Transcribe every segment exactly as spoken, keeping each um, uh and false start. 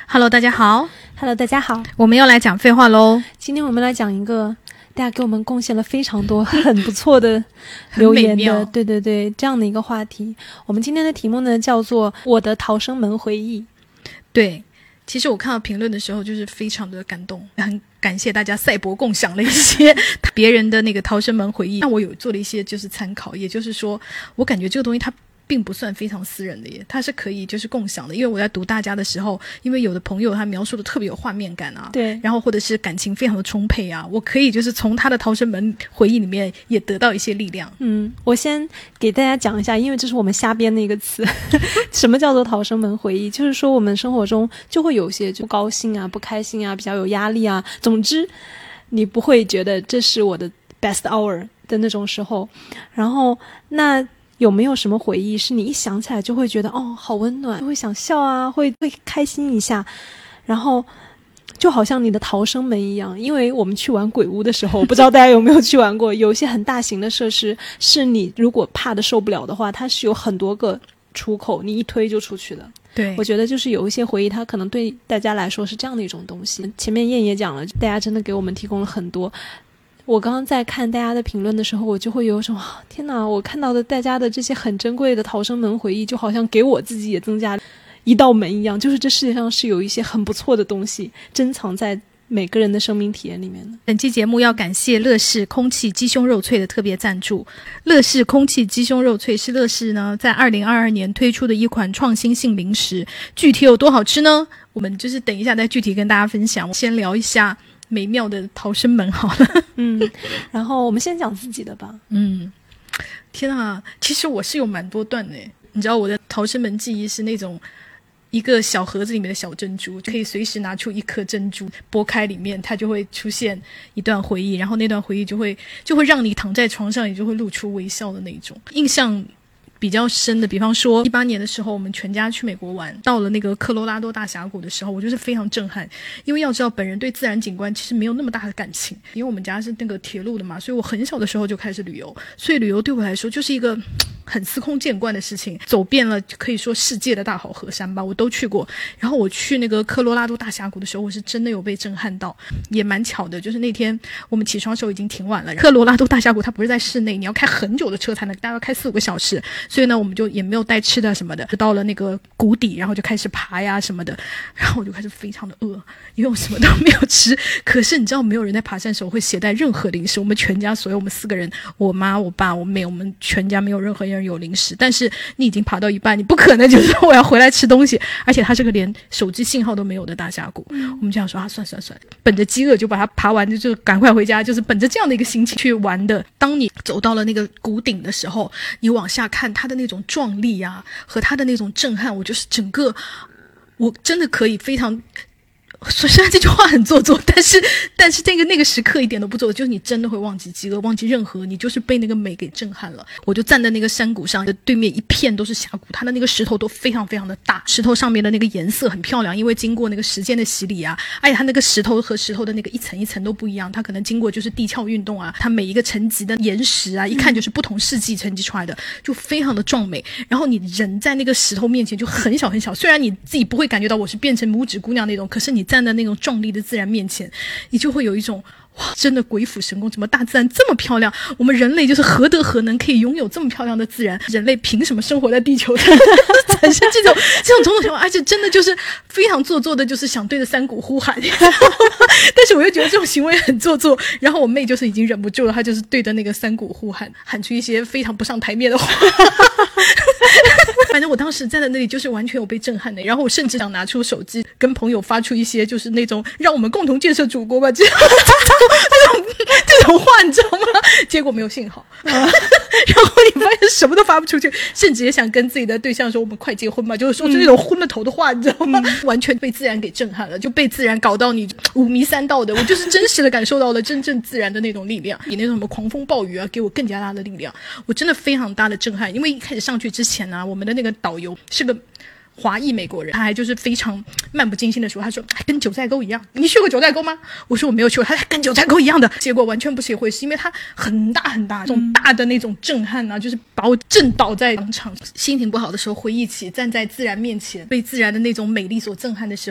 Hello， 大家好。 Hello， 大家好。 我们又来讲废话喽。 今天我们来讲一个大家给我们贡献了非常多很不错的留言的，对对对，这样的一个话题。我们今天的题目呢叫做我的逃生门回忆。 对，其实我看到评论的时候就是非常的感动，很感谢大家赛博共享了一些别人的那个逃生门回忆。那我有做了一些就是参考，也就是说我感觉这个东西它并不算非常私人的耶，它是可以就是共享的。因为我在读大家的时候，因为有的朋友他描述的特别有画面感啊， 对， 然后或者是感情非常的充沛啊，我可以就是从他的逃生门回忆里面也得到一些力量。 嗯，我先给大家讲一下，因为这是我们瞎编的一个词什么叫做逃生门回忆，就是说我们生活中就会有些就不高兴啊不开心啊比较有压力啊，总之你不会觉得这是我的 best hour 的那种时候，然后那有没有什么回忆是你一想起来就会觉得哦好温暖，就会想笑啊，会会开心一下，然后就好像你的逃生门一样。因为我们去玩鬼屋的时候，不知道大家有没有去玩过，有一些很大型的设施是你如果怕的受不了的话，它是有很多个出口，你一推就出去的。 对， 我觉得就是有一些回忆它可能对大家来说是这样的一种东西。前面燕也讲了，大家真的给我们提供了很多。我刚刚在看大家的评论的时候，我就会有一种天哪，我看到的大家的这些很珍贵的逃生门回忆，就好像给我自己也增加一道门一样，就是这世界上是有一些很不错的东西珍藏在每个人的生命体验里面的。 本期节目要感谢乐事空气鸡胸肉脆的特别赞助。乐事空气鸡胸肉脆是乐事呢在二零二二年推出的一款创新性零食，具体有多好吃呢？我们就是等一下再具体跟大家分享。先聊一下美妙的逃生门好了。 嗯，然后我们先讲自己的吧。 嗯，天啊，其实我是有蛮多段的。你知道我的逃生门记忆是那种一个小盒子里面的小珍珠，就可以随时拿出一颗珍珠，剥开里面它就会出现一段回忆，然后那段回忆就会就会让你躺在床上也就会露出微笑的那种。印象比较深的，比方说一八年的时候我们全家去美国玩，到了那个科罗拉多大峡谷的时候，我就是非常震撼。因为要知道本人对自然景观其实没有那么大的感情，因为我们家是那个铁路的嘛，所以我很小的时候就开始旅游，所以旅游对我来说就是一个很司空见惯的事情，走遍了可以说世界的大好河山吧，我都去过。然后我去那个科罗拉多大峡谷的时候，我是真的有被震撼到。也蛮巧的，就是那天我们起床的时候已经挺晚了，科罗拉多大峡谷它不是在室内，你要开很久的车才能，大概要开四五个小时，所以呢我们就也没有带吃的什么的，就到了那个谷底，然后就开始爬呀什么的，然后我就开始非常的饿，因为我什么都没有吃。可是你知道没有人在爬山的时候会携带任何零食，我们全家所有我们四个人，我妈我爸我妹，我们全家没有任何人有零食。但是你已经爬到一半，你不可能就是说我要回来吃东西，而且它是个连手机信号都没有的大峡谷。嗯、我们就想说啊算算算，本着饥饿就把它爬完，就就赶快回家，就是本着这样的一个心情去玩的。当你走到了那个谷顶的时候，你往下看它的那种壮丽啊和它的那种震撼，我就是整个我真的可以非常，虽然这句话很做作，但是但是这个那个时刻一点都不做作，就是你真的会忘记饥饿，忘记任何，你就是被那个美给震撼了。我就站在那个山谷上，对面一片都是峡谷，它的那个石头都非常非常的大，石头上面的那个颜色很漂亮，因为经过那个时间的洗礼啊，而且它那个石头和石头的那个一层一层都不一样，它可能经过就是地壳运动啊，它每一个层级的岩石啊，一看就是不同世纪沉积出来的，就非常的壮美。然后你人在那个石头面前就很小很小，虽然你自己不会感觉到我是变成拇指姑娘那种，可是你站在那种壮丽的自然面前，你就会有一种哇，真的鬼斧神工，怎么大自然这么漂亮，我们人类就是何德何能可以拥有这么漂亮的自然，人类凭什么生活在地球上产生这种这种种种情况，而且真的就是非常做作的，就是想对着山谷呼喊但是我又觉得这种行为很做作，然后我妹就是已经忍不住了，她就是对着那个山谷呼喊，喊出一些非常不上台面的话反正我当时站在那里就是完全有被震撼的，然后我甚至想拿出手机跟朋友发出一些就是那种让我们共同建设祖国吧这种这种这种话你知道吗？结果没有信号、啊、然后你发现什么都发不出去，甚至也想跟自己的对象说我们快结婚吧，就是说出那种昏了头的话、嗯、你知道吗、嗯、完全被自然给震撼了，就被自然搞到你五迷三道的。我就是真实的感受到了真正自然的那种力量，比那种什么狂风暴雨啊给我更加大的力量，我真的非常大的震撼。因为一开始上去之前呢、啊，我们的那个导游是个华裔美国人，他还就是非常漫不经心的说，他说跟九寨沟一样，你去过九寨沟吗？我说我没有去过，他说跟九寨沟一样的，结果完全不是一回事，因为他很大很大，这种大的那种震撼啊，就是把我震倒在当场。心情不好的时候回忆起站在自然面前被自然的那种美丽所震撼的时候，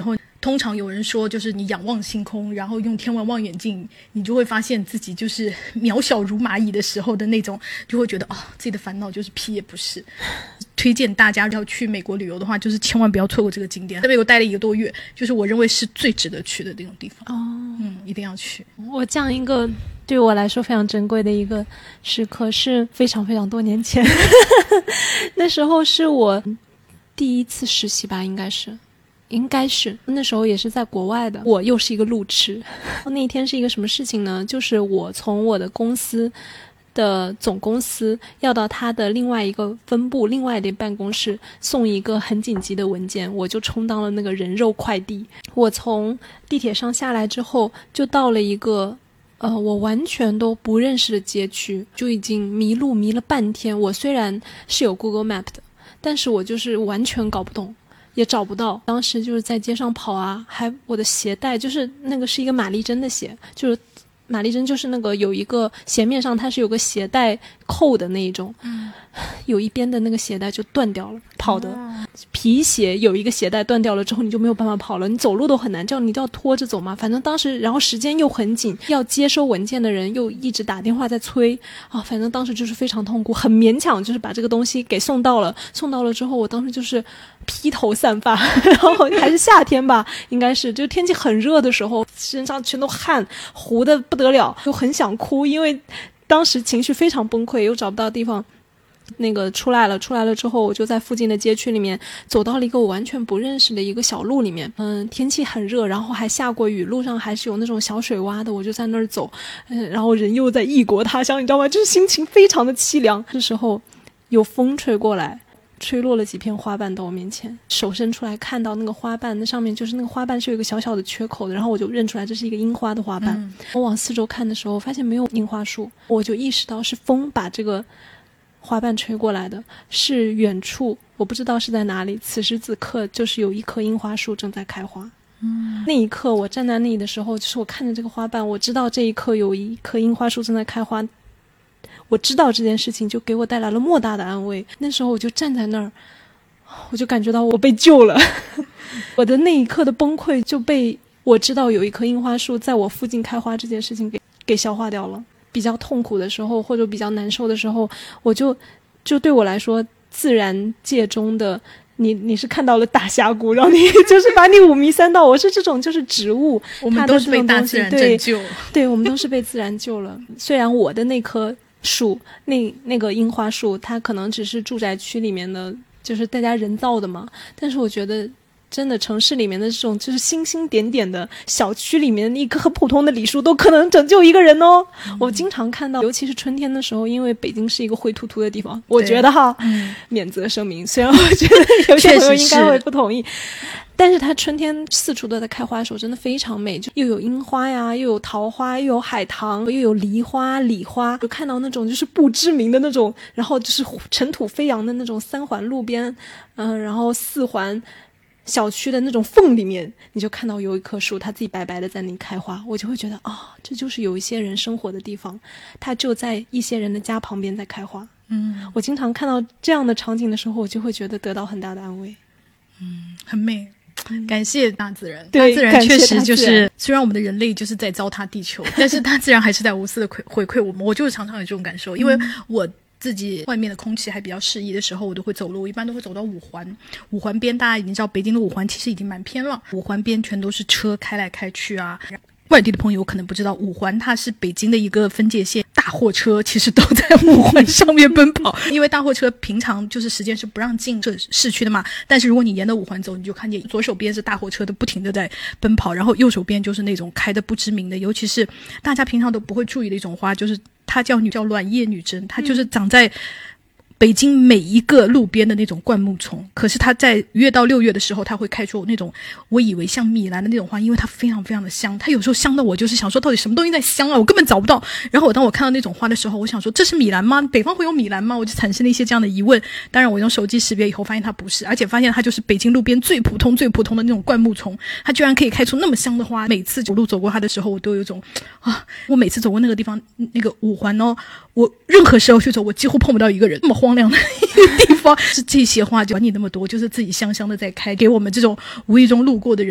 通常有人说就是你仰望星空，然后用天文望远镜，你就会发现自己就是渺小如蚂蚁的时候的那种，就会觉得哦，自己的烦恼就是屁也不是。推荐大家要去美国旅游的话，就是千万不要错过这个景点。在美国待了一个多月，就是我认为是最值得去的那种地方。 哦， 嗯，一定要去。 我讲一个对我来说非常珍贵的一个时刻，是非常非常多年前那时候是我第一次实习吧，应该是应该是那时候也是在国外的，我又是一个路痴。那一天是一个什么事情呢？就是我从我的公司的总公司要到他的另外一个分部另外的办公室送一个很紧急的文件，我就充当了那个人肉快递。我从地铁上下来之后就到了一个呃，我完全都不认识的街区，就已经迷路迷了半天。我虽然是有 Google Map 的，但是我就是完全搞不懂，也找不到。当时就是在街上跑啊，还我的鞋带就是那个是一个玛丽珍的鞋，就是玛丽珍就是那个有一个鞋面上它是有个鞋带扣的那一种，嗯，有一边的那个鞋带就断掉了，跑的、哦、皮鞋有一个鞋带断掉了之后你就没有办法跑了，你走路都很难，这样你都要拖着走嘛。反正当时然后时间又很紧，要接收文件的人又一直打电话在催啊，反正当时就是非常痛苦，很勉强就是把这个东西给送到了。送到了之后我当时就是披头散发，然后还是夏天吧，应该是就天气很热的时候，身上全都汗糊的不得了，就很想哭，因为当时情绪非常崩溃，又找不到地方那个出来了出来了之后我就在附近的街区里面走到了一个我完全不认识的一个小路里面。嗯，天气很热，然后还下过雨，路上还是有那种小水洼的，我就在那儿走，嗯，然后人又在异国他乡，你知道吗？就是心情非常的凄凉。这时候有风吹过来，吹落了几片花瓣到我面前，手伸出来看到那个花瓣，那上面就是那个花瓣是有一个小小的缺口的，然后我就认出来这是一个樱花的花瓣、嗯、我往四周看的时候发现没有樱花树，我就意识到是风把这个花瓣吹过来的，是远处我不知道是在哪里，此时此刻就是有一棵樱花树正在开花。嗯，那一刻我站在那里的时候，就是我看着这个花瓣，我知道这一刻有一棵樱花树正在开花，我知道这件事情就给我带来了莫大的安慰。那时候我就站在那儿，我就感觉到我被救了我的那一刻的崩溃就被我知道有一棵樱花树在我附近开花这件事情给给消化掉了。比较痛苦的时候或者比较难受的时候，我就就对我来说自然界中的你你是看到了大峡谷，然后你就是把你五迷三道，我是这种就是植物我们都是被大自然拯救， 对, 对我们都是被自然救了虽然我的那棵树那那个樱花树它可能只是住宅区里面的就是大家人造的嘛，但是我觉得真的城市里面的这种就是星星点点的小区里面一棵很普通的李树都可能拯救一个人哦、嗯、我经常看到，尤其是春天的时候，因为北京是一个灰秃秃的地方，我觉得哈、嗯、免责声明，虽然我觉得有些朋友应该会不同意，但是它春天四处都在开花的时候真的非常美，就又有樱花呀，又有桃花，又有海棠，又有梨花李花，就看到那种就是不知名的那种，然后就是尘土飞扬的那种三环路边，嗯，然后四环小区的那种缝里面，你就看到有一棵树它自己白白的在那里开花，我就会觉得啊、哦，这就是有一些人生活的地方，它就在一些人的家旁边在开花。嗯，我经常看到这样的场景的时候，我就会觉得得到很大的安慰。 嗯，很美，感谢大自然。大自然确实就是，虽然我们的人类就是在糟蹋地球，但是大自然还是在无私的回馈我们。我就是常常有这种感受，因为我自己外面的空气还比较适宜的时候，我都会走路，我一般都会走到五环。五环边大家已经知道，北京的五环其实已经蛮偏了，五环边全都是车开来开去啊。外地的朋友可能不知道，五环它是北京的一个分界线，大货车其实都在五环上面奔跑因为大货车平常就是时间是不让进这市区的嘛，但是如果你沿着五环走，你就看见左手边是大货车的不停的在奔跑，然后右手边就是那种开的不知名的，尤其是大家平常都不会注意的一种花，就是它叫女叫卵叶女贞，它就是长在北京每一个路边的那种灌木丛，可是它在五月到六月的时候，它会开出那种我以为像米兰的那种花，因为它非常非常的香，它有时候香的我就是想说到底什么东西在香啊，我根本找不到。然后我当我看到那种花的时候，我想说这是米兰吗？北方会有米兰吗？我就产生了一些这样的疑问。当然我用手机识别以后发现它不是，而且发现它就是北京路边最普通最普通的那种灌木丛，它居然可以开出那么香的花。每次走路走过它的时候，我都有一种啊，我每次走过那个地方那个五环哦，我任何时候去走我几乎碰不到一个人，那么荒凉的一个地方是这些花就管你那么多，就是自己香香的在开，给我们这种无意中路过的人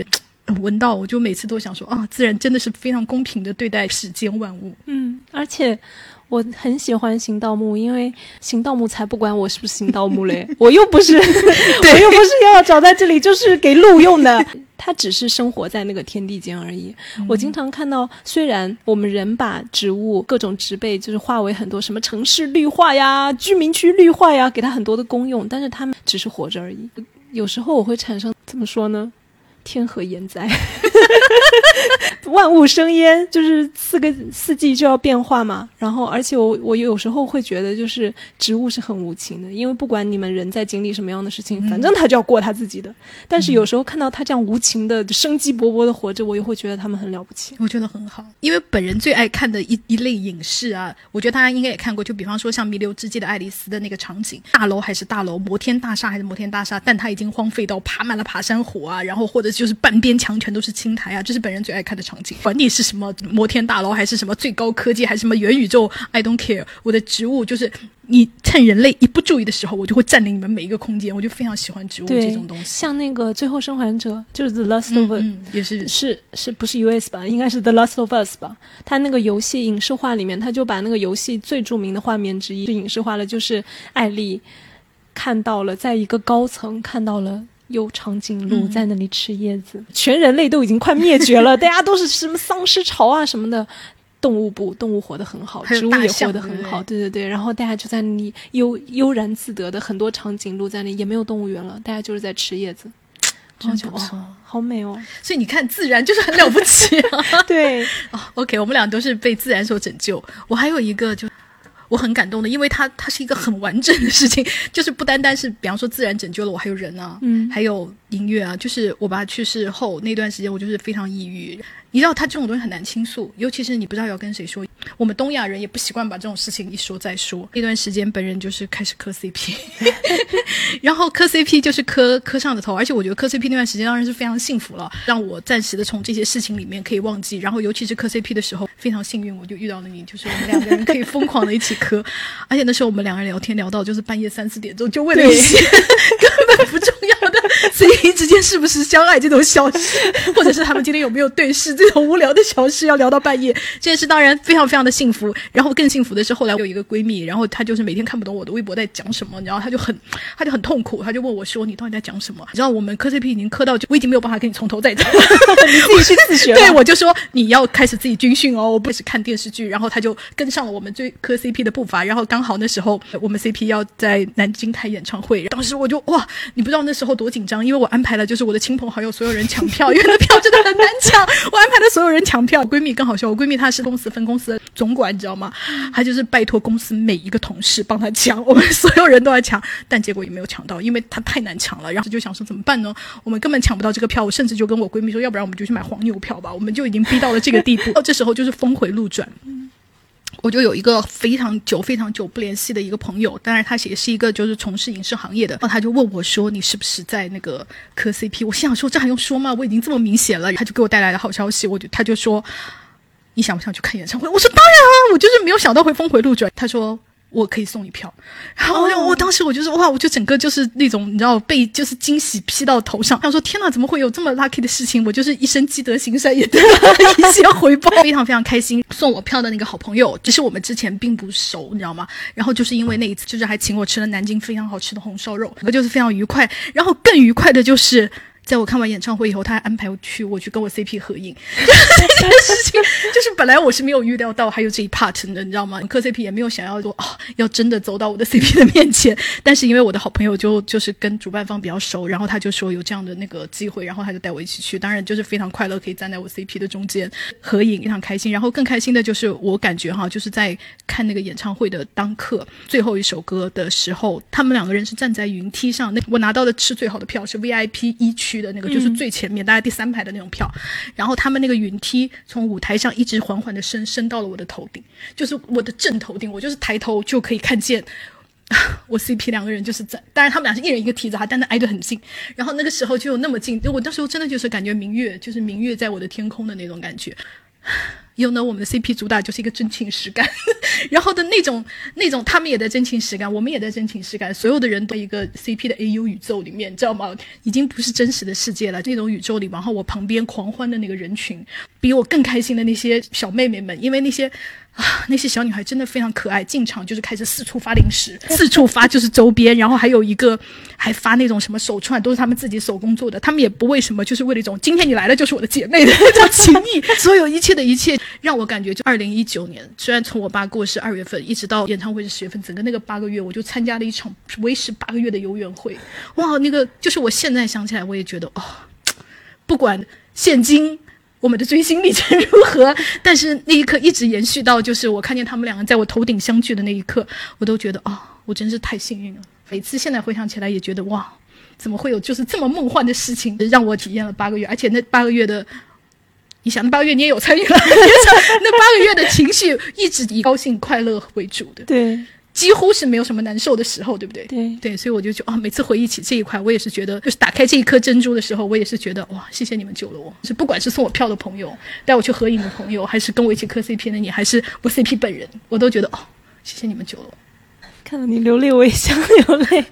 闻到，我就每次都想说啊，自然真的是非常公平的对待世间万物。 嗯，而且我很喜欢行道木，因为行道木才不管我是不是行道木嘞，我又不是，我又不是要找在这里就是给鹿用的，它只是生活在那个天地间而已。嗯、我经常看到，虽然我们人把植物各种植被就是化为很多什么城市绿化呀、居民区绿化呀，给它很多的功用，但是它们只是活着而已。有时候我会产生怎么说呢？天何言哉万物生焉，就是四个四季就要变化嘛。然后而且我我有时候会觉得就是植物是很无情的，因为不管你们人在经历什么样的事情、嗯、反正他就要过他自己的，但是有时候看到他这样无情的生机勃勃的活着，我也会觉得他们很了不起。 我觉得很好，因为本人最爱看的一一类影视啊，我觉得大家应该也看过，就比方说像弥留之际的爱丽丝的那个场景，大楼还是大楼，摩天大厦还是摩天大厦，但它已经荒废到爬满了爬山虎啊，然后或者就是半边墙全都是青苔啊，这是本人最爱看的场景。管你是什么摩天大楼还是什么最高科技还是什么元宇宙 I don't care， 我的植物就是你趁人类一不注意的时候，我就会占领你们每一个空间，我就非常喜欢植物这种东西。 像那个最后生还者就是 The Last of Us、嗯嗯、 也是是是不是 U S 吧，应该是 The Last of Us 吧，他那个游戏影视化里面，他就把那个游戏最著名的画面之一影视化了，就是艾莉看到了在一个高层看到了有长颈鹿在那里吃叶子、嗯、全人类都已经快灭绝了大家都是什么丧尸潮啊什么的，动物不动物活得很好，植物也活得很好，对对对，然后大家就在那里悠悠然自得的，很多长颈鹿在那里，也没有动物园了，大家就是在吃叶子， 真不错、哦、 好美哦。 所以你看自然就是很了不起啊对、 哦、OK， 我们俩都是被自然所拯救。我还有一个就我很感动的，因为它它是一个很完整的事情，就是不单单是比方说自然拯救了我，还有人啊，嗯，还有音乐啊。就是我爸去世后那段时间，我就是非常抑郁。你知道他这种东西很难倾诉，尤其是你不知道要跟谁说。我们东亚人也不习惯把这种事情一说再说。那段时间本人就是开始磕 C P 然后磕 C P 就是磕磕上的头，而且我觉得磕 C P 那段时间当然是非常幸福了，让我暂时的从这些事情里面可以忘记。然后尤其是磕 C P 的时候非常幸运，我就遇到了你，就是我们两个人可以疯狂的一起磕而且那时候我们两个人聊天聊到就是半夜三四点钟，就为了一些根本不重要的所以之间是不是相爱这种小事，或者是他们今天有没有对视这种无聊的小事要聊到半夜，这件事当然非常非常的幸福。然后更幸福的是后来我有一个闺蜜，然后她就是每天看不懂我的微博在讲什么，然后她就很她就很痛苦，她就问我说你到底在讲什么。你知道我们磕 C P 已经磕到我已经没有办法跟你从头再讲你自己去自学对，我就说你要开始自己军训哦，我不是看电视剧，然后她就跟上了我们追磕 C P 的步伐。然后刚好那时候我们 C P 要在南京开演唱会，当时我就哇，你不知道那时候多紧张，因为我安排了就是我的亲朋好友所有人抢票，因为那票真的很难抢，我安排了所有人抢票。我闺蜜更好笑，我闺蜜她是公司分公司的总管你知道吗，她就是拜托公司每一个同事帮她抢，我们所有人都在抢，但结果也没有抢到，因为她太难抢了。然后就想说怎么办呢，我们根本抢不到这个票，我甚至就跟我闺蜜说要不然我们就去买黄牛票吧，我们就已经逼到了这个地步这时候就是峰回路转。我就有一个非常久非常久不联系的一个朋友，当然他也是一个就是从事影视行业的，然后他就问我说你是不是在那个磕 C P， 我心想说这还用说吗，我已经这么明显了。他就给我带来了好消息，我就他就说你想不想去看演唱会，我说当然啊，我就是没有想到会峰回路转。他说我可以送你票，然后我就、oh. 我当时我就是哇，我就整个就是那种你知道被就是惊喜劈到头上，想说天哪，怎么会有这么 lucky 的事情，我就是一生积德行善也得到了一些回报非常非常开心。送我票的那个好朋友只是我们之前并不熟你知道吗，然后就是因为那一次就是还请我吃了南京非常好吃的红烧肉，这个就是非常愉快。然后更愉快的就是在我看完演唱会以后，他还安排我去我去跟我 C P 合影这件事情就是本来我是没有预料到还有这一 part 的你知道吗，磕 C P 也没有想要说、哦、要真的走到我的 C P 的面前，但是因为我的好朋友就就是跟主办方比较熟，然后他就说有这样的那个机会，然后他就带我一起去，当然就是非常快乐可以站在我 C P 的中间合影，非常开心。然后更开心的就是我感觉哈，就是在看那个演唱会的当刻最后一首歌的时候，他们两个人是站在云梯上，那我拿到的是最好的票是 V I P 一区的那个，就是最前面、嗯、大概第三排的那种票，然后他们那个云梯从舞台上一直缓缓的升升到了我的头顶，就是我的正头顶，我就是抬头就可以看见我 C P 两个人就是在，当然他们俩是一人一个梯子，但是挨得很近，然后那个时候就有那么近，我那时候真的就是感觉明月就是明月在我的天空的那种感觉， 有呢，我们的 C P 主打就是一个真情实感然后的那种那种他们也在真情实感，我们也在真情实感，所有的人都在一个 C P 的 A U 宇宙里面，你知道吗？已经不是真实的世界了，那种宇宙里，然后我旁边狂欢的那个人群，比我更开心的那些小妹妹们，因为那些啊，那些小女孩真的非常可爱，进场就是开始四处发零食，四处发就是周边，然后还有一个还发那种什么手串，都是他们自己手工做的，他们也不为什么，就是为了一种今天你来了就是我的姐妹的那种情谊所有一切的一切让我感觉，就二零一九年，虽然从我爸过世二月份一直到演唱会是十月份，整个那个八个月我就参加了一场为时八个月的游园会，哇，那个就是我现在想起来我也觉得哦，不管现今我们的追星历程如何，但是那一刻一直延续到就是我看见他们两个在我头顶相聚的那一刻，我都觉得哦，我真是太幸运了。每次现在回想起来也觉得哇，怎么会有就是这么梦幻的事情让我体验了八个月，而且那八个月的你想那八个月你也有参与了那八个月的情绪一直以高兴快乐为主的， 对， 几乎是没有什么难受的时候，对不对？ 对对，所以我就觉得啊，每次回忆起这一块，我也是觉得，就是打开这一颗珍珠的时候，我也是觉得哇，谢谢你们救了我。是不管是送我票的朋友，带我去合影的朋友，还是跟我一起磕 C P 的你，还是我 C P 本人，我都觉得哦，谢谢你们救了我。 看到你流泪，我也想流泪。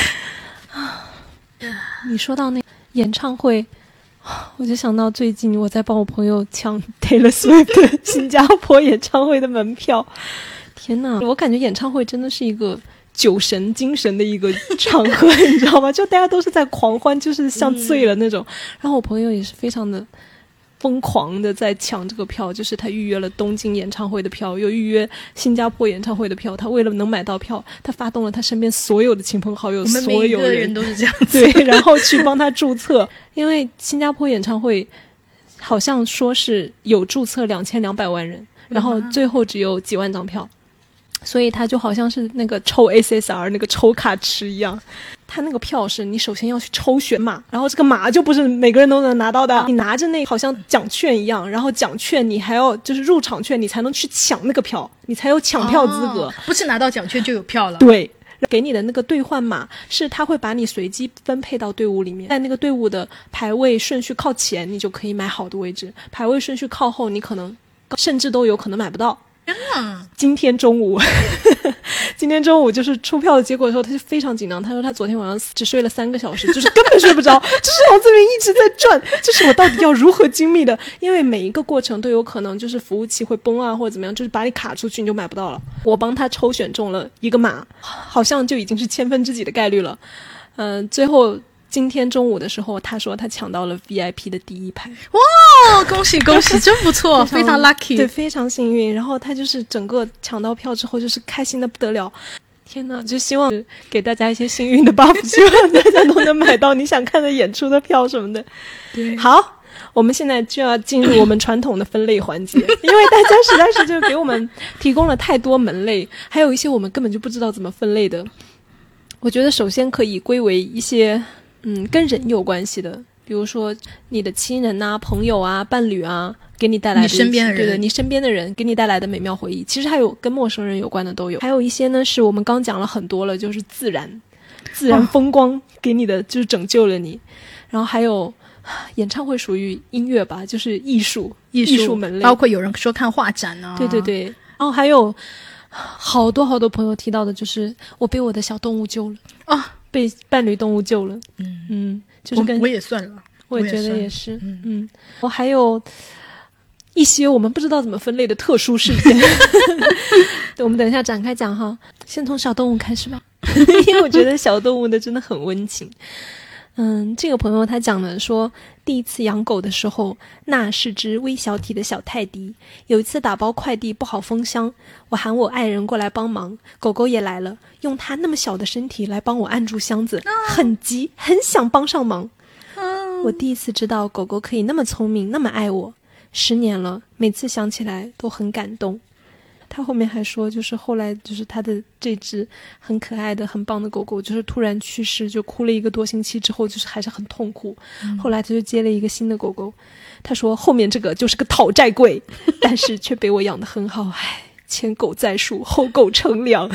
你说到那演唱会，我就想到最近我在帮我朋友抢 Taylor Swift 新加坡演唱会的门票。天哪，我感觉演唱会真的是一个酒神精神的一个场合你知道吗？就大家都是在狂欢，就是像醉了那种、嗯、然后我朋友也是非常的疯狂的在抢这个票，就是他预约了东京演唱会的票，又预约新加坡演唱会的票，他为了能买到票，他发动了他身边所有的亲朋好友， 我们每一个人都是这样子， 对，然后去帮他注册因为新加坡演唱会好像说是有注册两千两百万人，然后最后只有几万张票，所以他就好像是那个抽 S S R 那个抽卡池一样，他那个票是你首先要去抽选码，然后这个码就不是每个人都能拿到的，你拿着那好像奖券一样，然后奖券你还要就是入场券，你才能去抢那个票，你才有抢票资格、哦、 不是拿到奖券就有票了。 对，给你的那个兑换码是他会把你随机分配到队伍里面，在那个队伍的排位顺序靠前你就可以买好的位置，排位顺序靠后你可能甚至都有可能买不到。 嗯、 今天中午今天中午就是出票的结果的时候，他就非常紧张，他说他昨天晚上只睡了三个小时，就是根本睡不着就是脑子里一直在转，就是我到底要如何精密的，因为每一个过程都有可能就是服务器会崩啊或者怎么样，就是把你卡出去你就买不到了。我帮他抽选中了一个码，好像就已经是千分之几的概率了。嗯、呃，最后今天中午的时候他说他抢到了 V I P 的第一排。 哇，恭喜恭喜真不错非常 lucky， 对，非常幸运。然后他就是整个抢到票之后就是开心的不得了，天哪，就希望给大家一些幸运的 buff 希望大家都能买到你想看的演出的票什么的。 对， 好，我们现在就要进入我们传统的分类环节因为大家实在是就给我们提供了太多门类，还有一些我们根本就不知道怎么分类的。我觉得首先可以归为一些嗯跟人有关系的，比如说你的亲人啊、朋友啊、伴侣啊，给你带来的你身边的人， 对的，你身边的人给你带来的美妙回忆。其实还有跟陌生人有关的都有，还有一些呢是我们刚讲了很多了，就是自然自然风光给你的、哦、就是拯救了你。然后还有演唱会属于音乐吧，就是艺术艺术艺术门类， 包括有人说看画展啊， 对对对。然后还有好多好多朋友提到的就是我被我的小动物救了啊、哦，被伴侣动物救了。嗯嗯，就是跟我, 我也算了， 我也觉得也是。嗯嗯，我还有一些我们不知道怎么分类的特殊事件对，我们等一下展开讲哈。先从小动物开始吧因为我觉得小动物的真的很温情。嗯，这个朋友他讲了说，第一次养狗的时候，那是只微小体的小泰迪。有一次打包快递不好封箱，我喊我爱人过来帮忙，狗狗也来了，用它那么小的身体来帮我按住箱子，很急，很想帮上忙。我第一次知道狗狗可以那么聪明，那么爱我。十年了，每次想起来都很感动。他后面还说，就是后来就是他的这只很可爱的很棒的狗狗就是突然去世，就哭了一个多星期之后就是还是很痛苦、嗯、后来他就接了一个新的狗狗。他说后面这个就是个讨债鬼但是却被我养得很好，唉，前狗在树后狗乘凉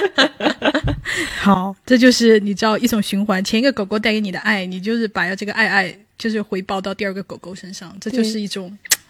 好，这就是你知道一种循环，前一个狗狗带给你的爱，你就是把这个爱爱就是回报到第二个狗狗身上，这就是一种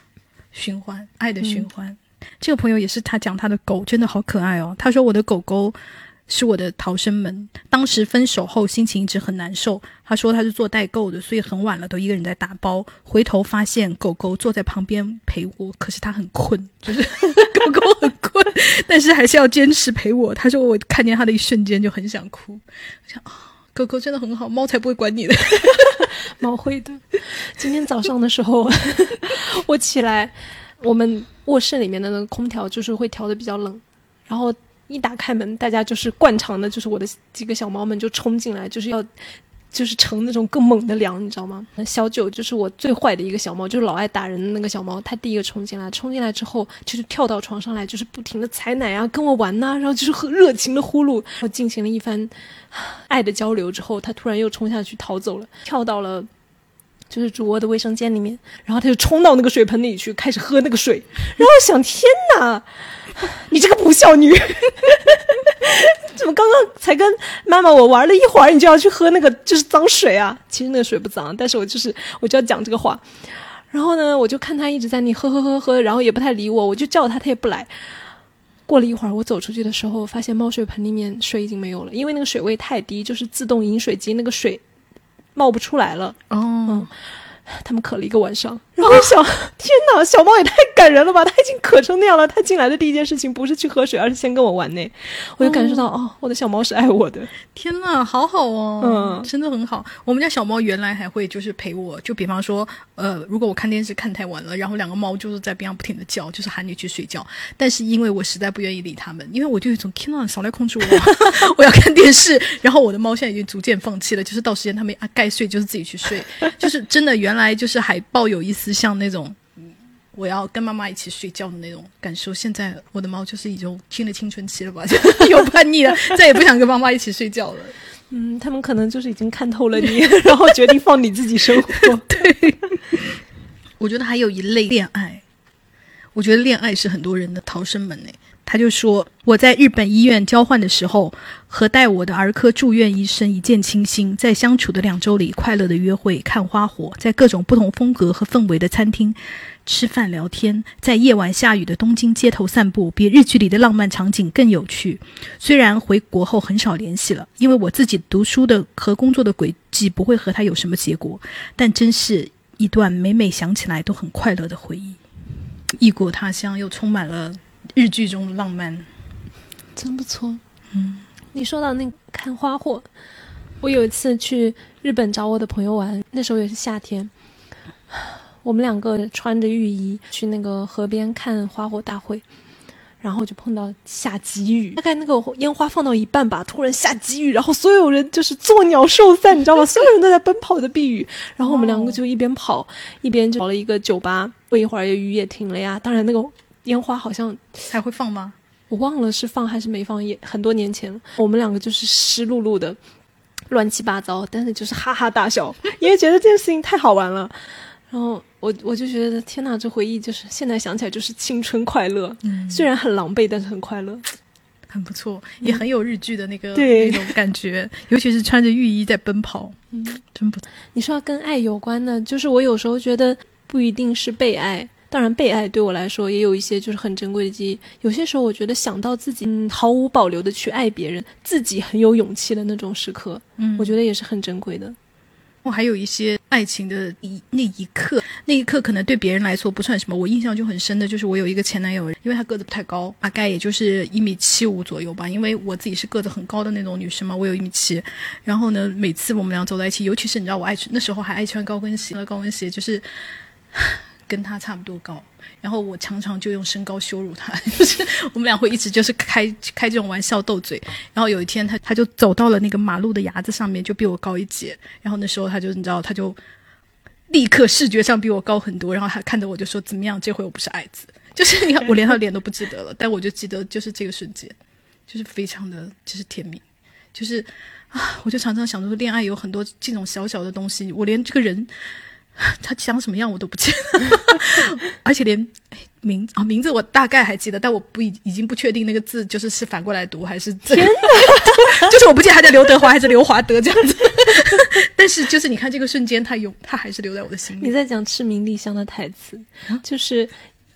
循环，爱的循环、嗯、这个朋友也是他讲他的狗真的好可爱哦，他说我的狗狗是我的逃生门，当时分手后心情一直很难受，他说他是做代购的，所以很晚了都一个人在打包，回头发现狗狗坐在旁边陪我，可是他很困，就是狗狗很困但是还是要坚持陪我，他说我看见他的一瞬间就很想哭，我想啊、哦，狗狗真的很好，猫才不会管你的猫会的。今天早上的时候我起来，我们卧室里面的那个空调就是会调的比较冷，然后一打开门，大家就是惯常的就是我的几个小猫们就冲进来，就是要就是乘那种更猛的凉，你知道吗？小九就是我最坏的一个小猫，就是老爱打人的那个小猫，它第一个冲进来，冲进来之后就是跳到床上来，就是不停的采奶啊，跟我玩呐、啊，然后就是很热情的呼噜。我进行了一番爱的交流之后，它突然又冲下去逃走了，跳到了就是主卧的卫生间里面，然后他就冲到那个水盆里去开始喝那个水，然后我想天哪，你这个不孝女怎么刚刚才跟妈妈我玩了一会儿你就要去喝那个就是脏水啊？其实那个水不脏，但是我就是我就要讲这个话。然后呢我就看他一直在那里喝喝喝喝，然后也不太理我，我就叫他他也不来。过了一会儿我走出去的时候发现猫水盆里面水已经没有了，因为那个水位太低，就是自动饮水机那个水冒不出来了。 哦、 嗯，他们渴了一个晚上，然后我想、哦、天哪，小猫也太感人了吧，它已经渴成那样了，它进来的第一件事情不是去喝水，而是先跟我玩呢。我就感受到 哦, 哦，我的小猫是爱我的。 天哪，好好哦， 嗯， 真的很好。我们家小猫原来还会就是陪我，就比方说呃，如果我看电视看太晚了，然后两个猫就是在边上不停的叫，就是喊你去睡觉，但是因为我实在不愿意理它们，因为我就有一种天哪，少来控制我我要看电视，然后我的猫现在已经逐渐放弃了，就是到时间它们啊该睡就是自己去睡就是真的原来就是还抱有一丝像那种我要跟妈妈一起睡觉的那种感受，现在我的猫就是已经进了青春期了吧，就有叛逆了，再也不想跟妈妈一起睡觉了。 嗯，他们可能就是已经看透了你然后决定放你自己生活对，我觉得还有一类恋爱，我觉得恋爱是很多人的逃生门耶。他就说我在日本医院交换的时候和带我的儿科住院医生一见倾心，在相处的两周里快乐的约会看花火，在各种不同风格和氛围的餐厅吃饭聊天，在夜晚下雨的东京街头散步，比日剧里的浪漫场景更有趣。虽然回国后很少联系了，因为我自己读书的和工作的轨迹不会和他有什么结果，但真是一段每每想起来都很快乐的回忆。异国他乡又充满了日剧中的浪漫， 真不错。 嗯， 你说到那个看花火，我有一次去日本找我的朋友玩，那时候也是夏天，我们两个穿着浴衣去那个河边看花火大会，然后就碰到下急雨，大概那个烟花放到一半吧，突然下急雨，然后所有人就是作鸟兽散，你知道吗？所有人都在奔跑的避雨，然后我们两个就一边跑、哦、一边就跑了一个酒吧，过一会儿雨也停了呀。当然那个烟花好像还会放吗？ 我忘了是放还是没放，也很多年前了。我们两个就是湿漉漉的乱七八糟，但是就是哈哈大笑，因为觉得这件事情太好玩了。然后我我就觉得天哪，这回忆就是现在想起来就是青春快乐、嗯、虽然很狼狈但是很快乐， 很不错，也很有日剧的那个、 嗯、 那种感觉，尤其是穿着浴衣在奔跑，嗯，真不错。 你说要跟爱有关的，就是我有时候觉得不一定是被爱，当然被爱对我来说也有一些就是很珍贵的记忆，有些时候我觉得想到自己、嗯、毫无保留的去爱别人，自己很有勇气的那种时刻、嗯、我觉得也是很珍贵的。 我还有一些爱情的一那一刻，那一刻可能对别人来说不算什么，我印象就很深的就是我有一个前男友，因为他个子不太高，大概也就是一米七五左右吧，因为我自己是个子很高的那种女生嘛，我有一米七，然后呢每次我们俩走在一起，尤其是你知道我爱那时候还爱穿高跟鞋，高跟鞋就是跟他差不多高，然后我常常就用身高羞辱他，就是我们俩会一直就是开开这种玩笑斗嘴。然后有一天他他就走到了那个马路的牙子上面，就比我高一截，然后那时候他就你知道他就立刻视觉上比我高很多，然后他看着我就说怎么样，这回我不是矮子，就是你看我连他脸都不记得了，但我就记得就是这个瞬间就是非常的就是甜蜜，就是啊，我就常常想说恋爱有很多这种小小的东西，我连这个人他长什么样我都不记得而且连名啊、哦、名字我大概还记得，但我不已已经不确定那个字就是是反过来读还是天哪就是我不记得还在刘德华还是刘华德这样子但是就是你看这个瞬间他有他还是留在我的心里。 你在讲赤名莉香的台词、嗯、就是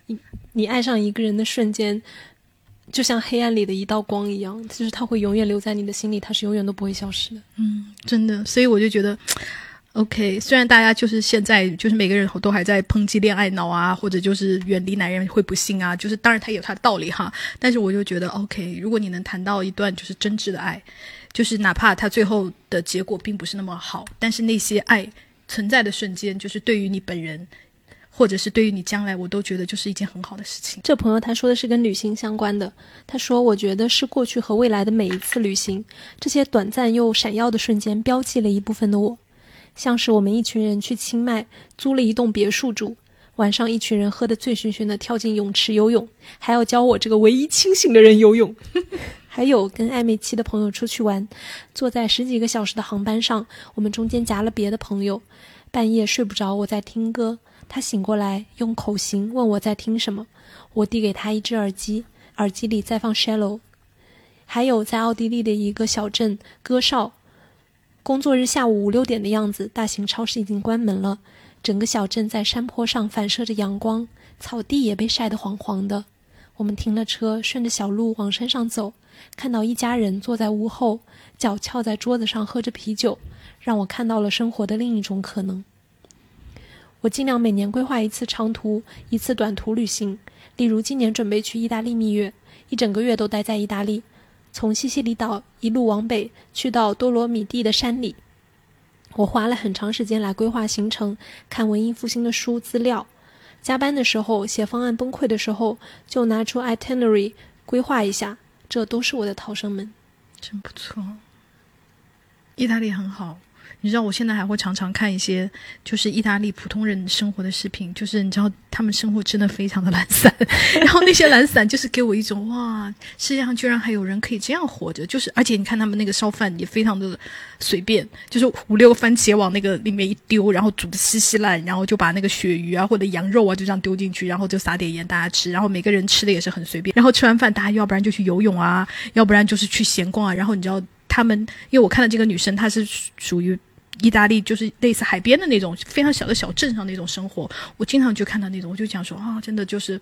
你你爱上一个人的瞬间就像黑暗里的一道光一样，就是它会永远留在你的心里，它是永远都不会消失的。 嗯，真的，所以我就觉得 OK， 虽然大家就是现在就是每个人都还在抨击恋爱脑啊，或者就是远离男人会不幸啊，就是当然他有他的道理哈，但是我就觉得 OK， 如果你能谈到一段就是真挚的爱，就是哪怕他最后的结果并不是那么好，但是那些爱存在的瞬间，就是对于你本人或者是对于你将来，我都觉得就是一件很好的事情。 这朋友他说的是跟旅行相关的，他说我觉得是过去和未来的每一次旅行，这些短暂又闪耀的瞬间标记了一部分的我，像是我们一群人去清迈租了一栋别墅住，晚上一群人喝得醉醺醺的跳进泳池游泳，还要教我这个唯一清醒的人游泳还有跟暧昧期的朋友出去玩，坐在十几个小时的航班上，我们中间夹了别的朋友，半夜睡不着，我在听歌，他醒过来用口型问我在听什么，我递给他一只耳机，耳机里在放 Shallow。 还有在奥地利的一个小镇歌哨，工作日下午五六点的样子，大型超市已经关门了，整个小镇在山坡上反射着阳光，草地也被晒得黄黄的。我们停了车，顺着小路往山上走，看到一家人坐在屋后，脚翘在桌子上喝着啤酒，让我看到了生活的另一种可能。我尽量每年规划一次长途一次短途旅行，例如今年准备去意大利蜜月，一整个月都待在意大利，从西西里岛一路往北去到多罗米蒂的山里。我花了很长时间来规划行程，看文艺复兴的书资料，加班的时候写方案，崩溃的时候就拿出 itinerary 规划一下，这都是我的逃生门。 真不错，意大利很好。你知道我现在还会常常看一些就是意大利普通人生活的视频，就是你知道他们生活真的非常的懒散然后那些懒散就是给我一种哇，世界上居然还有人可以这样活着，就是而且你看他们那个烧饭也非常的随便，就是五六个番茄往那个里面一丢，然后煮的稀稀烂，然后就把那个鳕鱼啊或者羊肉啊就这样丢进去，然后就撒点盐大家吃，然后每个人吃的也是很随便，然后吃完饭大家要不然就去游泳啊，要不然就是去闲逛啊，然后你知道他们因为我看到这个女生她是属于意大利就是类似海边的那种非常小的小镇上那种生活，我经常就看到那种，我就讲说啊，真的就是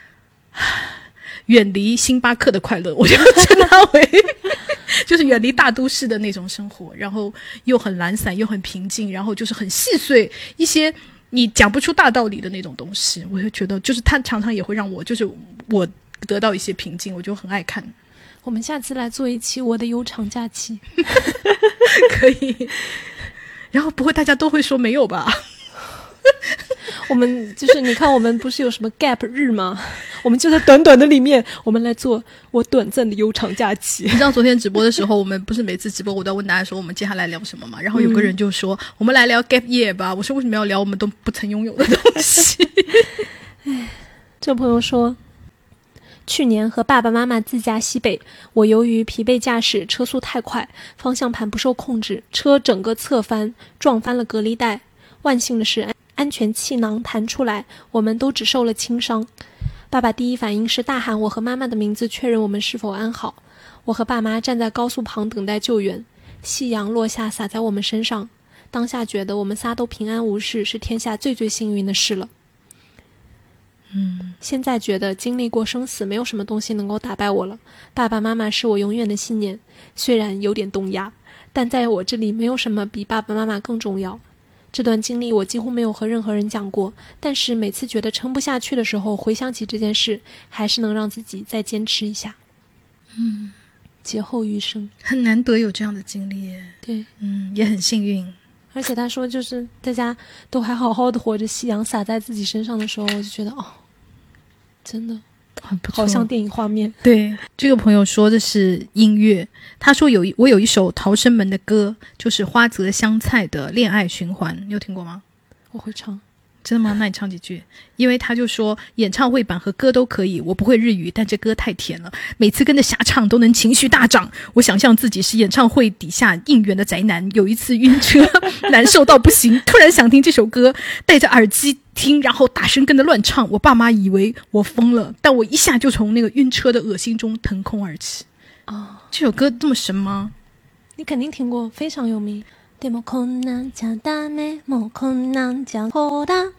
远离星巴克的快乐，我就称它为就是远离大都市的那种生活，然后又很懒散又很平静，然后就是很细碎一些你讲不出大道理的那种东西，我就觉得就是它常常也会让我就是我得到一些平静，我就很爱看。 我们下次来做一期我的悠长假期可以，然后不会大家都会说没有吧我们就是你看我们不是有什么 gap 日吗，我们就在短短的里面我们来做我短暂的悠长假期。 你知道昨天直播的时候我们不是每次直播我都要问大家说我们接下来聊什么嘛，然后有个人就说、嗯、我们来聊 gap year 吧，我说为什么要聊我们都不曾拥有的东西这朋友说去年和爸爸妈妈自驾西北，我由于疲惫驾驶，车速太快，方向盘不受控制，车整个侧翻，撞翻了隔离带。万幸的是，安全气囊弹出来，我们都只受了轻伤。爸爸第一反应是大喊我和妈妈的名字，确认我们是否安好。我和爸妈站在高速旁等待救援，夕阳落下洒在我们身上，当下觉得我们仨都平安无事，是天下最最幸运的事了。嗯，现在觉得经历过生死，没有什么东西能够打败我了。爸爸妈妈是我永远的信念，虽然有点动压，但在我这里没有什么比爸爸妈妈更重要。这段经历我几乎没有和任何人讲过，但是每次觉得撑不下去的时候，回想起这件事，还是能让自己再坚持一下。嗯，劫后余生， 很难得有这样的经历耶。 对， 嗯，也很幸运。 而且他说就是大家都还好好的活着，夕阳洒在自己身上的时候，我就觉得哦，真的很不错， 好像电影画面。 对，这个朋友说的是音乐，他说有我有一首逃生门的歌，就是花泽香菜的恋爱循环，你有听过吗？ 我会唱。 真的吗？那你唱几句。因为他就说演唱会版和歌都可以，我不会日语，但这歌太甜了，每次跟着瞎唱都能情绪大涨。我想象自己是演唱会底下应援的宅男，有一次晕车难受到不行，突然想听这首歌，戴着耳机听，然后大声跟着乱唱，我爸妈以为我疯了，但我一下就从那个晕车的恶心中腾空而起。哦，这首歌这么神吗？ 你肯定听过，非常有名。でもこんなんじゃダメ、もうこんなんじゃほら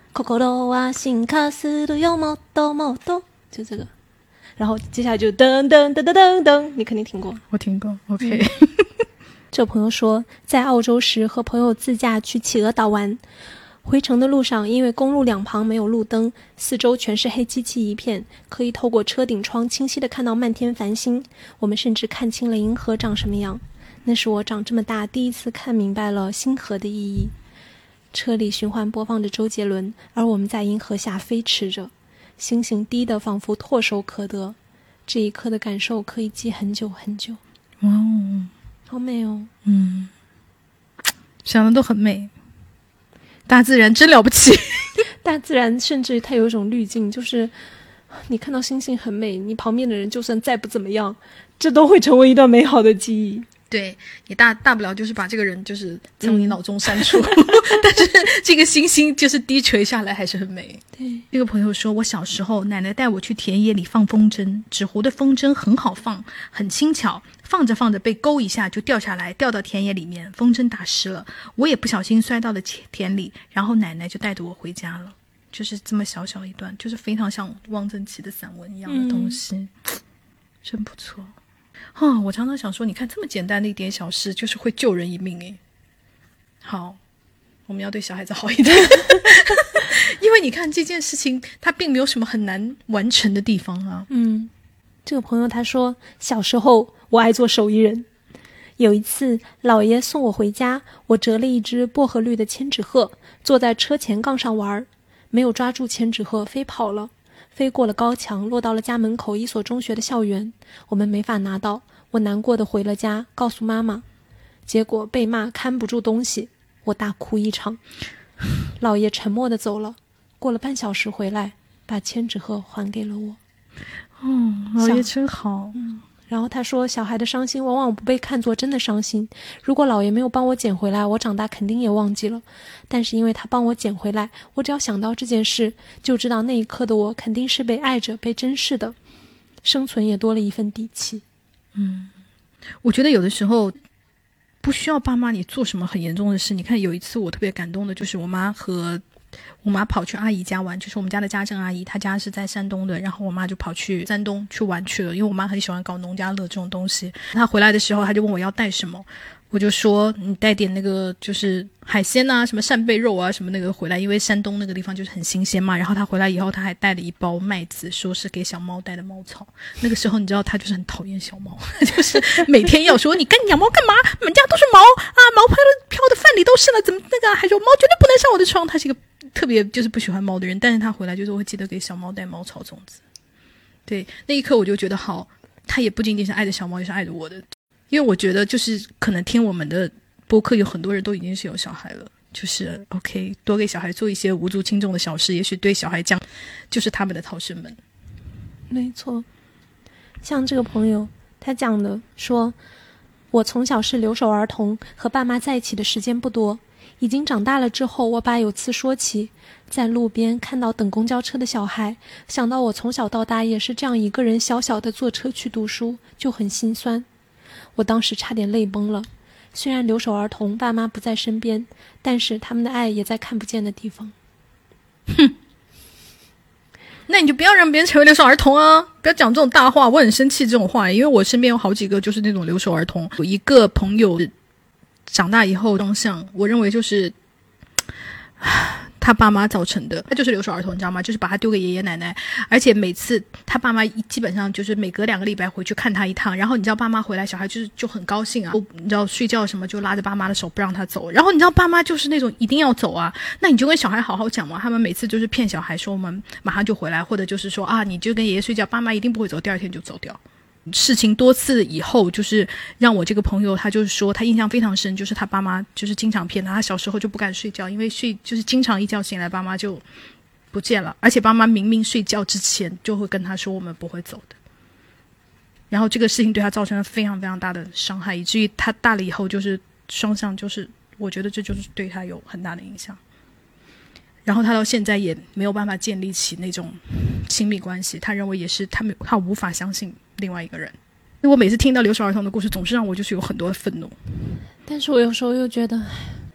心は進化するよもっともっと，就这个。然后接下来就噔噔噔噔噔噔，你肯定听过。 我听过 OK、 嗯、这朋友说在澳洲时和朋友自驾去企鹅岛玩，回程的路上因为公路两旁没有路灯，四周全是黑漆漆一片，可以透过车顶窗清晰地看到漫天繁星，我们甚至看清了银河长什么样。那是我长这么大第一次看明白了星河的意义。车里循环播放着周杰伦，而我们在银河下飞驰着，星星低得仿佛唾手可得，这一刻的感受可以记很久很久。 哇哦， 好美哦。 嗯，想的都很美，大自然真了不起。 大自然甚至它有一种滤镜，就是你看到星星很美，你旁边的人就算再不怎么样，这都会成为一段美好的记忆。 对，你大大不了就是把这个人就是从你脑中删除、嗯、但是这个星星就是低垂下来还是很美。 对， 这个朋友说我小时候奶奶带我去田野里放风筝，纸糊的风筝很好放，很轻巧，放着放着被勾一下就掉下来，掉到田野里面，风筝打湿了，我也不小心摔到了田里，然后奶奶就带着我回家了。就是这么小小一段，就是非常像汪曾祺的散文一样的东西、嗯、真不错。哦，我常常想说，你看这么简单的一点小事，就是会救人一命诶。好，我们要对小孩子好一点，因为你看这件事情，它并没有什么很难完成的地方啊。 嗯，这个朋友他说，小时候我爱做手艺人，有一次姥爷送我回家，我折了一只薄荷绿的千纸鹤，坐在车前杠上玩，没有抓住千纸鹤，飞跑了。飞过了高墙，落到了家门口一所中学的校园，我们没法拿到，我难过的回了家，告诉妈妈，结果被骂看不住东西，我大哭一场。姥爷沉默的走了，过了半小时回来，把千纸鹤还给了我。 哦，姥爷真好。 嗯，然后他说，小孩的伤心往往不被看作真的伤心，如果姥爷没有帮我捡回来，我长大肯定也忘记了，但是因为他帮我捡回来，我只要想到这件事，就知道那一刻的我肯定是被爱着被珍视的，生存也多了一份底气。 嗯，我觉得有的时候不需要爸妈你做什么很严重的事。你看有一次我特别感动的就是我妈和我妈跑去阿姨家玩，就是我们家的家政阿姨，她家是在山东的，然后我妈就跑去山东去玩去了，因为我妈很喜欢搞农家乐这种东西。她回来的时候她就问我要带什么，我就说你带点那个就是海鲜啊，什么扇贝肉啊什么那个回来，因为山东那个地方就是很新鲜嘛。然后她回来以后她还带了一包麦子，说是给小猫带的猫草。那个时候你知道她就是很讨厌小猫，就是每天要说你跟养猫干嘛，我们家都是毛啊，毛飘的飘的饭里都是了，怎么那个还说猫绝对不能上我的床。她是一个特别就是不喜欢猫的人，但是她回来就是会记得给小猫带猫草种子。对，那一刻我就觉得好，她也不仅仅是爱着小猫，也是爱着我的。因为我觉得就是可能听我们的播客有很多人都已经是有小孩了，就是 OK 多给小孩做一些无足轻重的小事，也许对小孩讲就是他们的逃生门。 没错，像这个朋友他讲的说，我从小是留守儿童，和爸妈在一起的时间不多，已经长大了之后，我爸有次说起在路边看到等公交车的小孩，想到我从小到大也是这样一个人小小的坐车去读书，就很心酸。我当时差点泪崩了，虽然留守儿童爸妈不在身边，但是他们的爱也在看不见的地方。 哼，那你就不要让别人成为留守儿童啊，不要讲这种大话，我很生气这种话。因为我身边有好几个就是那种留守儿童，有一个朋友长大以后双向，我认为就是他爸妈造成的，他就是留守儿童，你知道吗？就是把他丢给爷爷奶奶，而且每次他爸妈基本上就是每隔两个礼拜回去看他一趟，然后你知道爸妈回来，小孩就是就很高兴啊，你知道睡觉什么就拉着爸妈的手不让他走，然后你知道爸妈就是那种一定要走啊，那你就跟小孩好好讲嘛，他们每次就是骗小孩说我们马上就回来，或者就是说啊你就跟爷爷睡觉，爸妈一定不会走，第二天就走掉。事情多次以后，就是让我这个朋友他就是说他印象非常深，就是他爸妈就是经常骗他，他小时候就不敢睡觉，因为睡就是经常一觉醒来爸妈就不见了，而且爸妈明明睡觉之前就会跟他说我们不会走的，然后这个事情对他造成了非常非常大的伤害，以至于他大了以后就是双向，就是我觉得这就是对他有很大的影响，然后他到现在也没有办法建立起那种亲密关系，他认为也是他没他无法相信另外一个人。我每次听到留守儿童的故事，总是让我就是有很多的愤怒。 但是我有时候又觉得，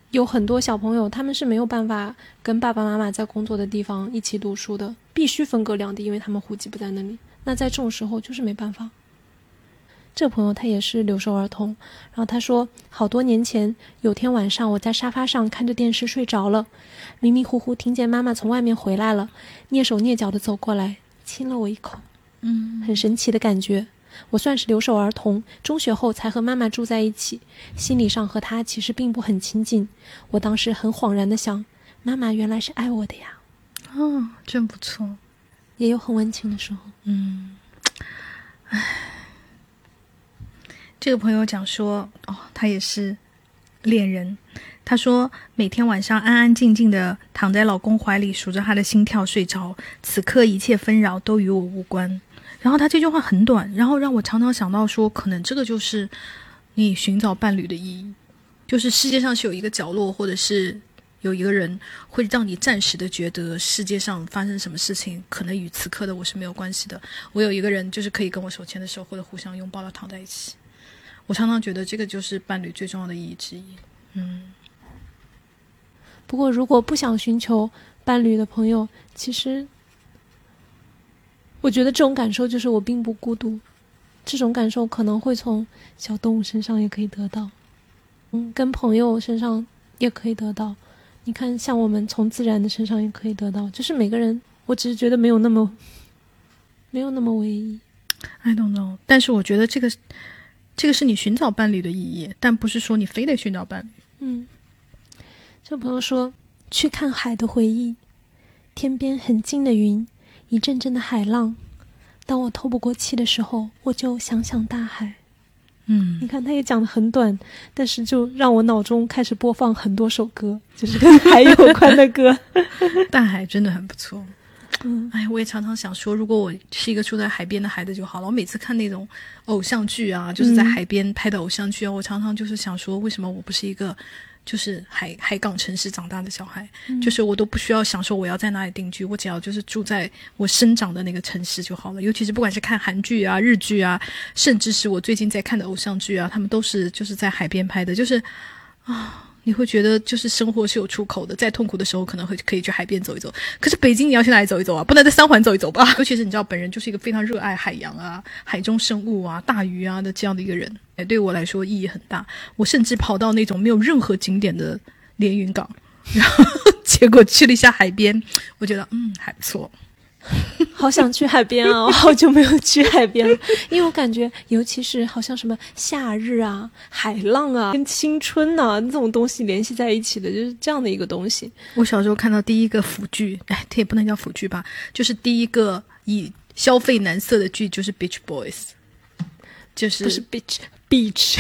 有很多小朋友他们是没有办法跟爸爸妈妈在工作的地方一起读书的，必须分隔两地，因为他们户籍不在那里。那在这种时候就是没办法。这朋友他也是留守儿童，然后他说好多年前有天晚上我在沙发上看着电视睡着了，迷迷糊糊听见妈妈从外面回来了，蹑手蹑脚地走过来亲了我一口。 嗯， 很神奇的感觉。我算是留守儿童，中学后才和妈妈住在一起，心理上和她其实并不很亲近。我当时很恍然地想，妈妈原来是爱我的呀。 哦，真不错。 也有很温情的时候。 嗯，唉，这个朋友讲说，哦，他也是恋人。他说每天晚上安安静静的躺在老公怀里，数着他的心跳睡着，此刻一切纷扰都与我无关。然后他这句话很短，然后让我常常想到说，可能这个就是你寻找伴侣的意义，就是世界上是有一个角落，或者是有一个人会让你暂时的觉得世界上发生什么事情可能与此刻的我是没有关系的，我有一个人就是可以跟我手牵着手或者互相拥抱的躺在一起。我常常觉得这个就是伴侣最重要的意义之一。嗯， 不过如果不想寻求伴侣的朋友，其实我觉得这种感受就是我并不孤独，这种感受可能会从小动物身上也可以得到，嗯，跟朋友身上也可以得到。你看，像我们从自然的身上也可以得到，就是每个人，我只是觉得没有那么没有那么唯一。 I don't know， 但是我觉得这个这个是你寻找伴侣的意义，但不是说你非得寻找伴侣。 嗯，这朋友说去看海的回忆，天边很近的云，一阵阵的海浪，当我透不过气的时候，我就想想大海。 嗯， 你看他也讲得很短，但是就让我脑中开始播放很多首歌，就是跟海有关的歌。 大海真的很不错。 嗯， 哎，我也常常想说，如果我是一个住在海边的孩子就好了。我每次看那种偶像剧啊，就是在海边拍的偶像剧啊，嗯、我常常就是想说，为什么我不是一个就是海海港城市长大的小孩、嗯、就是我都不需要想说我要在哪里定居，我只要就是住在我生长的那个城市就好了。尤其是不管是看韩剧啊、日剧啊，甚至是我最近在看的偶像剧啊，他们都是就是在海边拍的，就是啊。你会觉得就是生活是有出口的，在痛苦的时候可能会可以去海边走一走，可是北京你要去哪里走一走啊？不能在三环走一走吧？尤其是你知道本人就是一个非常热爱海洋啊、海中生物啊、大鱼啊的这样的一个人，哎，对我来说意义很大。我甚至跑到那种没有任何景点的连云港，然后结果去了一下海边，我觉得嗯还不错。 好想去海边啊！我好久没有去海边了，因为我感觉，尤其是好像什么夏日啊、海浪啊，跟青春啊这种东西联系在一起的，就是这样的一个东西。 我小时候看到第一个腐剧，哎，它也不能叫腐剧吧，就是第一个以消费男色的剧，就是 Beach Boys， 就是不是 Beach Beach，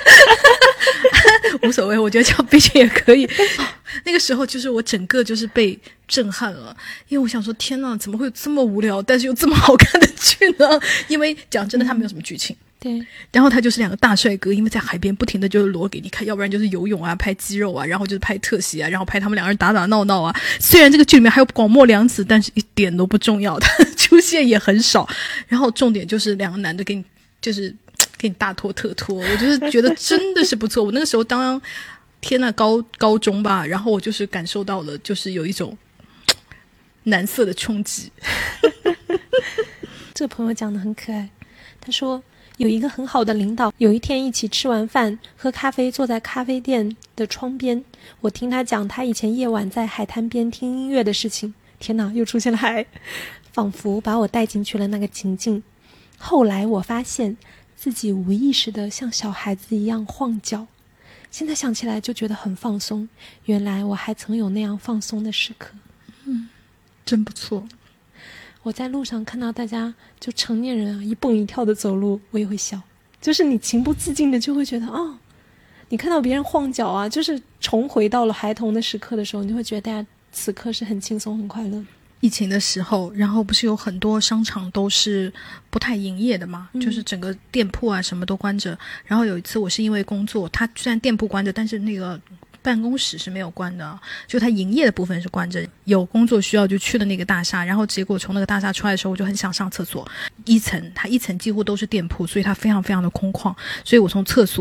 无所谓，我觉得叫 Beach 也可以。那个时候就是我整个就是被震撼了，因为我想说天哪，怎么会有这么无聊但是又这么好看的剧呢？因为讲真的它没有什么剧情、嗯、 对， 然后他就是两个大帅哥，因为在海边不停的就是裸给你看，要不然就是游泳啊、拍肌肉啊，然后就是拍特写啊，然后拍他们两个人打打闹闹啊。虽然这个剧里面还有广末凉子，但是一点都不重要，他出现也很少。然后重点就是两个男的给你就是给你大拖特拖，我就是觉得真的是不错。我那个时候当天呐，高高中吧，然后我就是感受到了，就是有一种男色的冲击。 这个朋友讲得很可爱，他说有一个很好的领导，有一天一起吃完饭喝咖啡，坐在咖啡店的窗边，我听他讲他以前夜晚在海滩边听音乐的事情。天哪，又出现了海，仿佛把我带进去了那个情境。后来我发现自己无意识的像小孩子一样晃脚，现在想起来就觉得很放松，原来我还曾有那样放松的时刻。 嗯，真不错。 我在路上看到大家就成年人啊一蹦一跳的走路，我也会笑，就是你情不自禁的就会觉得哦，你看到别人晃脚啊，就是重回到了孩童的时刻的时候，你就会觉得大家此刻是很轻松很快乐。 疫情的时候，然后不是有很多商场都是不太营业的嘛、嗯、就是整个店铺啊什么都关着。然后有一次我是因为工作，它虽然店铺关着，但是那个办公室是没有关的，就它营业的部分是关着，有工作需要就去了那个大厦，然后结果从那个大厦出来的时候我就很想上厕所，一层它一层几乎都是店铺，所以它非常非常的空旷，所以我从厕所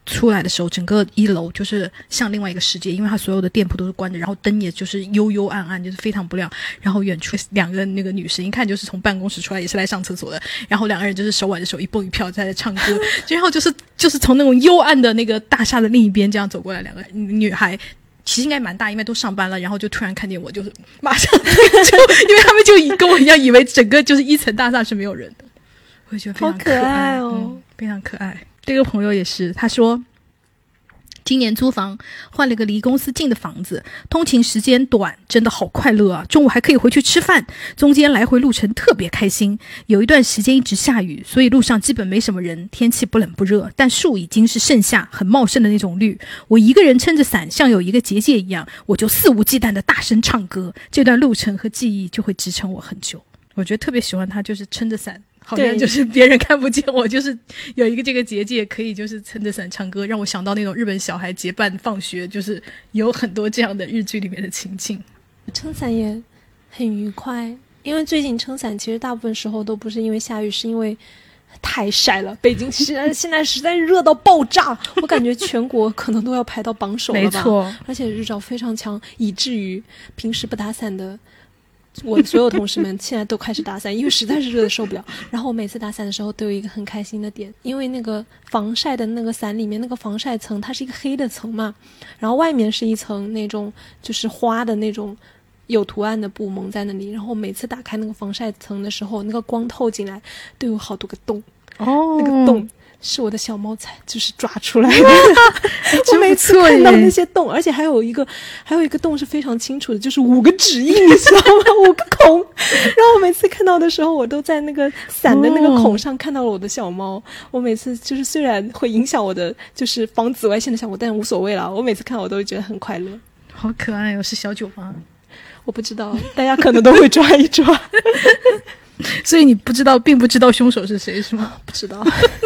出来的时候，整个一楼就是像另外一个世界，因为它所有的店铺都是关着，然后灯也就是幽幽暗暗，就是非常不亮。然后远处两个那个女生，一看就是从办公室出来，也是来上厕所的。然后两个人就是手挽着手，一蹦一跳在唱歌。然后就是就是从那种幽暗的那个大厦的另一边这样走过来，两个女孩。其实应该蛮大，因为都上班了，然后就突然看见我，就是马上就，因为他们就以跟我一样以为整个就是一层大厦是没有人的，我觉得非常可爱， 好可爱哦、 嗯，非常可爱。这个朋友也是，他说今年租房换了个离公司近的房子，通勤时间短，真的好快乐啊！中午还可以回去吃饭，中间来回路程特别开心。有一段时间一直下雨，所以路上基本没什么人，天气不冷不热，但树已经是盛夏，很茂盛的那种绿。我一个人撑着伞，像有一个结界一样，我就肆无忌惮的大声唱歌，这段路程和记忆就会支撑我很久。我觉得特别喜欢他，就是撑着伞。好像就是别人看不见我，就是有一个这个结界可以就是撑着伞唱歌，让我想到那种日本小孩结伴放学，就是有很多这样的日剧里面的情境。 撑伞也很愉快，因为最近撑伞其实大部分时候都不是因为下雨，是因为太晒了。北京现在现在实在热到爆炸，我感觉全国可能都要排到榜首了吧。 没错， 而且日照非常强，以至于平时不打伞的我所有同事们现在都开始打伞，因为实在是热的受不了。然后我每次打伞的时候都有一个很开心的点，因为那个防晒的那个伞里面那个防晒层它是一个黑的层嘛，然后外面是一层那种就是花的那种有图案的布蒙在那里，然后每次打开那个防晒层的时候，那个光透进来都有好多个洞哦， 那个洞是我的小猫才就是抓出来的我每次看到那些洞，而且还有一个还有一个洞是非常清楚的，就是五个指印你知道吗五个孔然后我每次看到的时候，我都在那个伞的那个孔上看到了我的小猫、哦、我每次就是虽然会影响我的就是防紫外线的效果，但无所谓了，我每次看我都会觉得很快乐。 好可爱哦，是小九吗？ 我不知道，大家可能都会抓一抓所以你不知道并不知道凶手是谁是吗？ 不知道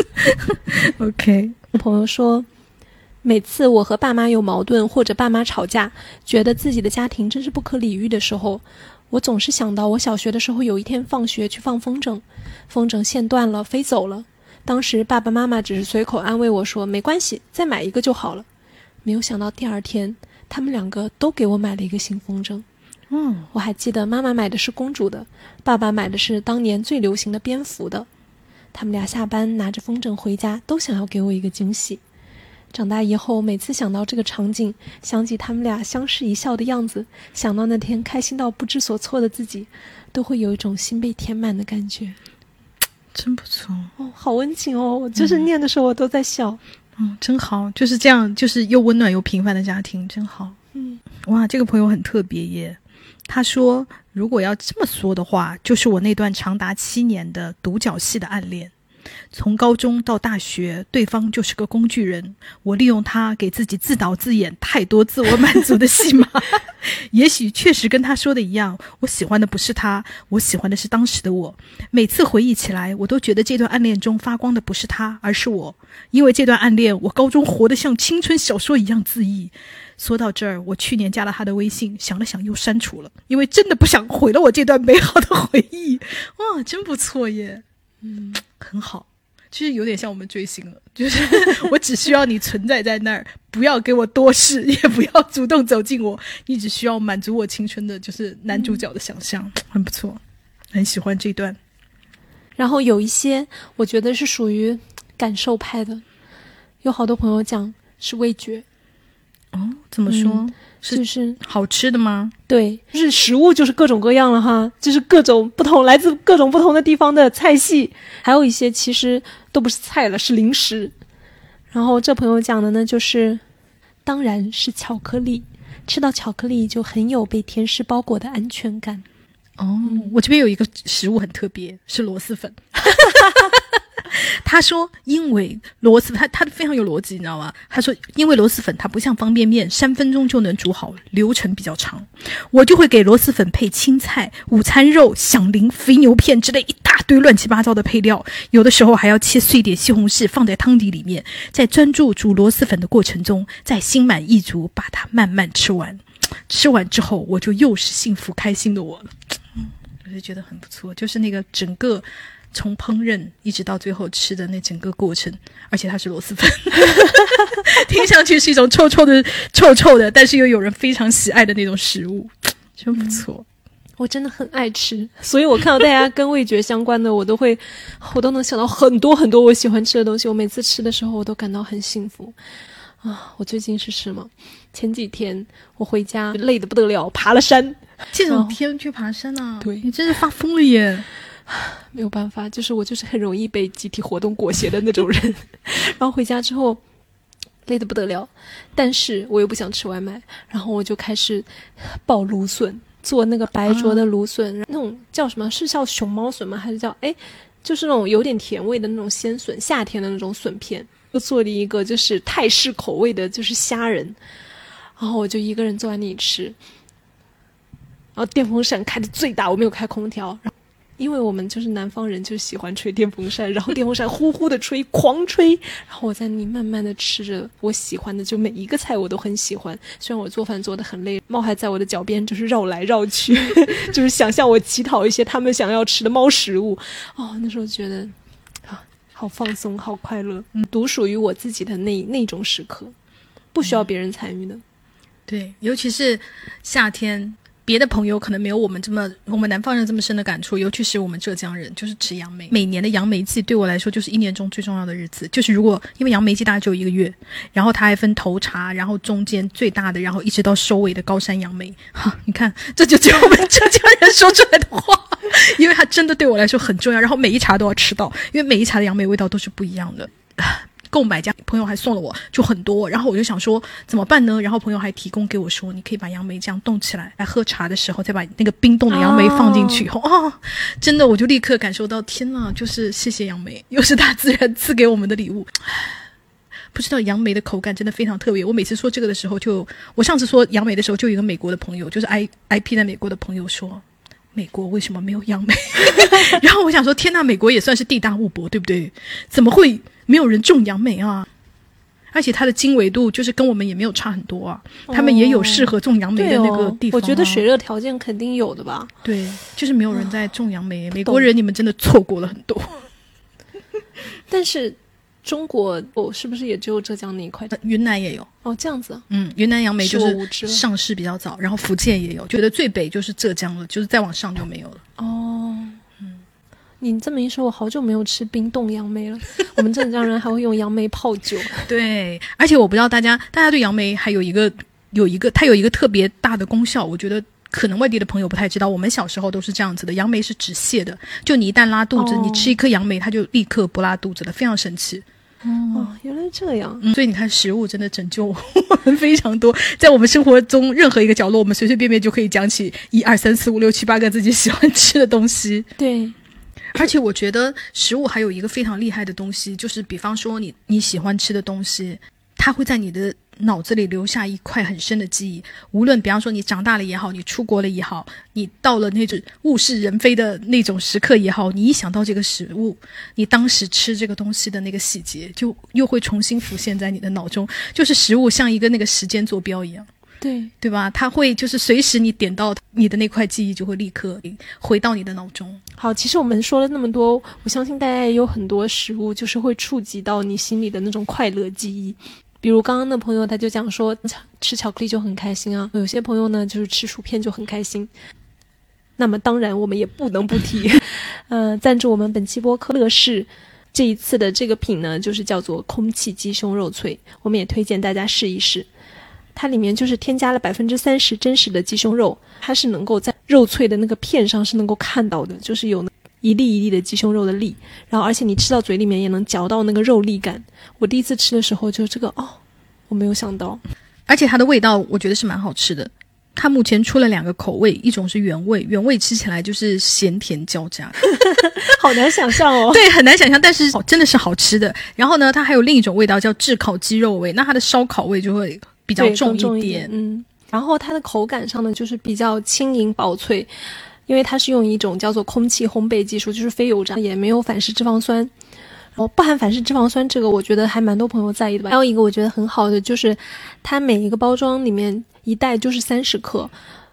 OK， 我朋友说每次我和爸妈有矛盾或者爸妈吵架，觉得自己的家庭真是不可理喻的时候，我总是想到我小学的时候有一天放学去放风筝，风筝线断了飞走了，当时爸爸妈妈只是随口安慰我说没关系再买一个就好了，没有想到第二天他们两个都给我买了一个新风筝。 嗯， 我还记得妈妈买的是公主的，爸爸买的是当年最流行的蝙蝠的。他们俩下班拿着风筝回家，都想要给我一个惊喜。长大以后，每次想到这个场景，想起他们俩相视一笑的样子，想到那天开心到不知所措的自己，都会有一种心被填满的感觉。 真不错哦，好温情哦！我就是念的时候我都在笑。 嗯，真好，就是这样，就是又温暖又平凡的家庭，真好。 嗯， 哇，这个朋友很特别耶。他说如果要这么说的话，就是我那段长达七年的独角戏的暗恋。从高中到大学，对方就是个工具人，我利用他给自己自导自演太多自我满足的戏码也许确实跟他说的一样，我喜欢的不是他，我喜欢的是当时的我。每次回忆起来，我都觉得这段暗恋中发光的不是他，而是我。因为这段暗恋，我高中活得像青春小说一样恣意。说到这儿，我去年加了他的微信，想了想又删除了，因为真的不想毁了我这段美好的回忆。哇，真不错耶。嗯，很好。其实有点像我们追星了，就是我只需要你存在在那儿，不要给我多事，也不要主动走近我，你只需要满足我青春的就是男主角的想象。很不错，很喜欢这段。 然后有一些我觉得是属于感受派的，有好多朋友讲是味觉。 哦，怎么说？嗯， 就是好吃的吗？ 对，就是食物就是各种各样了哈，就是各种不同来自各种不同的地方的菜系，还有一些其实都不是菜了，是零食。然后这朋友讲的呢，就是当然是巧克力，吃到巧克力就很有被甜食包裹的安全感。 哦，我这边有一个食物很特别，是螺蛳粉。他说因为螺蛳他他非常有逻辑你知道吗？他说因为螺蛳粉它不像方便面三分钟就能煮好，流程比较长，我就会给螺蛳粉配青菜、午餐肉、响铃、肥牛片之类一大堆乱七八糟的配料，有的时候还要切碎点西红柿放在汤底里面，在专注煮螺蛳粉的过程中，再心满意足把它慢慢吃完。吃完之后我就又是幸福开心的我了。嗯， 就觉得很不错，就是那个整个从烹饪一直到最后吃的那整个过程，而且它是螺蛳粉听上去是一种臭臭的臭臭的，但是又有人非常喜爱的那种食物，真不错、嗯我真的很爱吃，所以我看到大家跟味觉相关的我都会我都能想到很多很多我喜欢吃的东西，我每次吃的时候我都感到很幸福啊！我最近是什么？前几天我回家累得不得了，爬了山。 这种天去爬山啊？ 对， 你真是发疯了耶！ 没有办法，就是我就是很容易被集体活动裹挟的那种人。然后回家之后累得不得了，但是我又不想吃外卖，然后我就开始爆芦笋，做那个白灼的芦笋、啊、那种叫什么，是叫熊猫笋吗？还是叫哎，就是那种有点甜味的那种鲜笋，夏天的那种笋片。又做了一个就是泰式口味的就是虾仁，然后我就一个人坐在那里吃，然后电风扇开的最大，我没有开空调，因为我们就是南方人就喜欢吹电风扇，然后电风扇呼呼的吹狂吹，然后我在那里慢慢的吃着我喜欢的，就每一个菜我都很喜欢，虽然我做饭做得很累，猫还在我的脚边就是绕来绕去就是想向我乞讨一些他们想要吃的猫食物。哦，那时候觉得啊，好放松好快乐，嗯，独属于我自己的那那种时刻，不需要别人参与的、嗯、 对，尤其是夏天，别的朋友可能没有我们这么我们南方人这么深的感触，尤其是我们浙江人就是吃杨梅，每年的杨梅季对我来说就是一年中最重要的日子，就是如果因为杨梅季大概只有一个月，然后它还分头茬，然后中间最大的，然后一直到收尾的高山杨梅哈，你看这就只有我们浙江人说出来的话因为它真的对我来说很重要，然后每一茬都要吃到，因为每一茬的杨梅味道都是不一样的。购买家朋友还送了我就很多，然后我就想说怎么办呢，然后朋友还提供给我说你可以把杨梅这样冻起来，来喝茶的时候再把那个冰冻的杨梅放进去、oh. 哦，真的我就立刻感受到天哪，就是谢谢杨梅，又是大自然赐给我们的礼物。不知道杨梅的口感真的非常特别，我每次说这个的时候就我上次说杨梅的时候就有一个美国的朋友，就是 I IP 在美国的朋友说美国为什么没有杨梅然后我想说天哪，美国也算是地大物博对不对，怎么会没有人种杨梅啊，而且它的经纬度就是跟我们也没有差很多啊，他们也有适合种杨梅的那个地方、啊哦、 我觉得水热条件肯定有的吧， 对，就是没有人在种杨梅、哦、美国人你们真的错过了很多但是中国哦，是不是也只有浙江那一块、呃、 云南也有哦，这样子， 嗯，云南杨梅就是上市比较早，然后福建也有，觉得最北就是浙江了，就是再往上就没有了哦。你这么一说，我好久没有吃冰冻杨梅了。我们浙江人还会用杨梅泡酒。对， 而且我不知道大家，大家对杨梅还有一个有一个，它有一个特别大的功效，我觉得可能外地的朋友不太知道。我们小时候都是这样子的，杨梅是止泻的，就你一旦拉肚子，哦、你吃一颗杨梅，它就立刻不拉肚子了，非常神奇。 哦，原来这样、 嗯、所以你看食物真的拯救我们非常多，在我们生活中任何一个角落，我们随随便便就可以讲起一二三四五六七八个自己喜欢吃的东西。 对， 而且我觉得食物还有一个非常厉害的东西，就是比方说你你喜欢吃的东西，它会在你的脑子里留下一块很深的记忆，无论比方说你长大了也好，你出国了也好，你到了那种物是人非的那种时刻也好，你一想到这个食物，你当时吃这个东西的那个细节就又会重新浮现在你的脑中，就是食物像一个那个时间坐标一样， 对对吧？它会就是随时你点到你的那块记忆就会立刻回到你的脑中。 好，其实我们说了那么多，我相信大家也有很多食物就是会触及到你心里的那种快乐记忆，比如刚刚的朋友他就讲说吃巧克力就很开心啊，有些朋友呢就是吃薯片就很开心。那么当然我们也不能不提呃，赞助我们本期播客乐事这一次的这个品呢，就是叫做空气鸡胸肉脆，我们也推荐大家试一试。它里面就是添加了百分之三十真实的鸡胸肉，它是能够在肉脆的那个片上是能够看到的，就是有一粒一粒的鸡胸肉的粒，然后而且你吃到嘴里面也能嚼到那个肉粒感。我第一次吃的时候就这个哦，我没有想到， 而且它的味道我觉得是蛮好吃的。它目前出了两个口味，一种是原味，原味吃起来就是咸甜交加好难想象哦。 对，很难想象，但是、哦、真的是好吃的。然后呢，它还有另一种味道叫炙烤鸡肉味，那它的烧烤味就会比较重一 点, 重一点嗯，然后它的口感上呢就是比较轻盈薄脆，因为它是用一种叫做空气烘焙技术，就是非油炸，也没有反式脂肪酸，然后不含反式脂肪酸，这个我觉得还蛮多朋友在意的吧。还有一个我觉得很好的就是它每一个包装里面一袋就是三十克，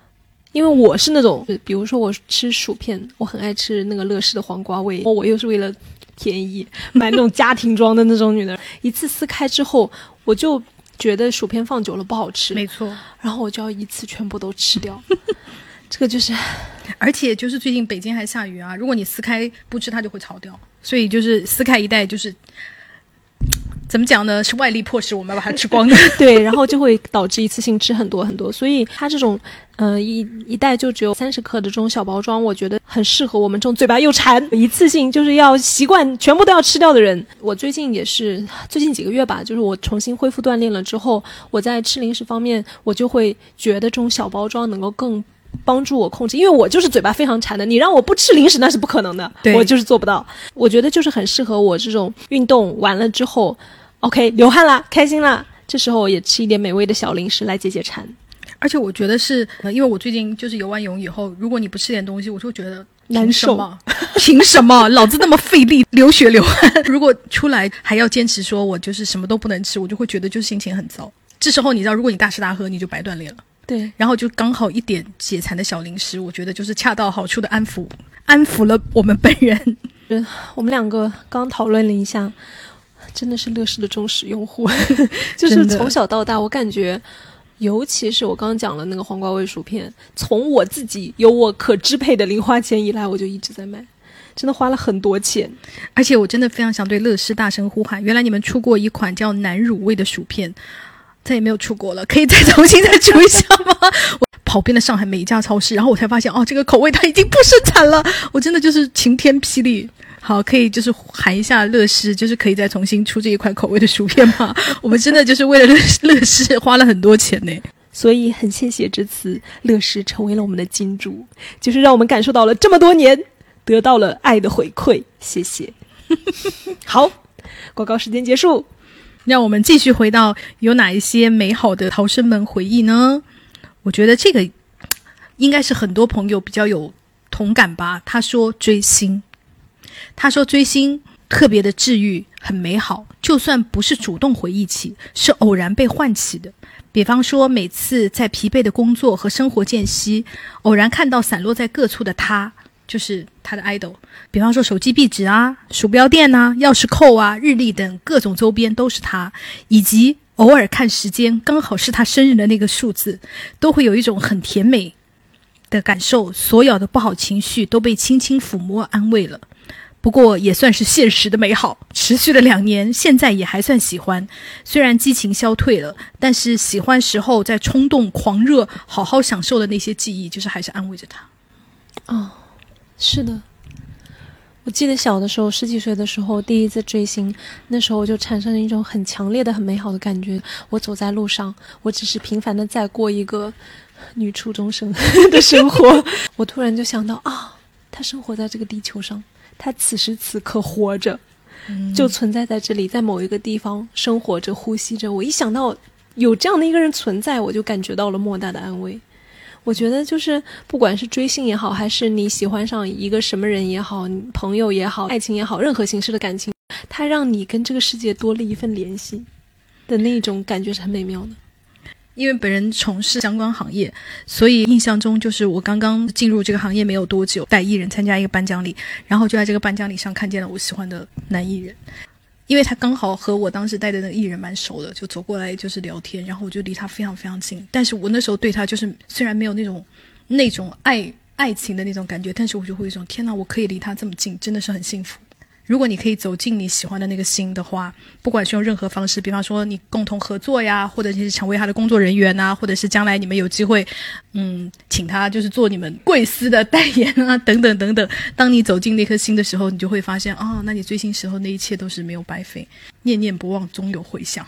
因为我是那种，比如说我吃薯片，我很爱吃那个乐事的黄瓜味，我又是为了便宜买那种家庭装的那种女的，一次撕开之后，我就觉得薯片放久了不好吃， 没错， 然后我就要一次全部都吃掉。这个就是， 而且就是最近北京还下雨啊，如果你撕开不吃，它就会潮掉，所以就是撕开一袋就是。怎么讲呢？是外力迫使我们把它吃光的。 对，然后就会导致一次性吃很多很多。所以它这种，呃，一一袋就只有三十克的这种小包装，我觉得很适合我们这种嘴巴又馋、一次性就是要习惯全部都要吃掉的人。我最近也是，最近几个月吧，就是我重新恢复锻炼了之后，我在吃零食方面，我就会觉得这种小包装能够更帮助我控制，因为我就是嘴巴非常馋的，你让我不吃零食那是不可能的，我就是做不到。我觉得就是很适合我这种运动完了之后 OK 流汗啦，开心啦，这时候也吃一点美味的小零食来解解馋。 而且我觉得是因为我最近就是游完泳以后，如果你不吃点东西，我就觉得难受， 凭什么老子那么费力流血流汗，如果出来还要坚持说我就是什么都不能吃，我就会觉得就心情很糟。这时候你知道，如果你大吃大喝，你就白锻炼了。 对， 然后就刚好一点解馋的小零食，我觉得就是恰到好处的安抚安抚了我们本人。 我们两个刚讨论了一下，真的是乐事的忠实用户，就是从小到大，我感觉，尤其是我刚刚讲了那个黄瓜味薯片，从我自己有我可支配的零花钱以来，我就一直在买。真的花了很多钱， 而且我真的非常想对乐事大声呼喊，原来你们出过一款叫南乳味的薯片，再也没有出过了，可以再重新再出一下吗？我跑遍了上海每一家超市，然后我才发现哦，这个口味它已经不生产了，我真的就是晴天霹雳。好，可以就是喊一下乐事，就是可以再重新出这一款口味的薯片吗？我们真的就是为了乐乐事花了很多钱呢。 所以很谢谢这次乐事成为了我们的金主，就是让我们感受到了这么多年得到了爱的回馈，谢谢。好，广告时间结束， 让我们继续回到有哪一些美好的逃生门回忆呢？我觉得这个应该是很多朋友比较有同感吧。他说追星，他说追星特别的治愈，很美好，就算不是主动回忆起，是偶然被唤起的。比方说每次在疲惫的工作和生活间隙，偶然看到散落在各处的他，就是他的 idol， 比方说手机壁纸啊、鼠标垫啊、钥匙扣啊、日历等各种周边都是他，以及偶尔看时间刚好是他生日的那个数字，都会有一种很甜美的感受，所有的不好情绪都被轻轻抚摸安慰了。不过也算是现实的美好，持续了两年，现在也还算喜欢。虽然激情消退了，但是喜欢时候在冲动狂热好好享受的那些记忆，就是还是安慰着他。 哦，是的，我记得小的时候十几岁的时候第一次追星，那时候就产生了一种很强烈的很美好的感觉。我走在路上，我只是平凡的在过一个女初中生的生活，我突然就想到啊，她生活在这个地球上，她此时此刻活着，就存在在这里，在某一个地方生活着呼吸着。我一想到有这样的一个人存在，我就感觉到了莫大的安慰。我觉得就是不管是追星也好，还是你喜欢上一个什么人也好，朋友也好，爱情也好，任何形式的感情，它让你跟这个世界多了一份联系的那种感觉是很美妙的。 因为本人从事相关行业，所以印象中就是我刚刚进入这个行业没有多久，带艺人参加一个颁奖礼，然后就在这个颁奖礼上看见了我喜欢的男艺人，因为他刚好和我当时带的那个艺人蛮熟的，就走过来就是聊天，然后我就离他非常非常近。但是我那时候对他就是虽然没有那种那种爱爱情的那种感觉，但是我就会有一种天哪，我可以离他这么近，真的是很幸福。如果你可以走进你喜欢的那个星的话，不管是用任何方式，比方说你共同合作呀，或者是成为他的工作人员啊，或者是将来你们有机会嗯，请他就是做你们贵司的代言啊，等等等等。当你走进那颗星的时候，你就会发现啊、哦，那你追星时候那一切都是没有白费，念念不忘终有回响。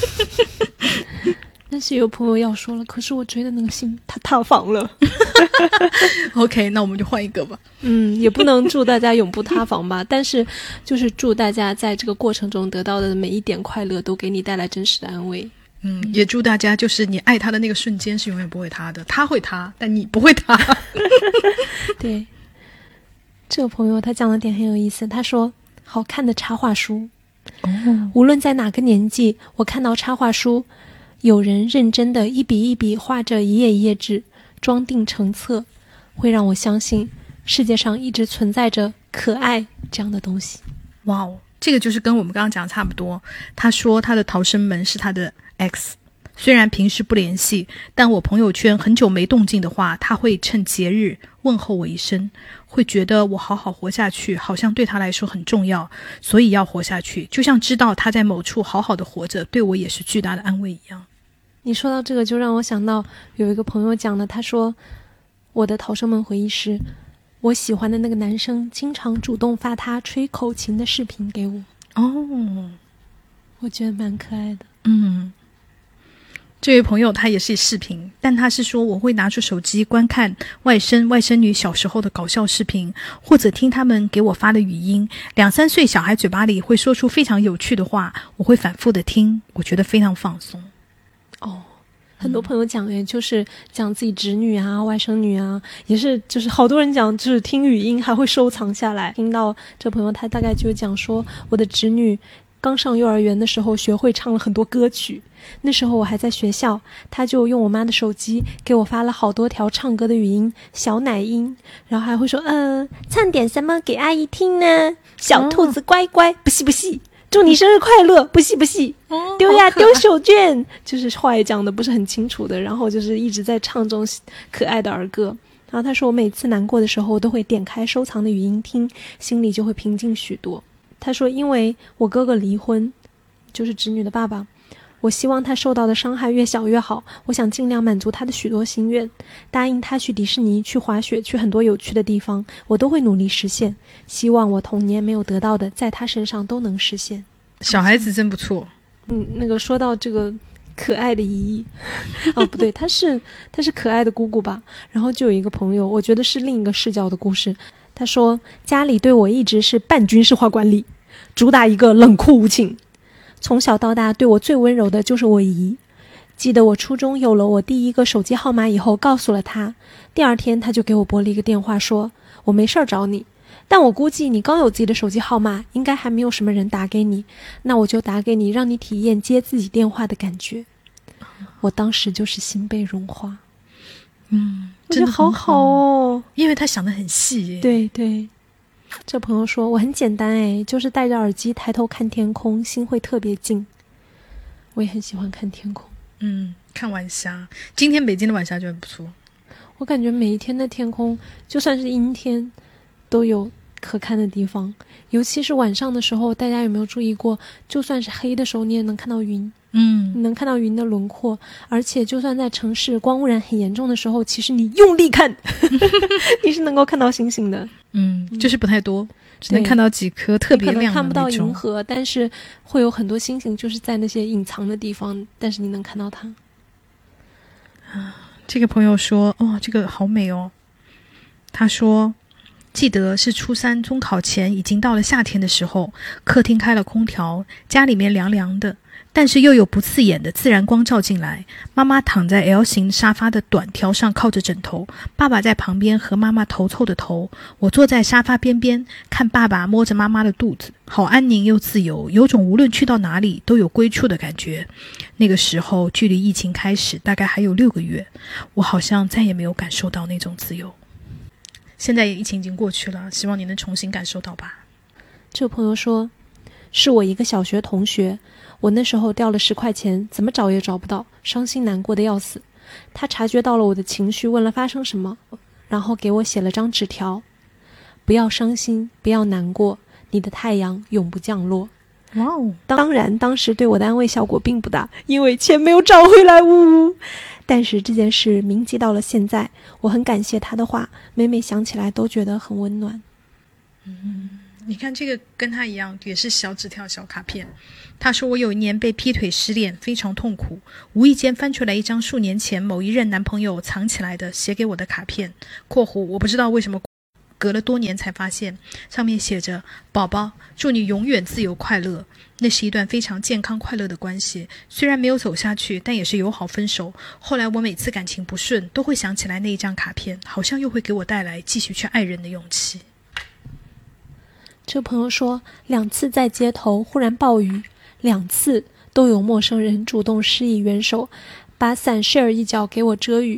但是有朋友要说了，可是我追的那个星他塌房了。 OK， 那我们就换一个吧。 嗯，也不能祝大家永不塌房吧，但是就是祝大家在这个过程中得到的每一点快乐都给你带来真实的安慰。 嗯，也祝大家就是你爱他的那个瞬间是永远不会塌的，他会塌，但你不会塌。 对，这个朋友他讲的点很有意思，他说好看的插画书、哦、无论在哪个年纪，我看到插画书有人认真的一笔一笔画着一页一页纸， 装订成册，会让我相信世界上一直存在着可爱这样的东西。 哇哦，这个就是跟我们刚刚讲的差不多。他说他的逃生门是他的 X， 虽然平时不联系，但我朋友圈很久没动静的话，他会趁节日问候我一声，会觉得我好好活下去好像对他来说很重要，所以要活下去，就像知道他在某处好好的活着，对我也是巨大的安慰一样。 你说到这个就让我想到有一个朋友讲的，他说我的逃生门回忆是我喜欢的那个男生经常主动发他吹口琴的视频给我。 哦， 我觉得蛮可爱的。 嗯，这位朋友他也是视频，但他是说我会拿出手机观看外甥外甥女小时候的搞笑视频，或者听他们给我发的语音。两三岁小孩嘴巴里会说出非常有趣的话，我会反复的听，我觉得非常放松。 哦，很多朋友讲诶，就是讲自己侄女啊外甥女啊，也是就是好多人讲就是听语音还会收藏下来。听到这朋友他大概就讲说，我的侄女刚上幼儿园的时候学会唱了很多歌曲，那时候我还在学校，他就用我妈的手机给我发了好多条唱歌的语音小奶音，然后还会说呃，唱点什么给阿姨听呢？小兔子乖乖、哦、不是不是，祝你生日快乐，不是不是，丢呀丢手绢，就是话也讲的不是很清楚的，然后就是一直在唱这种可爱的儿歌。然后他说我每次难过的时候我都会点开收藏的语音听，心里就会平静许多。他说因为我哥哥离婚，就是侄女的爸爸，我希望他受到的伤害越小越好，我想尽量满足他的许多心愿，答应他去迪士尼去滑雪去很多有趣的地方，我都会努力实现，希望我童年没有得到的在他身上都能实现。 小孩子真不错。 嗯，那个说到这个可爱的姨姨哦不对，她是她是可爱的姑姑吧。然后就有一个朋友，我觉得是另一个视角的故事，他说家里对我一直是半军事化管理，主打一个冷酷无情，从小到大对我最温柔的就是我姨。记得我初中有了我第一个手机号码以后告诉了她，第二天她就给我拨了一个电话说我没事儿找你，但我估计你刚有自己的手机号码，应该还没有什么人打给你，那我就打给你，让你体验接自己电话的感觉。我当时就是心被融化。 嗯， 我觉得好好哦， 因为他想得很细耶。 对对，这朋友说我很简单诶，就是戴着耳机抬头看天空，心会特别静。我也很喜欢看天空。 嗯，看晚霞，今天北京的晚霞就很不错。 我感觉每一天的天空就算是阴天都有可看的地方，尤其是晚上的时候，大家有没有注意过，就算是黑的时候你也能看到云。嗯，你能看到云的轮廓，而且就算在城市光污染很严重的时候，其实你用力看你是能够看到星星的。 嗯，就是不太多，只能看到几颗特别亮的那种。 你可能看不到银河，但是会有很多星星就是在那些隐藏的地方，但是你能看到它。 这个朋友说哦，这个好美哦。他说记得是初三中考前，已经到了夏天的时候，客厅开了空调，家里面凉凉的，但是又有不刺眼的自然光照进来。妈妈躺在 L 型沙发的短条上靠着枕头，爸爸在旁边和妈妈头凑的头。我坐在沙发边边，看爸爸摸着妈妈的肚子，好安宁又自由，有种无论去到哪里都有归处的感觉。那个时候距离疫情开始大概还有六个月，我好像再也没有感受到那种自由。现在疫情已经过去了，希望你能重新感受到吧。 这个朋友说是我一个小学同学，我那时候掉了十块钱，怎么找也找不到，伤心难过的要死。他察觉到了我的情绪，问了发生什么，然后给我写了张纸条，不要伤心，不要难过，你的太阳永不降落。 哇哦！ 当然当时对我的安慰效果并不大，因为钱没有找回来，呜呜。但是这件事铭记到了现在，我很感谢他的话，每每想起来都觉得很温暖。 嗯，你看这个跟他一样，也是小纸条小卡片。他说我有一年被劈腿失恋，非常痛苦，无意间翻出来一张数年前某一任男朋友藏起来的写给我的卡片（括弧我不知道为什么隔了多年才发现），上面写着宝宝，祝你永远自由快乐。那是一段非常健康快乐的关系，虽然没有走下去，但也是友好分手。后来我每次感情不顺都会想起来那一张卡片，好像又会给我带来继续去爱人的勇气。 这朋友说两次在街头忽然暴雨，两次都有陌生人主动施以援手，把伞 share 一角给我遮雨，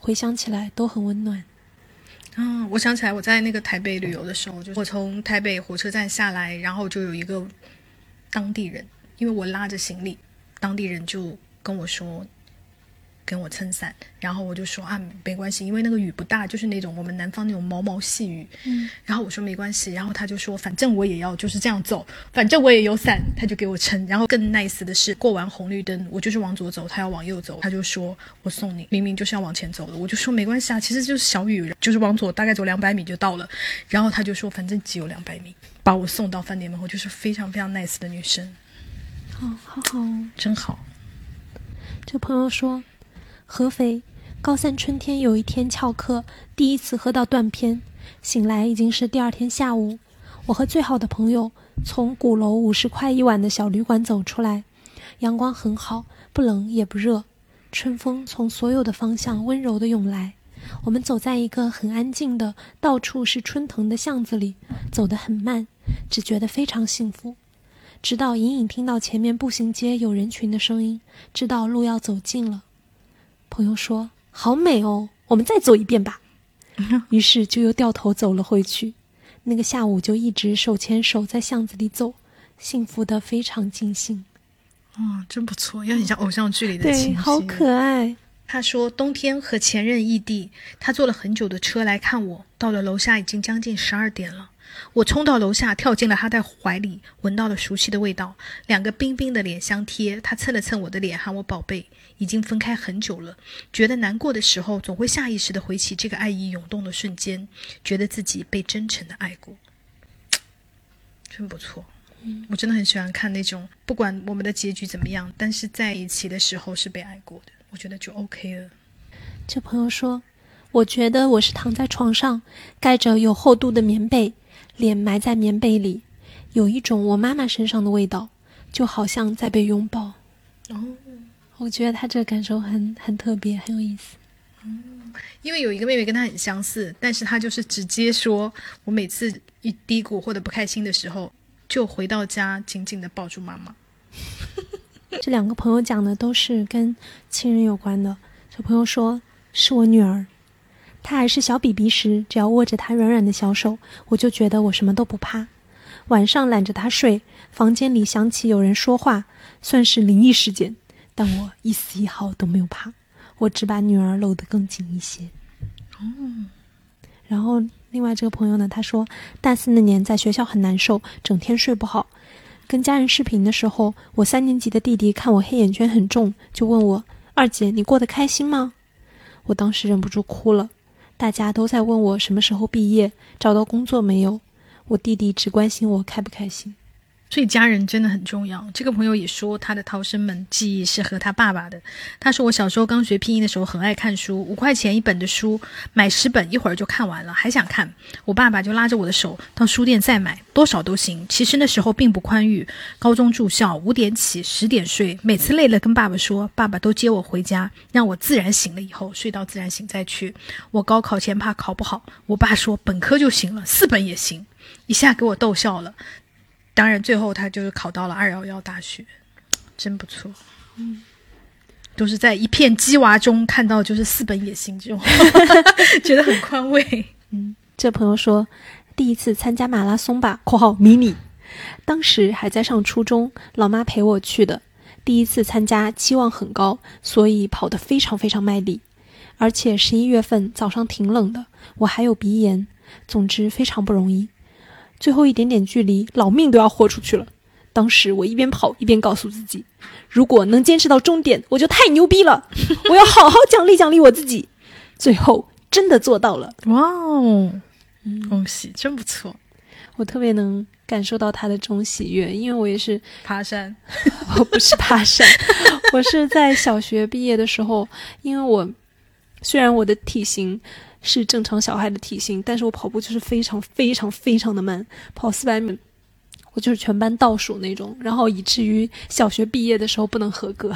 回想起来都很温暖。 嗯，我想起来我在那个台北旅游的时候，就我从台北火车站下来，然后就有一个当地人，因为我拉着行李，当地人就跟我说跟我撑伞，然后我就说啊没关系，因为那个雨不大，就是那种我们南方那种毛毛细雨，嗯，然后我说没关系，然后他就说反正我也要就是这样走，反正我也有伞，他就给我撑。然后更 nice 的是过完红绿灯，我就是往左走，他要往右走，他就说我送你，明明就是要往前走的，我就说没关系啊，其实就是小雨，就是往左大概走两百米就到了，然后他就说反正只有两百米，把我送到饭店门口，就是非常非常 nice 的女生。 哦，好好哦， 真好。 这朋友说，合肥高三春天有一天翘课，第一次喝到断片，醒来已经是第二天下午。我和最好的朋友从鼓楼五十块一晚的小旅馆走出来，阳光很好，不冷也不热，春风从所有的方向温柔地涌来。我们走在一个很安静的到处是春藤的巷子里，走得很慢，只觉得非常幸福。直到隐隐听到前面步行街有人群的声音，知道路要走近了。朋友说好美哦，我们再走一遍吧。于是就又掉头走了回去。那个下午就一直手牵手在巷子里走，幸福的非常尽兴。 哦，真不错，也很像偶像剧里的情对，好可爱。 他说冬天和前任异地，他坐了很久的车来看我，到了楼下已经将近十二点了。我冲到楼下，跳进了他的怀里，闻到了熟悉的味道，两个冰冰的脸相贴，他蹭了蹭我的脸，喊我宝贝。已经分开很久了，觉得难过的时候，总会下意识地回起这个爱意涌动的瞬间，觉得自己被真诚地爱过，真不错。嗯，我真的很喜欢看那种，不管我们的结局怎么样，但是在一起的时候是被爱过的，我觉得就 OK 了。 这朋友说，我觉得我是躺在床上，盖着有厚度的棉被，脸埋在棉被里，有一种我妈妈身上的味道，就好像在被拥抱。 哦， 我觉得他这个感受很很特别，很有意思。 嗯，因为有一个妹妹跟她很相似，但是她就是直接说，我每次一低谷或者不开心的时候，就回到家紧紧地抱住妈妈。 这两个朋友讲的都是跟亲人有关的。这朋友说是我女儿，她还是小 B B 时，只要握着她软软的小手，我就觉得我什么都不怕。晚上揽着她睡，房间里响起有人说话，算是灵异事件，但我一丝一毫都没有怕，我只把女儿搂得更紧一些。 哦， 然后另外这个朋友呢，他说大四那年在学校很难受，整天睡不好。跟家人视频的时候，我三年级的弟弟看我黑眼圈很重，就问我，二姐你过得开心吗？我当时忍不住哭了。大家都在问我什么时候毕业，找到工作没有，我弟弟只关心我开不开心。 所以家人真的很重要。这个朋友也说他的逃生门记忆是和他爸爸的。他说我小时候刚学拼音的时候很爱看书，五块钱一本的书买十本一会儿就看完了，还想看，我爸爸就拉着我的手到书店再买，多少都行。其实那时候并不宽裕，高中住校，五点起十点睡，每次累了跟爸爸说，爸爸都接我回家，让我自然醒了以后睡到自然醒再去。我高考前怕考不好，我爸说本科就行了，四本也行，一下给我逗笑了。当然最后他就是考到了二一一大学，真不错。嗯，都是在一片鸡娃中看到就是四本也行这种觉得很宽慰。 嗯，这朋友说第一次参加马拉松吧（括号迷你），当时还在上初中，老妈陪我去的，第一次参加期望很高，所以跑得非常非常卖力，而且十一月份早上挺冷的，我还有鼻炎，总之非常不容易。最后一点点距离，老命都要豁出去了。当时我一边跑一边告诉自己，如果能坚持到终点，我就太牛逼了，我要好好奖励奖励我自己。最后真的做到了， 哇哦，恭喜，真不错。 我特别能感受到他的这种喜悦，因为我也是爬山我不是爬山我是在小学毕业的时候，因为我虽然我的体型是正常小孩的体型，但是我跑步就是非常非常非常的慢，跑四百米我就是全班倒数那种，然后以至于小学毕业的时候不能合格。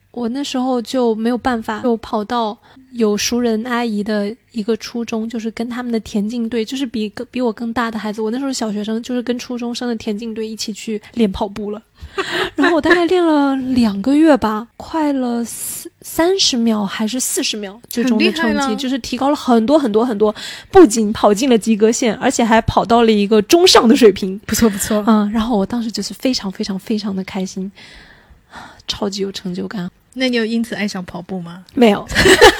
我那时候就没有办法，就跑到有熟人阿姨的一个初中，就是跟他们的田径队，就是比比我更大的孩子，我那时候小学生，就是跟初中生的田径队一起去练跑步了。然后我大概练了两个月吧，快了三十秒还是四十秒，最终的成绩就是提高了很多很多很多，不仅跑进了及格线，而且还跑到了一个中上的水平， 不错不错。 嗯，然后我当时就是非常非常非常的开心，超级有成就感。 那你有因此爱上跑步吗？ 没有。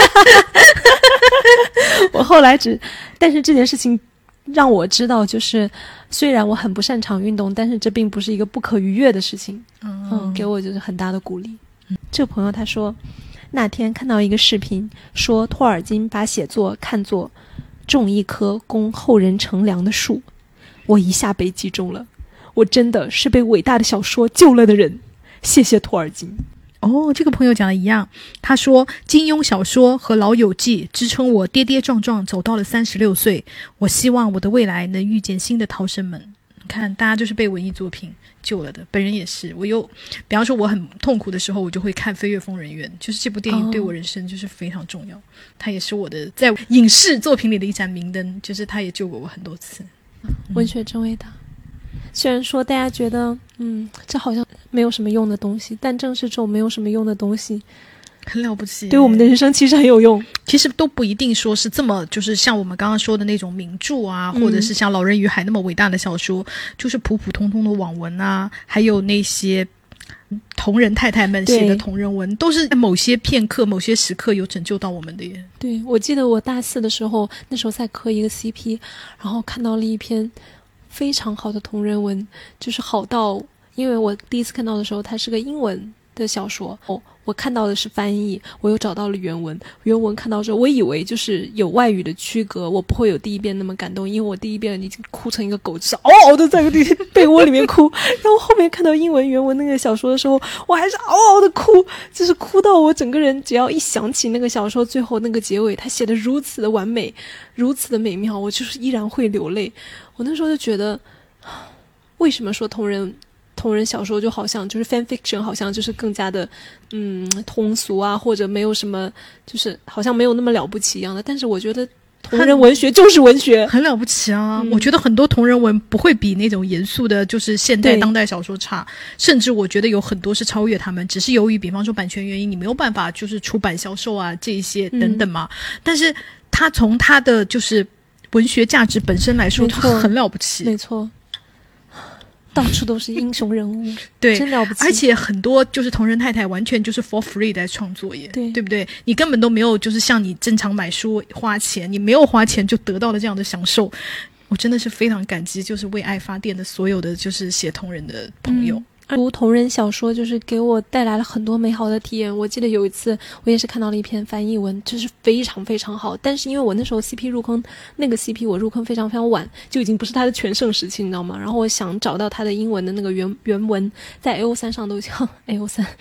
我后来只，但是这件事情让我知道，就是虽然我很不擅长运动，但是这并不是一个不可逾越的事情。嗯，嗯给我就是很大的鼓励。嗯、这个朋友他说，那天看到一个视频，说托尔金把写作看作种一棵供后人乘凉的树，我一下被击中了。我真的是被伟大的小说救了的人，谢谢托尔金。 哦，这个朋友讲的一样，他说金庸小说和老友记支撑我跌跌撞撞走到了三十六岁，我希望我的未来能遇见新的逃生门。你看大家就是被文艺作品救了的，本人也是。我有比方说我很痛苦的时候，我就会看《飞越疯人院》，就是这部电影对我人生就是非常重要、哦、它也是我的在影视作品里的一盏明灯，就是它也救过我很多次、 嗯、文学真伟大。虽然说大家觉得嗯，这好像没有什么用的东西，但正是这种没有什么用的东西很了不起， 对我们的人生其实很有用。 其实都不一定说是这么就是像我们刚刚说的那种名著啊、嗯、或者是像《老人与海》那么伟大的小说，就是普普通通的网文啊，还有那些同人太太们写的同人文，都是在某些片刻某些时刻有拯救到我们的耶。 对，我记得我大四的时候，那时候在磕一个 C P， 然后看到了一篇非常好的同人文，就是好到因为我第一次看到的时候它是个英文的小说，哦，我看到的是翻译，我又找到了原文，原文看到之后我以为就是有外语的区隔，我不会有第一遍那么感动，因为我第一遍已经哭成一个狗，就是嗷嗷的在被窝里面哭然后后面看到英文原文那个小说的时候，我还是嗷嗷的哭，就是哭到我整个人只要一想起那个小说最后那个结尾，他写的如此的完美，如此的美妙，我就是依然会流泪。我那时候就觉得，为什么说同人同人小说就好像就是 fan fiction 好像就是更加的嗯通俗啊，或者没有什么，就是好像没有那么了不起一样的，但是我觉得同人文学就是文学， 很了不起啊、嗯、我觉得很多同人文不会比那种严肃的就是现代当代小说差，甚至我觉得有很多是超越他们，只是由于比方说版权原因你没有办法就是出版销售啊这一些等等嘛、嗯、但是他从他的就是文学价值本身来说很了不起， 没错，到处都是英雄人物对， 真了不起。 而且很多就是同人太太完全就是 for free 在创作耶， 对对不对？你根本都没有就是像你正常买书花钱，你没有花钱就得到了这样的享受。我真的是非常感激就是为爱发电的所有的就是写同人的朋友、嗯读同人小说就是给我带来了很多美好的体验。我记得有一次我也是看到了一篇翻译文，就是非常非常好，但是因为我那时候 C P 入坑，那个 C P 我入坑非常非常晚，就已经不是他的全盛时期，你知道吗？然后我想找到他的英文的那个原原文，在 A O 三 上都已经 A O 三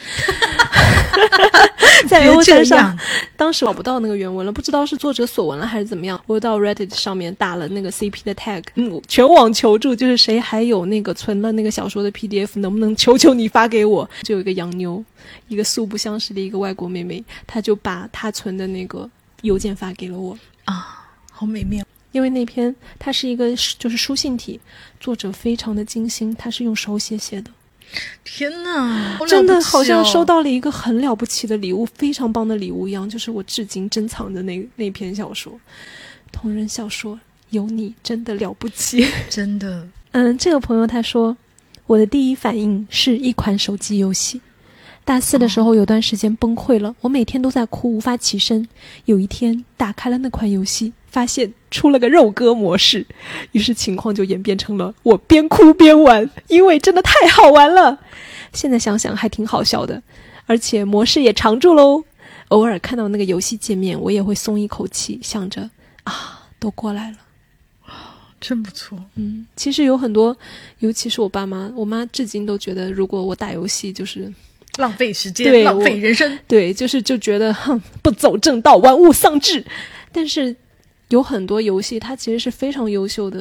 在 A O 三 上当时找不到那个原文了，不知道是作者锁文了还是怎么样，我到 Reddit 上面打了那个 C P 的 tag， 嗯，全网求助，就是谁还有那个存了那个小说的 P D F， 能不能求求你发给我。就有一个洋妞，一个素不相识的一个外国妹妹，她就把她存的那个邮件发给了我啊，好美妙。 因为那篇它是一个就是书信体，作者非常的精心，他是用手写写的。 天哪，好了不起哦， 真的好像收到了一个很了不起的礼物，非常棒的礼物一样，就是我至今珍藏的那那篇小说。同人小说有你真的了不起， 真的。 嗯，这个朋友他说，我的第一反应是一款手机游戏。大四的时候有段时间崩溃了，我每天都在哭，无法起身。有一天打开了那款游戏，发现出了个肉鸽模式，于是情况就演变成了我边哭边玩，因为真的太好玩了。现在想想还挺好笑的，而且模式也常驻咯。偶尔看到那个游戏界面，我也会松一口气，想着啊，都过来了。 真不错。 嗯，其实有很多，尤其是我爸妈，我妈至今都觉得，如果我打游戏就是浪费时间，浪费人生。 对，就是就觉得哼，不走正道，玩物丧志。但是有很多游戏，它其实是非常优秀的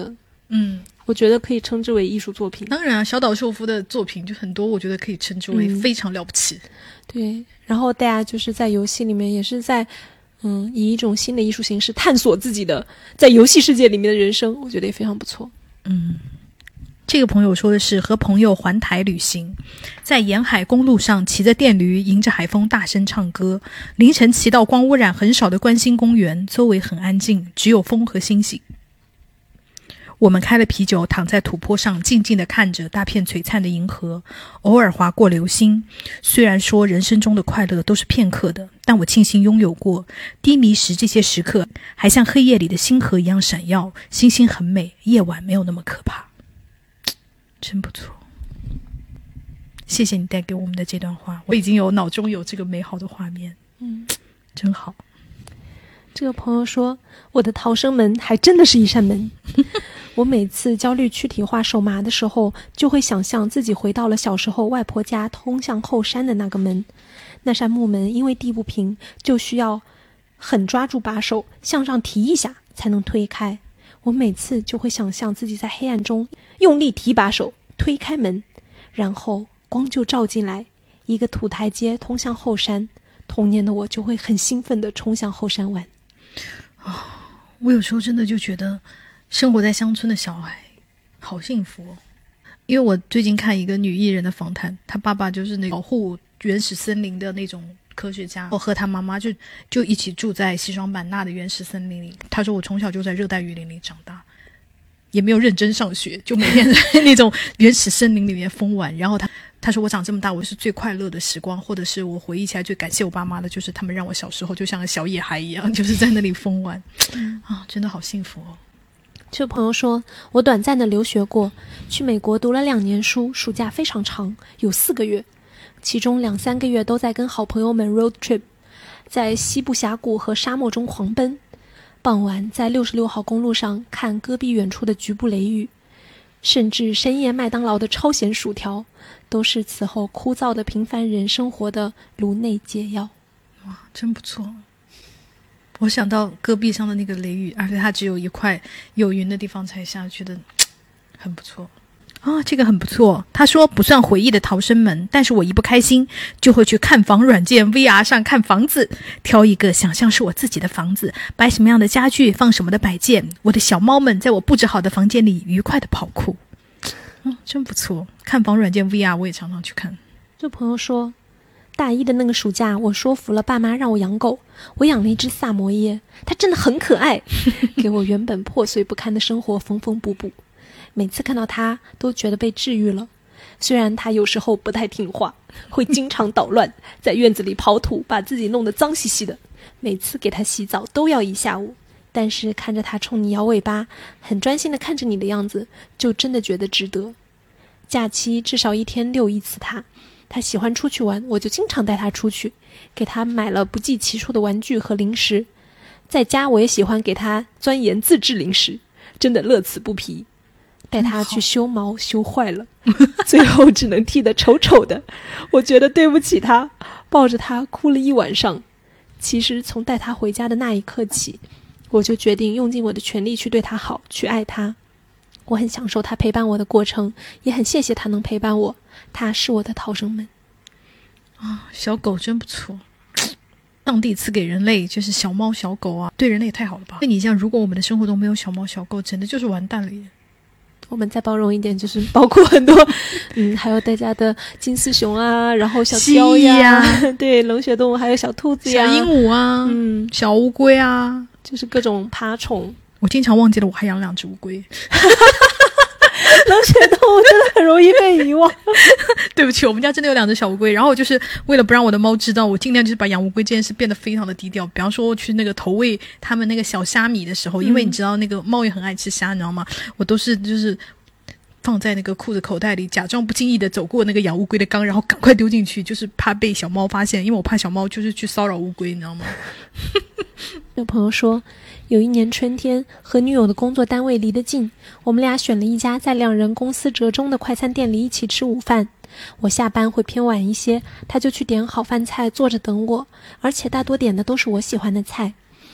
嗯， 我觉得可以称之为艺术作品。 当然啊，小岛秀夫的作品就很多，我觉得可以称之为非常了不起。 嗯、对，然后大家就是在游戏里面也是在嗯以一种新的艺术形式探索自己的在游戏世界里面的人生，我觉得也非常不错。 嗯，这个朋友说的是和朋友环台旅行，在沿海公路上骑着电驴，迎着海风大声唱歌，凌晨骑到光污染很少的关心公园，周围很安静，只有风和星星。我们开了啤酒，躺在土坡上静静地看着大片璀璨的银河，偶尔划过流星。虽然说人生中的快乐都是片刻的，但我庆幸拥有过。低迷时这些时刻还像黑夜里的星河一样闪耀，星星很美，夜晚没有那么可怕。真不错，谢谢你带给我们的这段话，我已经有脑中有这个美好的画面。 嗯， 真好。 这个朋友说，我的逃生门还真的是一扇门。我每次焦虑躯体化手麻的时候，就会想象自己回到了小时候外婆家通向后山的那个门。那扇木门因为地不平，就需要狠抓住把手，向上提一下才能推开。我每次就会想象自己在黑暗中用力提把手，推开门，然后光就照进来，一个土台阶通向后山。童年的我就会很兴奋地冲向后山玩。 哦，我有时候真的就觉得生活在乡村的小孩好幸福哦。因为我最近看一个女艺人的访谈，她爸爸就是那个保护原始森林的那种科学家，我和他妈妈就就一起住在西双版纳的原始森林里。他说我从小就在热带雨林里长大，也没有认真上学，就每天在那种原始森林里面疯玩。然后他他说我长这么大，我是最快乐的时光，或者是我回忆起来最感谢我爸妈的，就是他们让我小时候就像个小野孩一样，就是在那里疯玩。嗯、啊，真的好幸福哦。 这位朋友说，我短暂的留学过，去美国读了两年书，暑假非常长，有四个月，其中两三个月都在跟好朋友们 road trip， 在西部峡谷和沙漠中狂奔，傍晚在六十六号公路上看戈壁远处的局部雷雨，甚至深夜麦当劳的超咸薯条，都是此后枯燥的平凡人生活的颅内解药。 哇，真不错。我想到戈壁上的那个雷雨，而且它只有一块有云的地方才下，觉得很不错。哦，这个很不错。他说不算回忆的逃生门，但是我一不开心就会去看房软件 V R 上看房子，挑一个想象是我自己的房子，摆什么样的家具，放什么的摆件，我的小猫们在我布置好的房间里愉快的跑酷。嗯，真不错。看房软件 V R 我也常常去看。 这朋友说，大一的那个暑假，我说服了爸妈让我养狗，我养了一只萨摩耶，它真的很可爱，给我原本破碎不堪的生活缝缝补补。每次看到它都觉得被治愈了，虽然它有时候不太听话，会经常捣乱，在院子里跑土，把自己弄得脏兮兮的，每次给它洗澡都要一下午，但是看着它冲你摇尾巴，很专心地看着你的样子，就真的觉得值得。假期至少一天遛一次它，他喜欢出去玩，我就经常带他出去，给他买了不计其数的玩具和零食。在家我也喜欢给他钻研自制零食，真的乐此不疲。带他去修毛，修坏了，最后只能剃得丑丑的。我觉得对不起他，抱着他哭了一晚上。其实从带他回家的那一刻起，我就决定用尽我的全力去对他好，去爱他。我很享受他陪伴我的过程，也很谢谢他能陪伴我，他是我的逃生门。 啊，小狗真不错。上帝赐给人类就是小猫小狗啊，对人类也太好了吧。对你像如果我们的生活中没有小猫小狗，真的就是完蛋了耶。 我们再包容一点，就是包括很多嗯，还有大家的金丝熊啊，然后小雕呀、啊、对，冷血动物，还有小兔子呀、 小鹦鹉啊，嗯，小乌龟啊， 就是各种爬虫。 我经常忘记了我还养两只乌龟。 冷血动物真的很容易被遗忘。 对不起，我们家真的有两只小乌龟，然后就是为了不让我的猫知道，我尽量就是把养乌龟这件事变得非常的低调。比方说去那个投喂他们那个小虾米的时候、嗯、因为你知道那个猫也很爱吃虾，你知道吗？我都是就是放在那个裤子口袋里，假装不经意的走过那个养乌龟的缸，然后赶快丢进去，就是怕被小猫发现，因为我怕小猫就是去骚扰乌龟，你知道吗？ 有朋友说，有一年春天和女友的工作单位离得近，我们俩选了一家在两人公司折中的快餐店里一起吃午饭。我下班会偏晚一些，他就去点好饭菜坐着等我，而且大多点的都是我喜欢的菜。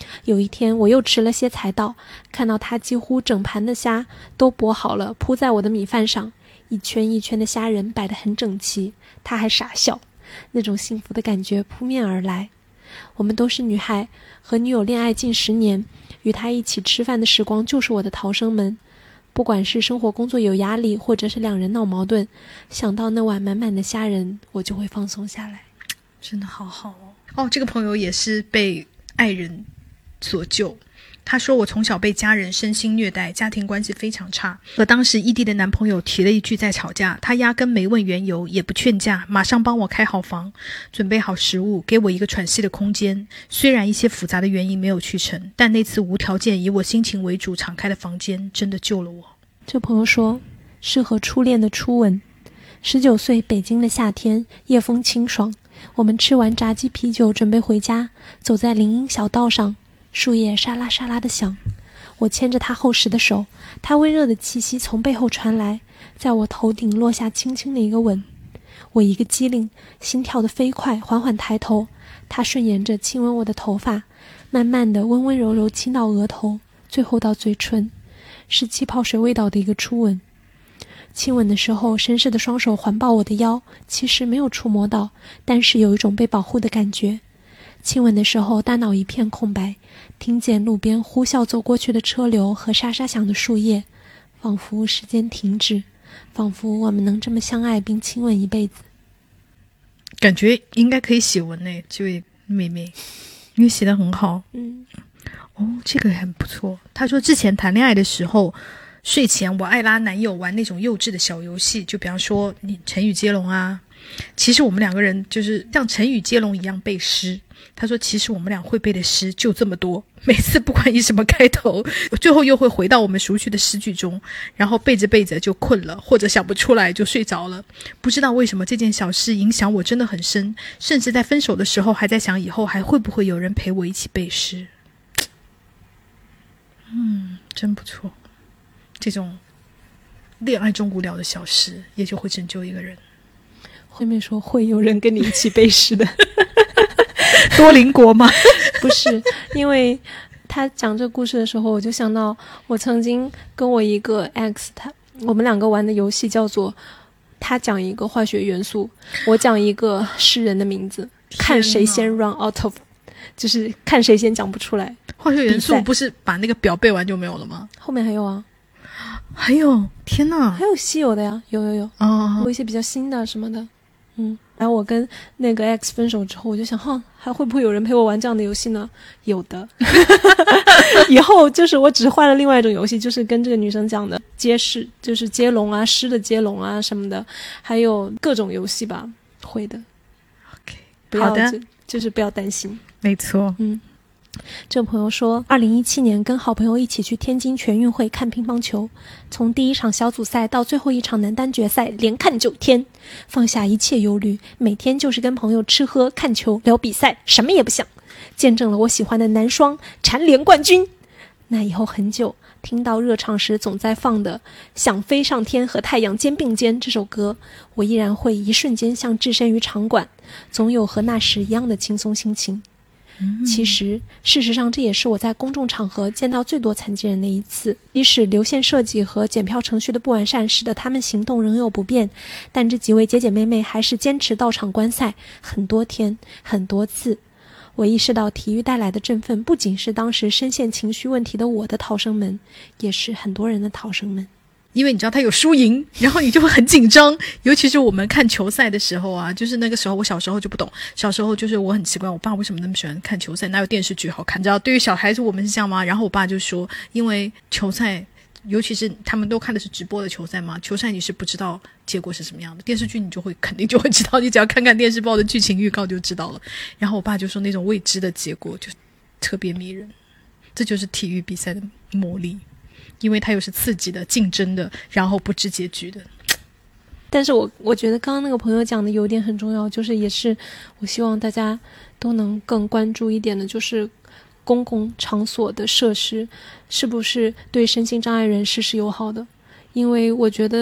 有一天我又迟了些才到，看到他几乎整盘的虾都剥好了铺在我的米饭上，一圈一圈的虾仁摆得很整齐，他还傻笑，那种幸福的感觉扑面而来。我们都是女孩，和女友恋爱近十年，与他一起吃饭的时光就是我的逃生门。不管是生活工作有压力，或者是两人闹矛盾，想到那碗满满的虾仁，我就会放松下来。 真的好好哦。哦，这个朋友也是被爱人所救。他说，我从小被家人身心虐待，家庭关系非常差，和当时异地的男朋友提了一句在吵架，他压根没问缘由，也不劝架，马上帮我开好房，准备好食物，给我一个喘息的空间。虽然一些复杂的原因没有去成，但那次无条件以我心情为主敞开的房间真的救了我。 这朋友说，适合初恋的初吻。十九岁北京的夏天，夜风清爽，我们吃完炸鸡啤酒准备回家，走在林荫小道上，树叶沙拉沙拉的响，我牵着他厚实的手，他温热的气息从背后传来，在我头顶落下轻轻的一个吻。我一个机灵，心跳得飞快，缓缓抬头，他顺沿着亲吻我的头发，慢慢的温温柔柔亲到额头，最后到嘴唇，是气泡水味道的一个初吻。亲吻的时候，绅士的双手环抱我的腰，其实没有触摸到，但是有一种被保护的感觉。亲吻的时候，大脑一片空白，听见路边呼啸走过去的车流和沙沙响的树叶，仿佛时间停止，仿佛我们能这么相爱并亲吻一辈子。 感觉应该可以写文呢，这位妹妹，因为写得很好。 嗯， 哦，这个很不错。她说之前谈恋爱的时候，睡前我爱拉男友玩那种幼稚的小游戏，就比方说你成语接龙啊。其实我们两个人就是像成语接龙一样背诗。他说其实我们俩会背的诗就这么多，每次不管以什么开头，最后又会回到我们熟悉的诗句中，然后背着背着就困了，或者想不出来就睡着了。不知道为什么这件小事影响我真的很深，甚至在分手的时候还在想以后还会不会有人陪我一起背诗。嗯，真不错。这种恋爱中无聊的小事也就会拯救一个人。 慧妹说会有人跟你一起背诗的。 多邻国吗？ 不是，因为他讲这故事的时候，我就想到我曾经跟我一个 ex， 他我们两个玩的游戏叫做他讲一个化学元素，我讲一个诗人的名字，看谁先 run out of， 就是看谁先讲不出来。 化学元素不是把那个表背完就没有了吗？ 后面还有啊， 还有，天哪， 还有稀有的呀，有有有， 哦， 有一些比较新的什么的。嗯，然后我跟那个 X 分手之后，我就想，哼，还会不会有人陪我玩这样的游戏呢？有的。以后就是我只换了另外一种游戏，就是跟这个女生讲的接诗，就是接龙啊，诗的接龙啊什么的，还有各种游戏吧，会的。 OK， 不要好的， 就就是不要担心。 没错， 嗯。这个朋友说，二零一七年跟好朋友一起去天津全运会看乒乓球，从第一场小组赛到最后一场男单决赛，连看九天，放下一切忧虑，每天就是跟朋友吃喝看球聊比赛，什么也不想，见证了我喜欢的男双蝉联冠军。那以后很久，听到热场时总在放的《想飞上天和太阳肩并肩》这首歌，我依然会一瞬间像置身于场馆，总有和那时一样的轻松心情。其实事实上这也是我在公众场合见到最多残疾人的一次，即使流线设计和检票程序的不完善使得他们行动仍有不便，但这几位姐姐妹妹还是坚持到场观赛很多天很多次。我意识到体育带来的振奋不仅是当时深陷情绪问题的我的逃生门，也是很多人的逃生门。 因为你知道他有输赢，然后你就会很紧张，尤其是我们看球赛的时候啊，就是那个时候我小时候就不懂，小时候就是我很奇怪我爸为什么那么喜欢看球赛，哪有电视剧好看，你知道对于小孩子我们是这样吗？然后我爸就说因为球赛尤其是他们都看的是直播的球赛嘛，球赛你是不知道结果是什么样的，电视剧你就会肯定就会知道，你只要看看电视报的剧情预告就知道了。然后我爸就说那种未知的结果就特别迷人，这就是体育比赛的魔力，因为它又是刺激的、竞争的，然后不知结局的。 但是我我觉得刚刚那个朋友讲的有点很重要，就是也是我希望大家都能更关注一点的，就是公共场所的设施是不是对身心障碍人士是友好的。因为我觉得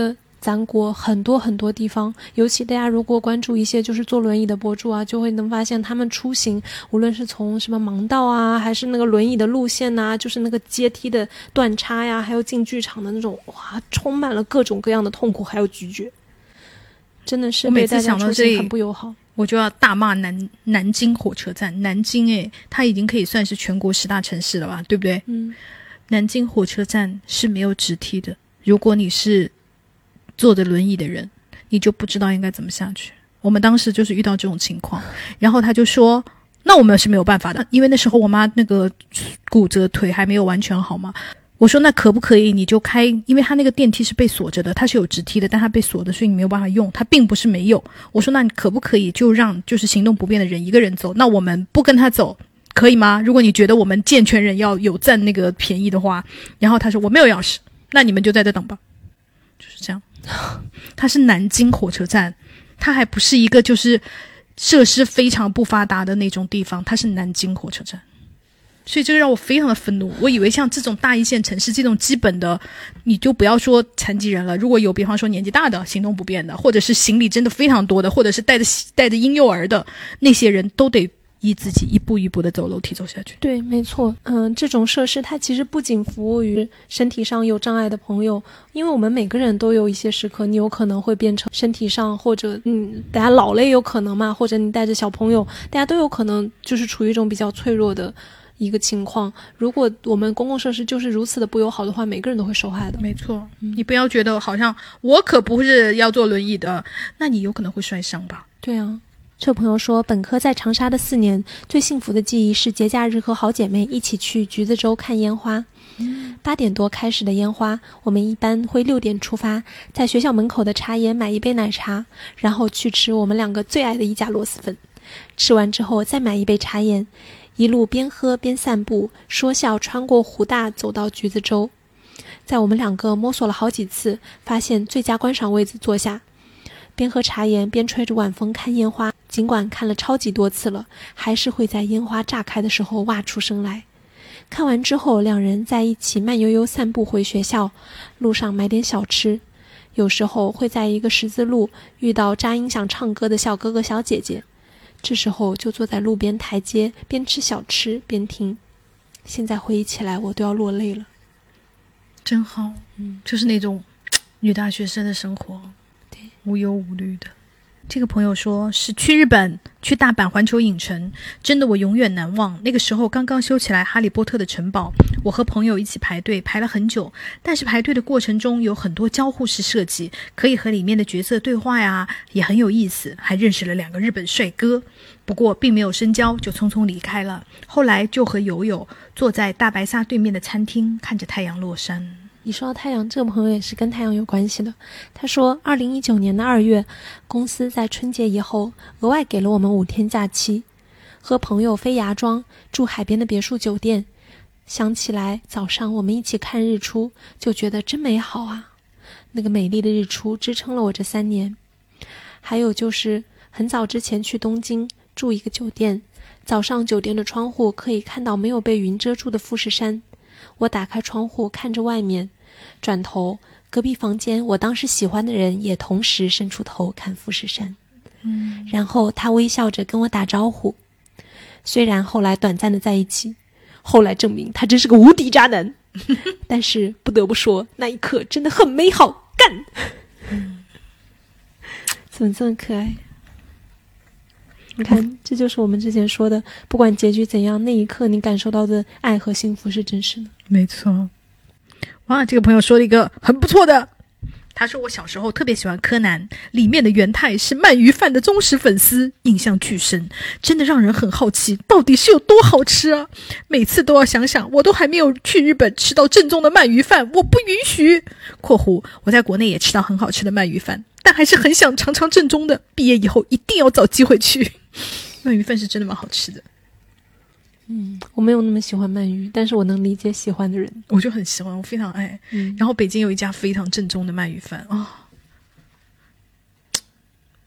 咱国很多很多地方，尤其大家如果关注一些就是坐轮椅的博主啊，就会能发现他们出行，无论是从什么盲道啊，还是那个轮椅的路线啊，就是那个阶梯的断差呀，还有进剧场的那种，哇，充满了各种各样的痛苦还有拒绝，真的是对大家出行很不友好。 我就要大骂南南京火车站。南京诶，它已经可以算是全国十大城市了吧，对不对？ 嗯， 南京火车站是没有直梯的，如果你是坐着轮椅的人，你就不知道应该怎么下去。我们当时就是遇到这种情况，然后他就说那我们是没有办法的，因为那时候我妈那个骨折腿还没有完全好嘛。我说那可不可以你就开，因为他那个电梯是被锁着的，它是有直梯的，但它被锁的，所以你没有办法用，它并不是没有。我说那你可不可以就让就是行动不便的人一个人走，那我们不跟他走可以吗？如果你觉得我们健全人要有占那个便宜的话。然后他说我没有钥匙，那你们就在这等吧，就是这样。它是南京火车站，它还不是一个就是设施非常不发达的那种地方，它是南京火车站。所以这个让我非常的愤怒，我以为像这种大一线城市这种基本的，你就不要说残疾人了，如果有比方说年纪大的行动不便的，或者是行李真的非常多的，或者是带着带着婴幼儿的，那些人都得依自己一步一步的走楼梯走下去。 对，没错。嗯，这种设施它其实不仅服务于身体上有障碍的朋友，因为我们每个人都有一些时刻你有可能会变成身体上，或者嗯大家老了也有可能嘛，或者你带着小朋友，大家都有可能就是处于一种比较脆弱的一个情况。如果我们公共设施就是如此的不友好的话，每个人都会受害的。 没错、嗯、你不要觉得好像我可不是要坐轮椅的，那你有可能会摔伤吧。 对啊。这朋友说，本科在长沙的四年，最幸福的记忆是节假日和好姐妹一起去橘子洲看烟花。八点多开始的烟花，我们一般会六点出发，在学校门口的茶颜买一杯奶茶，然后去吃我们两个最爱的一家螺蛳粉。吃完之后再买一杯茶颜，一路边喝边散步，说笑穿过湖大走到橘子洲。在我们两个摸索了好几次，发现最佳观赏位置坐下，边喝茶颜边吹着晚风看烟花。尽管看了超级多次了，还是会在烟花炸开的时候挖出声来。看完之后，两人在一起慢悠悠散步回学校，路上买点小吃。有时候会在一个十字路遇到扎音响唱歌的小哥哥小姐姐，这时候就坐在路边台阶，边吃小吃边听。现在回忆起来，我都要落泪了。 真好，嗯，就是那种女大学生的生活， 对， 无忧无虑的。这个朋友说是去日本，去大阪环球影城，真的我永远难忘。那个时候刚刚修起来哈利波特的城堡，我和朋友一起排队，排了很久，但是排队的过程中有很多交互式设计，可以和里面的角色对话呀，也很有意思，还认识了两个日本帅哥。不过并没有深交，就匆匆离开了。后来就和友友坐在大白鲨对面的餐厅，看着太阳落山。 你说到太阳，这个朋友也是跟太阳有关系的。他说二零一九年的二月，公司在春节以后额外给了我们五天假期，和朋友飞芽庄，住海边的别墅酒店。想起来早上我们一起看日出，就觉得真美好啊。那个美丽的日出支撑了我这三年。还有就是很早之前去东京住一个酒店，早上酒店的窗户可以看到没有被云遮住的富士山。我打开窗户看着外面，转头隔壁房间我当时喜欢的人也同时伸出头看富士山。 嗯， 然后他微笑着跟我打招呼。虽然后来短暂的在一起，后来证明他真是个无敌渣男但是不得不说那一刻真的很美好，干、嗯、怎么这么可爱。你看，这就是我们之前说的，不管结局怎样，那一刻你感受到的爱和幸福是真实的。 没错。哇，这个朋友说了一个很不错的，他说我小时候特别喜欢柯南，里面的元太是鳗鱼饭的忠实粉丝，印象巨深，真的让人很好奇到底是有多好吃啊。每次都要想想，我都还没有去日本吃到正宗的鳗鱼饭，我不允许括弧我在国内也吃到很好吃的鳗鱼饭，但还是很想尝尝正宗的，毕业以后一定要找机会去。鳗鱼饭是真的蛮好吃的。 嗯，我没有那么喜欢鳗鱼，但是我能理解喜欢的人。 我就很喜欢，我非常爱。嗯，然后北京有一家非常正宗的鳗鱼饭啊、哦，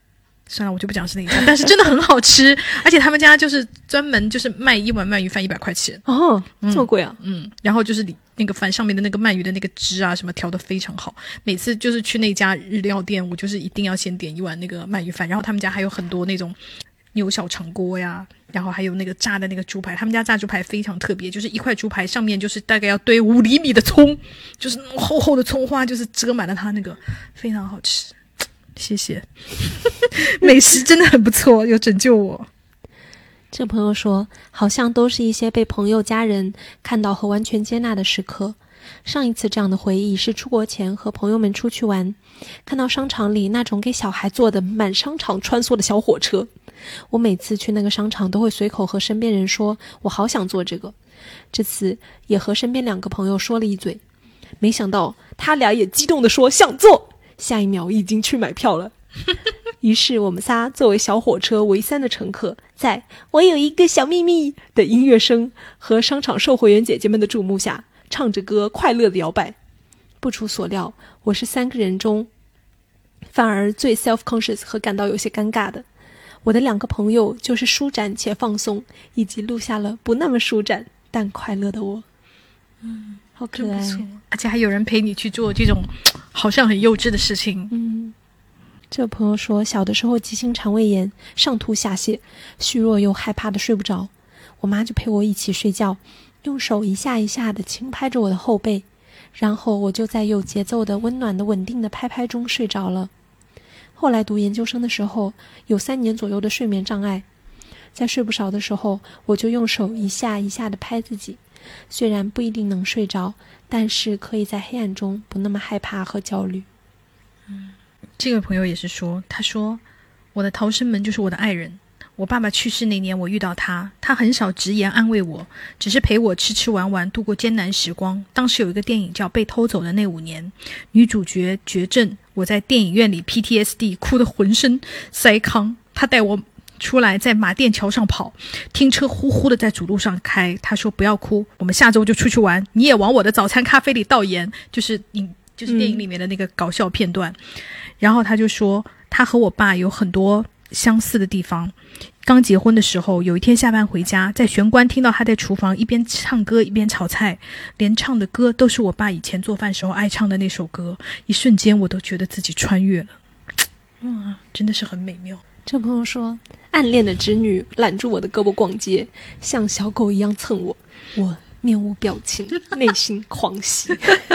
算了，我就不讲是哪一家，但是真的很好吃，而且他们家就是专门就是卖一碗鳗鱼饭一百块钱哦，这么贵啊？ 嗯，然后就是那个饭上面的那个鳗鱼的那个汁啊什么调得非常好，每次就是去那家日料店，我就是一定要先点一碗那个鳗鱼饭，然后他们家还有很多那种牛小肠锅呀，然后还有那个炸的那个猪排，他们家炸猪排非常特别，就是一块猪排上面就是大概要堆五厘米的葱，就是那种厚厚的葱花，就是遮满了它那个，非常好吃。谢谢，美食真的很不错，有拯救我。 这朋友说，好像都是一些被朋友家人看到和完全接纳的时刻。上一次这样的回忆是出国前和朋友们出去玩，看到商场里那种给小孩坐的满商场穿梭的小火车。我每次去那个商场都会随口和身边人说，我好想坐这个。这次也和身边两个朋友说了一嘴，没想到他俩也激动地说想坐，下一秒已经去买票了。于是我们仨作为小火车唯三的乘客，在我有一个小秘密的音乐声和商场售货员姐姐们的注目下，唱着歌快乐的摇摆。不出所料，我是三个人中反而最 self-conscious 和感到有些尴尬的。我的两个朋友就是舒展且放松，以及录下了不那么舒展但快乐的我。嗯，好可爱， 而且还有人陪你去做这种好像很幼稚的事情。 嗯，这个朋友说，小的时候急性肠胃炎，上吐下泻，虚弱又害怕的睡不着，我妈就陪我一起睡觉，用手一下一下的轻拍着我的后背，然后我就在有节奏的温暖的稳定的拍拍中睡着了。后来读研究生的时候，有三年左右的睡眠障碍，在睡不着的时候，我就用手一下一下的拍自己，虽然不一定能睡着，但是可以在黑暗中不那么害怕和焦虑。 嗯，这个朋友也是说，他说我的逃生门就是我的爱人，我爸爸去世那年我遇到他，他很少直言安慰我，只是陪我吃吃玩玩度过艰难时光。当时有一个电影叫《被偷走的那五年》，女主角绝症，我在电影院里 P T S D 哭得浑身塞糠，他带我出来在马甸桥上跑，听车呼呼的在主路上开，他说不要哭，我们下周就出去玩，你也往我的早餐咖啡里倒盐，就是影就是电影里面的那个搞笑片段、嗯、然后他就说他和我爸有很多相似的地方。刚结婚的时候，有一天下班回家，在玄关听到他在厨房一边唱歌一边炒菜，连唱的歌都是我爸以前做饭时候爱唱的那首歌，一瞬间我都觉得自己穿越了。哇，真的是很美妙。 这朋友说，暗恋的侄女揽住我的胳膊逛街，像小狗一样蹭我，我面无表情，内心狂喜。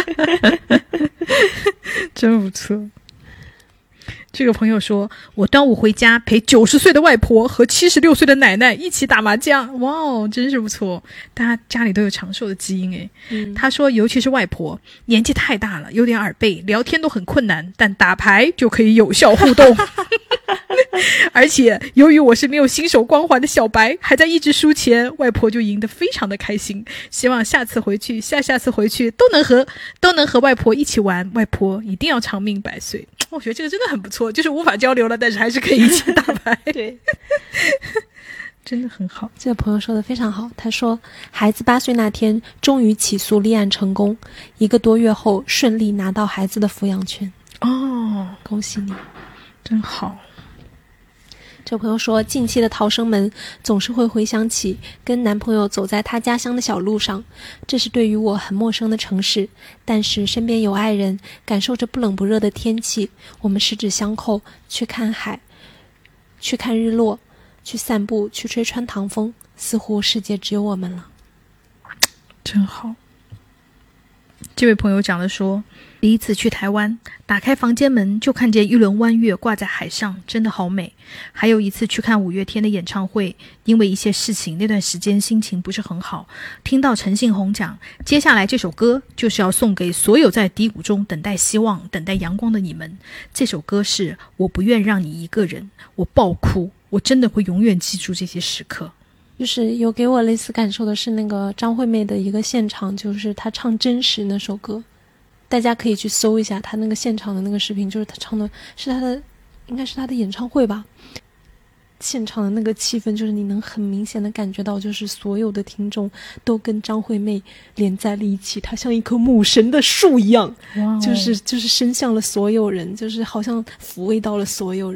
真不错。这个朋友说，我端午回家陪九十岁的外婆和七十六岁的奶奶一起打麻将，哇哦，真是不错，大家家里都有长寿的基因诶、嗯、他说尤其是外婆年纪太大了，有点耳背，聊天都很困难，但打牌就可以有效互动。而且由于我是没有新手光环的小白，还在一直输钱，外婆就赢得非常的开心，希望下次回去下下次回去都能和都能和外婆一起玩，外婆一定要长命百岁。我觉得这个真的很不错，就是无法交流了，但是还是可以一起打牌。对，真的很好。 这个朋友说的非常好，他说孩子八岁那天终于起诉立案成功，一个多月后顺利拿到孩子的抚养权。 哦， 恭喜你， 真好。 这朋友说，近期的逃生门总是会回想起跟男朋友走在他家乡的小路上，这是对于我很陌生的城市，但是身边有爱人，感受着不冷不热的天气，我们十指相扣去看海，去看日落，去散步，去吹穿堂风，似乎世界只有我们了。 真好。这位朋友讲的说，第一次去台湾，打开房间门就看见一轮弯月挂在海上，真的好美。还有一次去看五月天的演唱会，因为一些事情那段时间心情不是很好，听到陈信宏讲接下来这首歌就是要送给所有在低谷中等待希望等待阳光的你们，这首歌是我不愿让你一个人，我爆哭，我真的会永远记住这些时刻。 就是有给我类似感受的是那个张惠妹的一个现场，就是她唱真实那首歌，大家可以去搜一下她那个现场的那个视频，就是她唱的是她的应该是她的演唱会吧，现场的那个气氛就是你能很明显的感觉到，就是所有的听众都跟张惠妹连在了一起，她像一棵母神的树一样，就是就是伸向了所有人，就是好像抚慰到了所有人。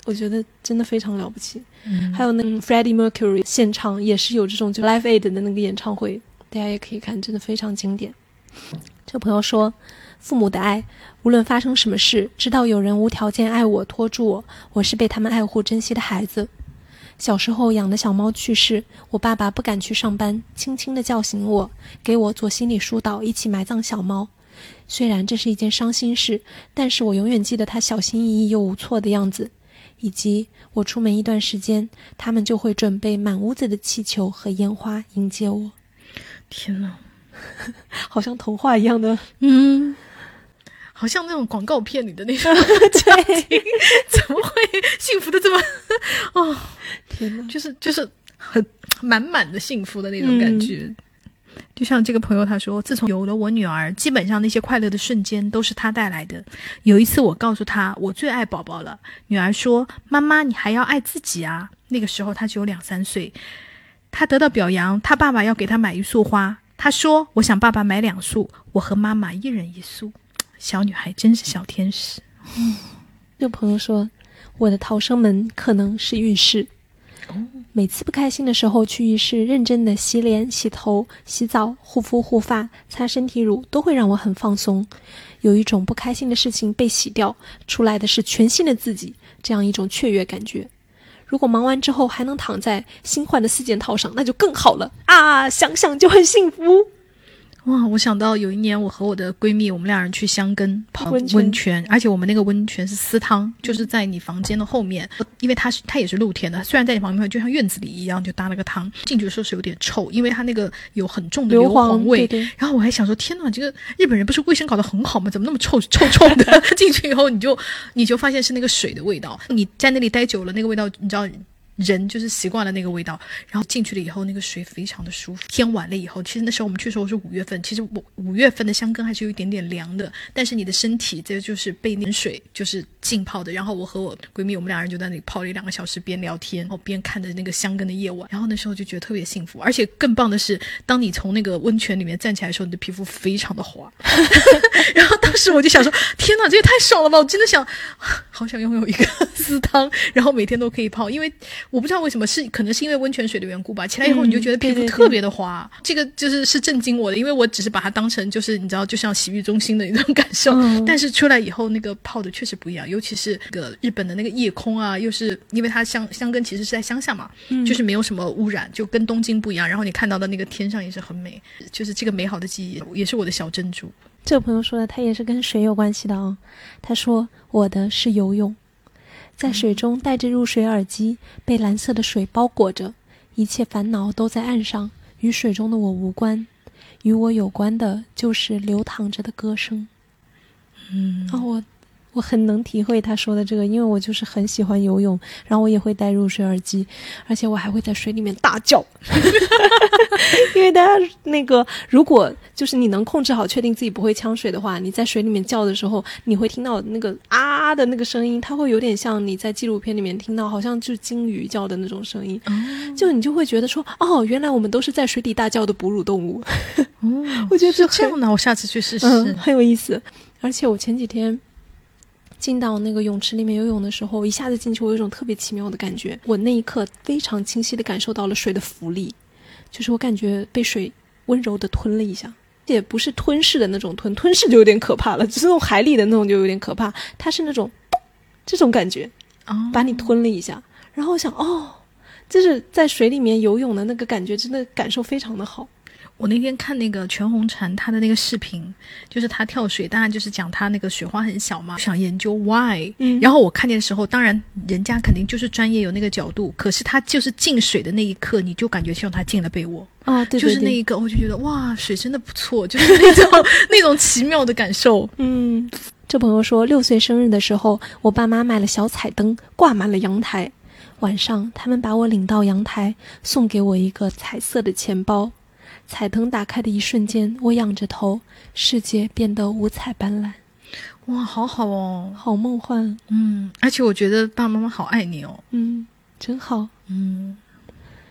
我觉得真的非常了不起。嗯、还有那个 Freddie Mercury 现场也是有这种就 Live Aid 的那个演唱会，大家也可以看，真的非常经典。这朋友说，父母的爱，无论发生什么事，知道有人无条件爱我拖住我，我是被他们爱护珍惜的孩子。小时候养的小猫去世，我爸爸不敢去上班，轻轻地叫醒我，给我做心理疏导，一起埋葬小猫。虽然这是一件伤心事，但是我永远记得他小心翼翼又无措的样子，以及我出门一段时间，他们就会准备满屋子的气球和烟花迎接我。 天哪， 好像童话一样的， 嗯，好像那种广告片里的那种对，怎么会幸福的这么哦， 天哪， 就是就是很满满的幸福的那种感觉。嗯，就像这个朋友他说，自从有了我女儿，基本上那些快乐的瞬间都是她带来的。有一次我告诉她我最爱宝宝了，女儿说，妈妈你还要爱自己啊。那个时候她只有两三岁，她得到表扬，她爸爸要给她买一束花，她说我想爸爸买两束，我和妈妈一人一束。小女孩真是小天使。 嗯，这个朋友说，我的逃生门可能是浴室。每次不开心的时候去浴室认真的洗脸洗头洗澡护肤护发擦身体乳，都会让我很放松，有一种不开心的事情被洗掉出来的是全新的自己，这样一种雀跃感觉。如果忙完之后还能躺在新换的四件套上，那就更好了啊！想想就很幸福。 哇，我想到有一年我和我的闺蜜，我们两人去香根泡温泉, 温泉而且我们那个温泉是私汤，就是在你房间的后面，因为它是它也是露天的，虽然在你旁边就像院子里一样，就搭了个汤，进去的时候是有点臭，因为它那个有很重的硫磺味。 对对， 然后我还想说，天哪，这个日本人不是卫生搞得很好吗？怎么那么臭臭臭的？进去以后你就你就发现是那个水的味道，你在那里待久了，那个味道你知道。人就是习惯了那个味道，然后进去了以后那个水非常的舒服。天晚了以后，其实那时候我们去的时候是五月份，其实我五月份的香根还是有一点点凉的，但是你的身体这就是被冷水就是浸泡的。然后我和我闺蜜我们两人就在那里泡了一两个小时，边聊天然后边看着那个香根的夜晚，然后那时候就觉得特别幸福。而且更棒的是，当你从那个温泉里面站起来的时候，你的皮肤非常的滑然后当时我就想说，天哪，这也太爽了吧，我真的想好想拥有一个私汤，然后每天都可以泡。因为我不知道为什么，是可能是因为温泉水的缘故吧，起来以后你就觉得皮肤特别的滑、嗯、对对对，这个就是是震惊我的，因为我只是把它当成就是你知道就像洗浴中心的一种感受、嗯、但是出来以后那个泡的确实不一样，尤其是那个日本的那个夜空啊，又是因为它香香根其实是在乡下嘛、嗯、就是没有什么污染，就跟东京不一样，然后你看到的那个天上也是很美，就是这个美好的记忆也是我的小珍珠。 这个朋友说的他也是跟水有关系的啊、哦，他说我的是游泳，在水中戴着入水耳机，被蓝色的水包裹着，一切烦恼都在岸上，与水中的我无关，与我有关的就是流淌着的歌声。嗯，哦，我我很能体会他说的这个，因为我就是很喜欢游泳，然后我也会戴入水耳机，而且我还会在水里面大叫因为大家那个如果就是你能控制好确定自己不会呛水的话，你在水里面叫的时候你会听到那个啊的那个声音，它会有点像你在纪录片里面听到好像就是鲸鱼叫的那种声音、嗯、就你就会觉得说哦，原来我们都是在水底大叫的哺乳动物、哦、我觉得是这样的，我下次去试试、嗯、 很有意思。而且我前几天进到那个泳池里面游泳的时候，一下子进去我有一种特别奇妙的感觉，我那一刻非常清晰地感受到了水的浮力，就是我感觉被水温柔地吞了一下，也不是吞噬的那种吞，吞噬就有点可怕了，就是那种海里的那种就有点可怕，它是那种这种感觉、哦、把你吞了一下，然后我想哦，就是在水里面游泳的那个感觉真的感受非常的好。 我那天看那个全红婵他的那个视频，就是他跳水，当然就是讲他那个水花很小嘛，想研究 why、嗯、然后我看见的时候，当然人家肯定就是专业有那个角度，可是他就是进水的那一刻你就感觉像他进了被窝啊、哦，对对对， 就是那一个我就觉得哇，水真的不错，就是那种那种奇妙的感受。 嗯，这朋友说六岁生日的时候，我爸妈买了小彩灯挂满了阳台，晚上他们把我领到阳台，送给我一个彩色的钱包，彩灯打开的一瞬间，我仰着头，世界变得五彩斑斓。 哇，好好哦， 好梦幻。 嗯，而且我觉得爸爸妈妈好爱你哦。 嗯，真好。 嗯，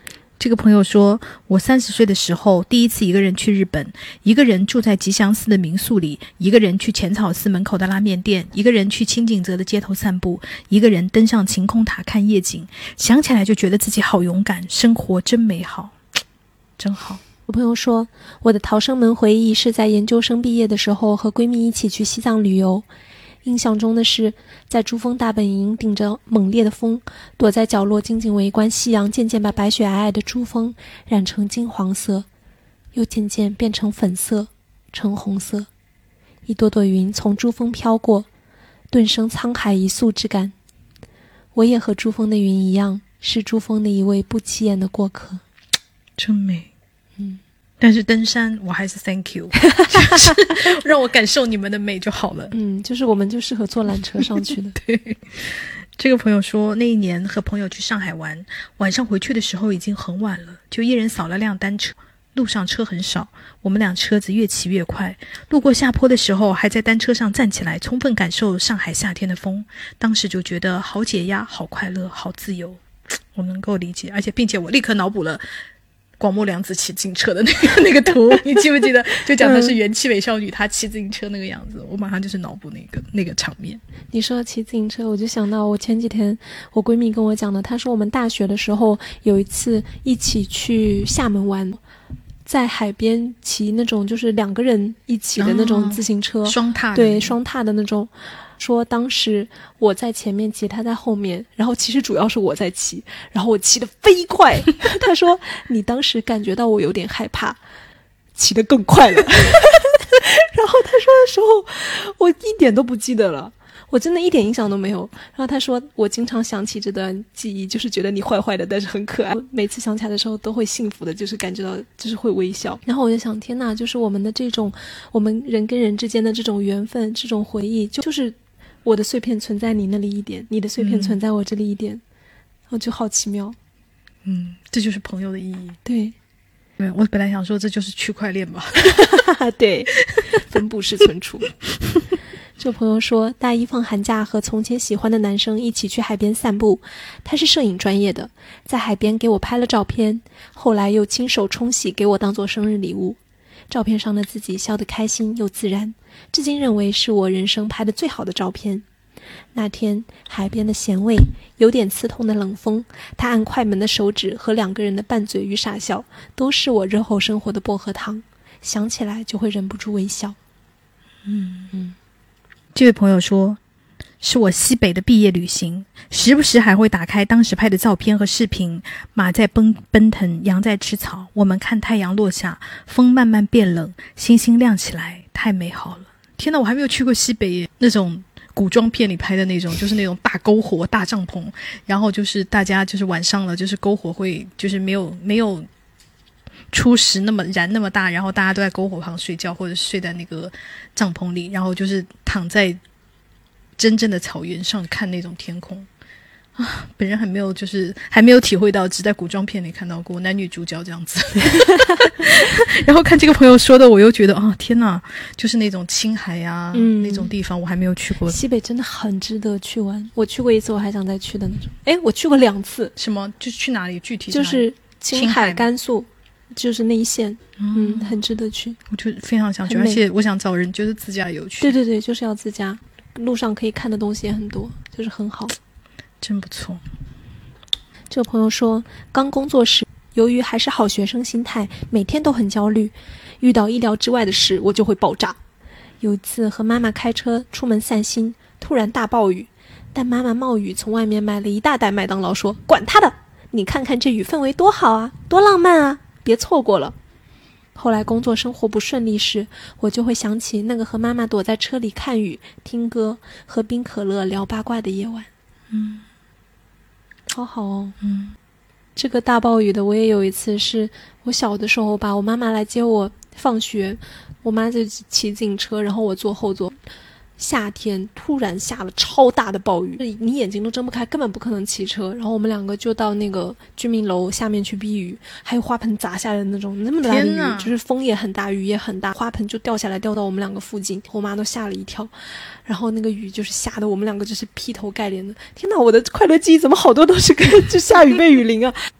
这个朋友说，我三十岁的时候第一次一个人去日本，一个人住在吉祥寺的民宿里，一个人去浅草寺门口的拉面店，一个人去清景泽的街头散步，一个人登上晴空塔看夜景，想起来就觉得自己好勇敢，生活真美好，真好。 我朋友说，我的逃生门回忆是在研究生毕业的时候和闺蜜一起去西藏旅游，印象中的是在珠峰大本营顶着猛烈的风，躲在角落静静围观夕阳渐渐把白雪皑皑的珠峰染成金黄色，又渐渐变成粉色橙红色，一朵朵云从珠峰飘过，顿生沧海一粟之感。我也和珠峰的云一样，是珠峰的一位不起眼的过客。 真美。 嗯， 但是登山我还是 thank you 就是让我感受你们的美就好了。 嗯，就是我们就适合坐缆车上去的。 对，这个朋友说，那一年和朋友去上海玩，晚上回去的时候已经很晚了，就一人扫了辆单车，路上车很少，我们俩车子越骑越快，路过下坡的时候还在单车上站起来，充分感受上海夏天的风，当时就觉得好解压，好快乐，好自由。我能够理解，而且并且我立刻脑补了广末凉子骑自行车的那个那个图，你记不记得？就讲的是元气美少女她骑自行车那个样子，我马上就是脑补那个那个场面。 你说骑自行车，我就想到我前几天我闺蜜跟我讲的，她说我们大学的时候有一次一起去厦门玩，在海边骑那种就是两个人一起的那种自行车， 哦、双踏的， 对，双踏的那种。说当时我在前面骑，他在后面，然后其实主要是我在骑，然后我骑得飞快。他说你当时感觉到我有点害怕，骑得更快了。然后他说的时候我一点都不记得了，我真的一点印象都没有。然后他说我经常想起这段记忆，就是觉得你坏坏的但是很可爱，每次想起来的时候都会幸福的，就是感觉到就是会微笑。然后我就想天哪，就是我们的这种我们人跟人之间的这种缘分，这种回忆，就就是我的碎片存在你那里一点，你的碎片存在我这里一点，我、嗯、就好奇妙。 嗯，这就是朋友的意义。 对， 对，我本来想说这就是区块链吧。 对，分布式存储。这朋友说，大一放寒假和从前喜欢的男生一起去海边散步，他是摄影专业的，在海边给我拍了照片，后来又亲手冲洗给我当做生日礼物。照片上的自己笑得开心又自然，至今认为是我人生拍的最好的照片。那天海边的咸味，有点刺痛的冷风，他按快门的手指和两个人的拌嘴与傻笑，都是我日后生活的薄荷糖，想起来就会忍不住微笑。 嗯嗯，这位朋友说，是我西北的毕业旅行，时不时还会打开当时拍的照片和视频，马在奔奔腾，羊在吃草，我们看太阳落下，风慢慢变冷，星星亮起来，太美好了。天哪，我还没有去过西北耶，那种古装片里拍的那种，就是那种大篝火大帐篷，然后就是大家就是晚上了，就是篝火会就是没有没有初时那么燃那么大，然后大家都在篝火旁睡觉，或者睡在那个帐篷里，然后就是躺在真正的草原上看那种天空啊，本人还没有就是还没有体会到，只在古装片里看到过男女主角这样子。然后看这个朋友说的，我又觉得啊，天哪，就是那种青海啊、嗯、那种地方我还没有去过。 西北真的很值得去玩，我去过一次，我还想再去的那种。诶，我去过两次。 什么？就是去哪里？具体就是青海、甘肃，就是那一线，嗯，很值得去。 我就非常想去，而且我想找人就是自驾游去。 对对对，就是要自驾，路上可以看的东西也很多，就是很好。 真不错。 这个朋友说，刚工作时由于还是好学生心态，每天都很焦虑，遇到意料之外的事我就会爆炸。有一次和妈妈开车出门散心，突然大暴雨，但妈妈冒雨从外面买了一大袋麦当劳，说管他的，你看看这雨氛围多好啊，多浪漫啊，别错过了。后来工作生活不顺利时，我就会想起那个和妈妈躲在车里看雨、听歌、喝冰可乐、聊八卦的夜晚。 嗯， 好好哦。 嗯， 这个大暴雨的我也有一次，是我小的时候吧，我妈妈来接我放学，我妈就骑自行车，然后我坐后座。夏天突然下了超大的暴雨，你眼睛都睁不开，根本不可能骑车。然后我们两个就到那个居民楼下面去避雨，还有花盆砸下来的那种那么大的雨，就是风也很大，雨也很大，花盆就掉下来掉到我们两个附近，我妈都吓了一跳。然后那个雨就是下的我们两个就是劈头盖脸的，天哪，我的快乐记忆怎么好多都是跟就下雨被雨淋啊。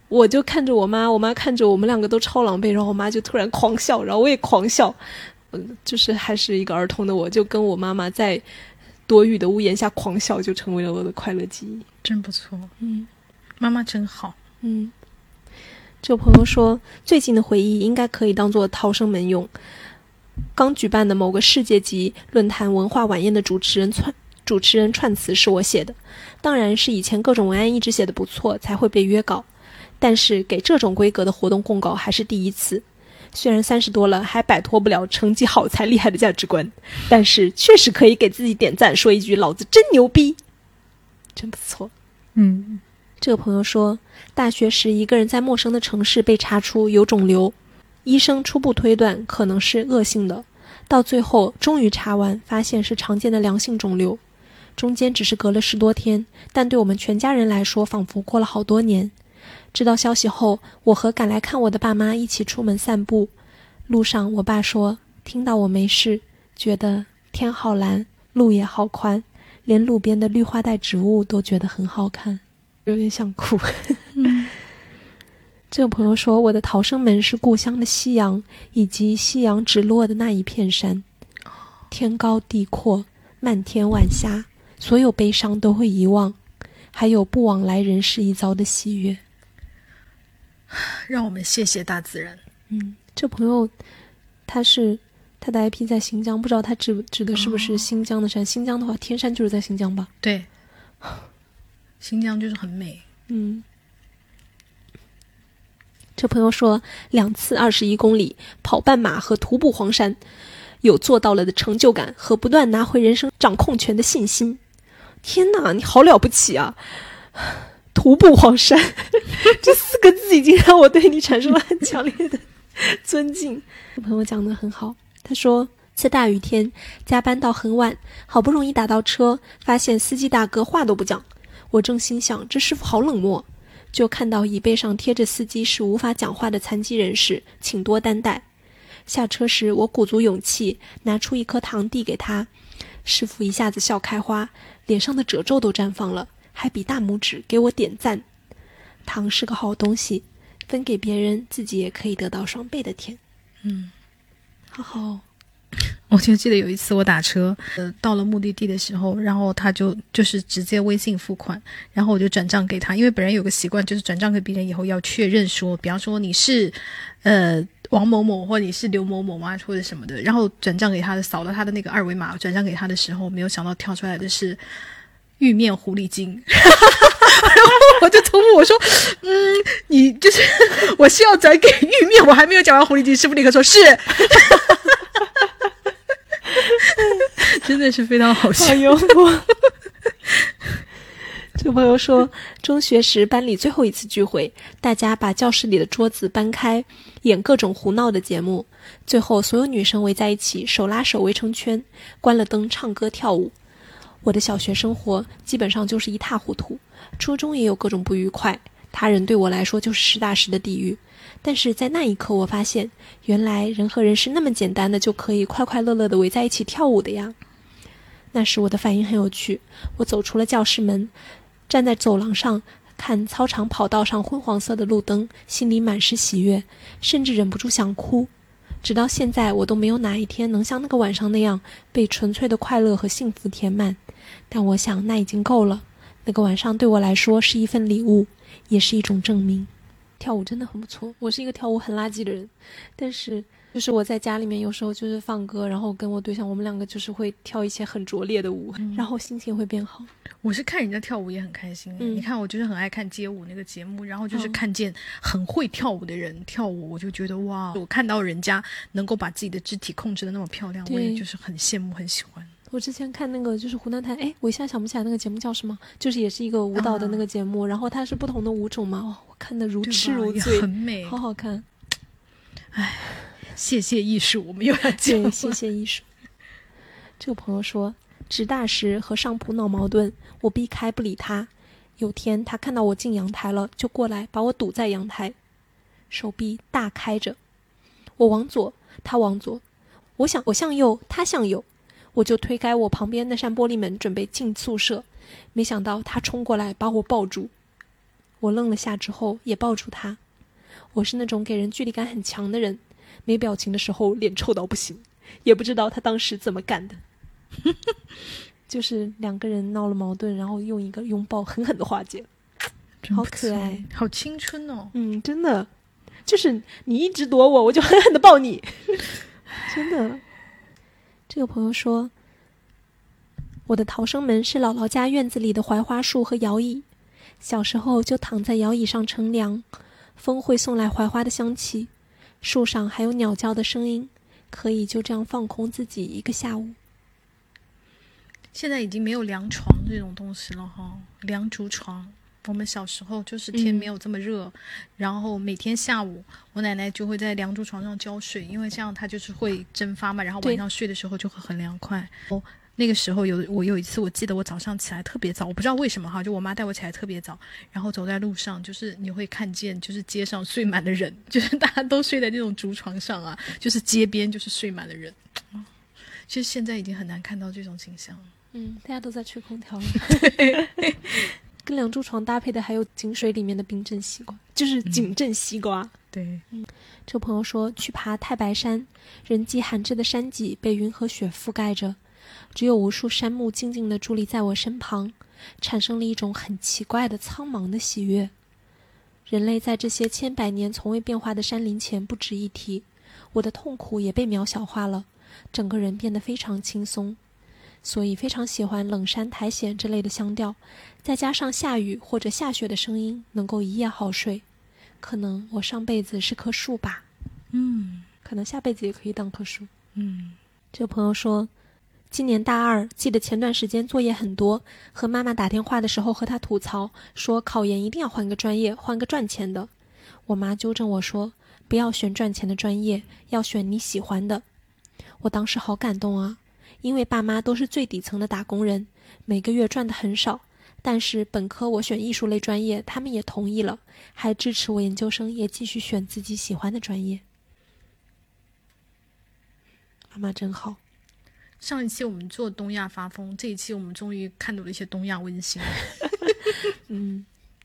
我就看着我妈，我妈看着我们两个都超狼狈，然后我妈就突然狂笑，然后我也狂笑，嗯，就是还是一个儿童的我，就跟我妈妈在多雨的屋檐下狂笑，就成为了我的快乐记忆。 真不错， 嗯， 妈妈真好。 嗯，这个朋友说，最近的回忆应该可以当做逃生门用。刚举办的某个世界级论坛文化晚宴的主持人串主持人串词是我写的，当然是以前各种文案一直写的不错才会被约稿，但是给这种规格的活动供稿还是第一次。虽然三十多了还摆脱不了成绩好才厉害的价值观，但是确实可以给自己点赞，说一句老子真牛逼，真不错。 嗯， 这个朋友说，大学时一个人在陌生的城市被查出有肿瘤，医生初步推断可能是恶性的，到最后终于查完发现是常见的良性肿瘤，中间只是隔了十多天，但对我们全家人来说仿佛过了好多年。知道消息后，我和赶来看我的爸妈一起出门散步，路上我爸说听到我没事，觉得天好蓝，路也好宽，连路边的绿化带植物都觉得很好看，有点想哭。 嗯， 这个朋友说，我的逃生门是故乡的夕阳，以及夕阳直落的那一片山，天高地阔，漫天晚霞，所有悲伤都会遗忘，还有不往来人世一遭的喜悦。 让我们谢谢大自然。 嗯，这朋友他是他的 I P 在新疆，不知道他指指的是不是新疆的山、哦、新疆的话天山就是在新疆吧？ 对，新疆就是很美。 嗯，这朋友说两次二十一公里跑半马和徒步黄山，有做到了的成就感和不断拿回人生掌控权的信心。天哪，你好了不起啊！徒步黄山这四个字已经让我对你产生了很强烈的尊敬。朋友讲得很好，他说次大雨天加班到很晚，好不容易打到车，发现司机大哥话都不讲，我正心想这师傅好冷漠，就看到椅背上贴着司机是无法讲话的残疾人士，请多担待。下车时我鼓足勇气拿出一颗糖递给他，师傅一下子笑开花，脸上的褶皱都绽放了，还比大拇指给我点赞。糖是个好东西，分给别人自己也可以得到双倍的甜。 嗯， 好好。 我就记得有一次我打车，呃，到了目的地的时候，然后他就就是直接微信付款，然后我就转账给他，因为本人有个习惯，就是转账给别人以后要确认说，比方说你是呃王某某或者你是刘某某嘛，或者什么的，然后转账给他的，扫了他的那个二维码，转账给他的时候，没有想到跳出来的是玉面狐狸精。然后我就从我说嗯你就是我是要转给玉面，我还没有讲完狐狸精，师傅立刻说是。真的是非常好笑， 好幽默。这个朋友说，中学时班里最后一次聚会，大家把教室里的桌子搬开，演各种胡闹的节目，最后所有女生围在一起，手拉手围成圈，关了灯唱歌跳舞。我的小学生活基本上就是一塌糊涂，初中也有各种不愉快，他人对我来说就是实打实的地狱。但是在那一刻我发现，原来人和人是那么简单的就可以快快乐乐的围在一起跳舞的呀。那时我的反应很有趣，我走出了教室门，站在走廊上看操场跑道上昏黄色的路灯，心里满是喜悦，甚至忍不住想哭。直到现在我都没有哪一天能像那个晚上那样被纯粹的快乐和幸福填满，但我想那已经够了。那个晚上对我来说是一份礼物，也是一种证明。跳舞真的很不错，我是一个跳舞很垃圾的人，但是就是我在家里面有时候就是放歌，然后跟我对象我们两个就是会跳一些很拙劣的舞、嗯、然后心情会变好。 我是看人家跳舞也很开心、嗯、你看我就是很爱看街舞那个节目，然后就是看见很会跳舞的人、嗯、跳舞，我就觉得哇，我看到人家能够把自己的肢体控制的那么漂亮，我也就是很羡慕很喜欢。 我之前看那个就是湖南台，哎，我一下想不起来那个节目叫什么，就是也是一个舞蹈的那个节目、啊、然后它是不同的舞种嘛，哦，我看得如痴如醉， 很美， 好好看。 哎，谢谢艺术，我们又要讲对，谢谢艺术。这个朋友说，值大时和上铺闹矛盾，我避开不理他。有天他看到我进阳台了，就过来把我堵在阳台，手臂大开着，我往左，他往左，我想我向右，他向右，我就推开我旁边那扇玻璃门，准备进宿舍，没想到他冲过来把我抱住。 我愣了下之后也抱住他。我是那种给人距离感很强的人，没表情的时候脸臭到不行，也不知道他当时怎么干的。就是两个人闹了矛盾，然后用一个拥抱狠狠的化解，好可爱， 好青春哦。 嗯，真的，就是你一直躲我，我就狠狠的抱你。真的。这个朋友说，我的逃生门是姥姥家院子里的槐花树和摇椅，小时候就躺在摇椅上乘凉，风会送来槐花的香气，树上还有鸟叫的声音，可以就这样放空自己一个下午。 现在已经没有凉床这种东西了哈，凉竹床。我们小时候就是天没有这么热、嗯、然后每天下午我奶奶就会在凉竹床上浇水，因为这样它就是会蒸发嘛，然后晚上睡的时候就会很凉快。那个时候有我有一次我记得我早上起来特别早，我不知道为什么哈，就我妈带我起来特别早，然后走在路上就是你会看见就是街上睡满的人，就是大家都睡在那种竹床上啊，就是街边就是睡满了人。其实现在已经很难看到这种景象了。 嗯，大家都在吹空调了。跟凉竹床搭配的还有井水里面的冰镇西瓜，就是井镇西瓜、嗯、 对、 嗯。这个朋友说去爬太白山，人迹罕至的山脊被云和雪覆盖着，只有无数山木静静地伫立在我身旁，产生了一种很奇怪的苍茫的喜悦。人类在这些千百年从未变化的山林前不值一提，我的痛苦也被渺小化了，整个人变得非常轻松。所以非常喜欢冷山苔藓这类的香调，再加上下雨或者下雪的声音，能够一夜好睡。可能我上辈子是棵树吧， 嗯， 可能下辈子也可以当棵树。 嗯， 这个朋友说，今年大二，记得前段时间作业很多，和妈妈打电话的时候和她吐槽，说考研一定要换个专业，换个赚钱的。我妈纠正我说，不要选赚钱的专业，要选你喜欢的。我当时好感动啊。因为爸妈都是最底层的打工人，每个月赚的很少，但是本科我选艺术类专业，他们也同意了，还支持我研究生也继续选自己喜欢的专业。妈妈真好。 上一期我们做东亚发疯，这一期我们终于看到了一些东亚温馨。 嗯，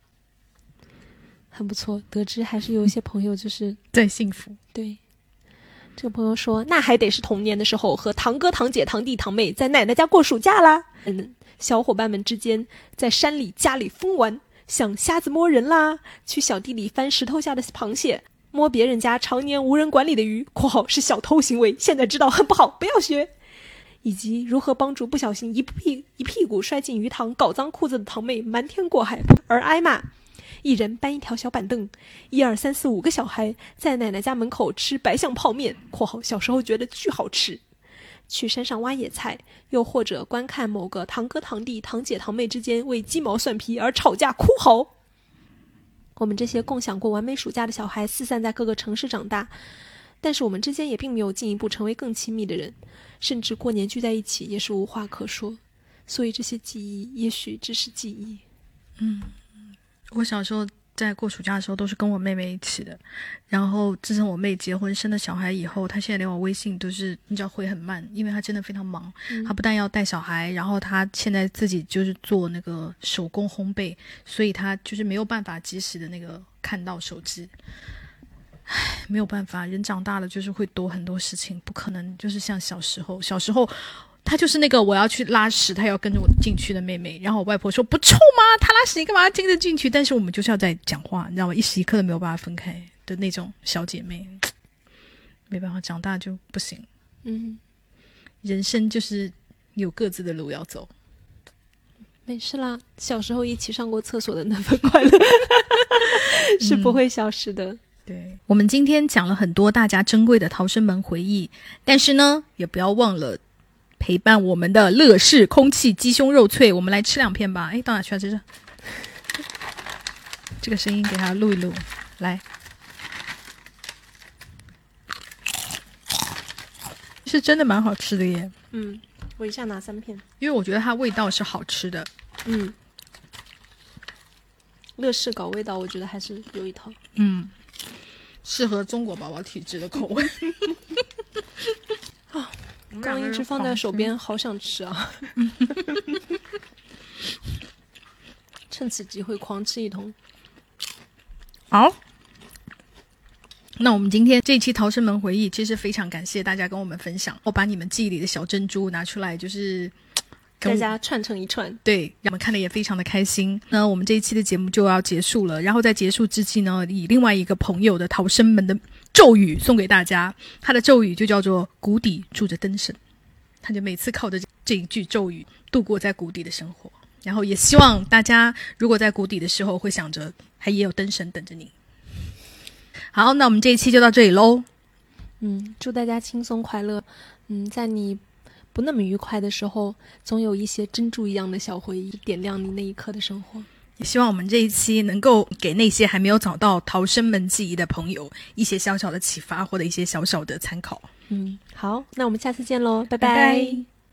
很不错，得知还是有一些朋友就是在幸福。 对。这个朋友说，那还得是童年的时候和堂哥堂姐堂弟堂妹在奶奶家过暑假啦。嗯，小伙伴们之间在山里家里疯玩，像瞎子摸人啦，去小地里翻石头下的螃蟹，摸别人家常年无人管理的鱼（括号是小偷行为，现在知道很不好，不要学），以及如何帮助不小心一屁一屁股摔进鱼塘搞脏裤子的堂妹瞒天过海而挨骂。一人搬一条小板凳，一二三四五个小孩在奶奶家门口吃白象泡面（括号小时候觉得巨好吃），去山上挖野菜，又或者观看某个堂哥堂弟堂姐堂妹之间为鸡毛蒜皮而吵架哭嚎。我们这些共享过完美暑假的小孩四散在各个城市长大，但是我们之间也并没有进一步成为更亲密的人，甚至过年聚在一起也是无话可说，所以这些记忆也许只是记忆。 嗯，我小时候在过暑假的时候都是跟我妹妹一起的，然后自从我妹结婚生了小孩以后，她现在连我微信都是你知道回很慢，因为她真的非常忙、嗯、她不但要带小孩，然后她现在自己就是做那个手工烘焙，所以她就是没有办法及时的那个看到手机。唉，没有办法，人长大了就是会多很多事情，不可能就是像小时候小时候她就是那个我要去拉屎她要跟着我进去的妹妹，然后我外婆说不臭吗，她拉屎你干嘛跟着进去，但是我们就是要在讲话，你知道吗，一时一刻都没有办法分开的那种小姐妹。没办法，长大就不行。 嗯， 人生就是有各自的路要走。 没事啦，小时候一起上过厕所的那份快乐是不会消失的、嗯， 对，我们今天讲了很多大家珍贵的逃生门回忆，但是呢也不要忘了陪伴我们的乐事空气鸡胸肉脆，我们来吃两片吧。哎，到哪去了？这是这个声音给它录一录，来，是真的蛮好吃的耶。 嗯，我一下拿三片， 因为我觉得它味道是好吃的。 嗯，乐事搞味道我觉得还是有一套。 嗯，适合中国宝宝体质的口味。 啊，刚一直放在手边，好想吃啊！趁此机会狂吃一通。 好，那我们今天这一期逃生门回忆其实非常感谢大家跟我们分享，我把你们记忆里的小珍珠拿出来，就是大家串成一串， 对，让我们看的也非常的开心。那我们这一期的节目就要结束了，然后在结束之际呢，以另外一个朋友的逃生门的咒语送给大家，他的咒语就叫做谷底住着灯神，他就每次靠着这一句咒语度过在谷底的生活，然后也希望大家如果在谷底的时候会想着还也有灯神等着你。好，那我们这一期就到这里咯。 嗯，祝大家轻松快乐。嗯，在你不那么愉快的时候，总有一些珍珠一样的小回忆点亮你那一刻的生活。 也希望我们这一期能够给那些还没有找到逃生门记忆的朋友一些小小的启发，或者一些小小的参考。 嗯，好，那我们下次见咯，拜拜拜。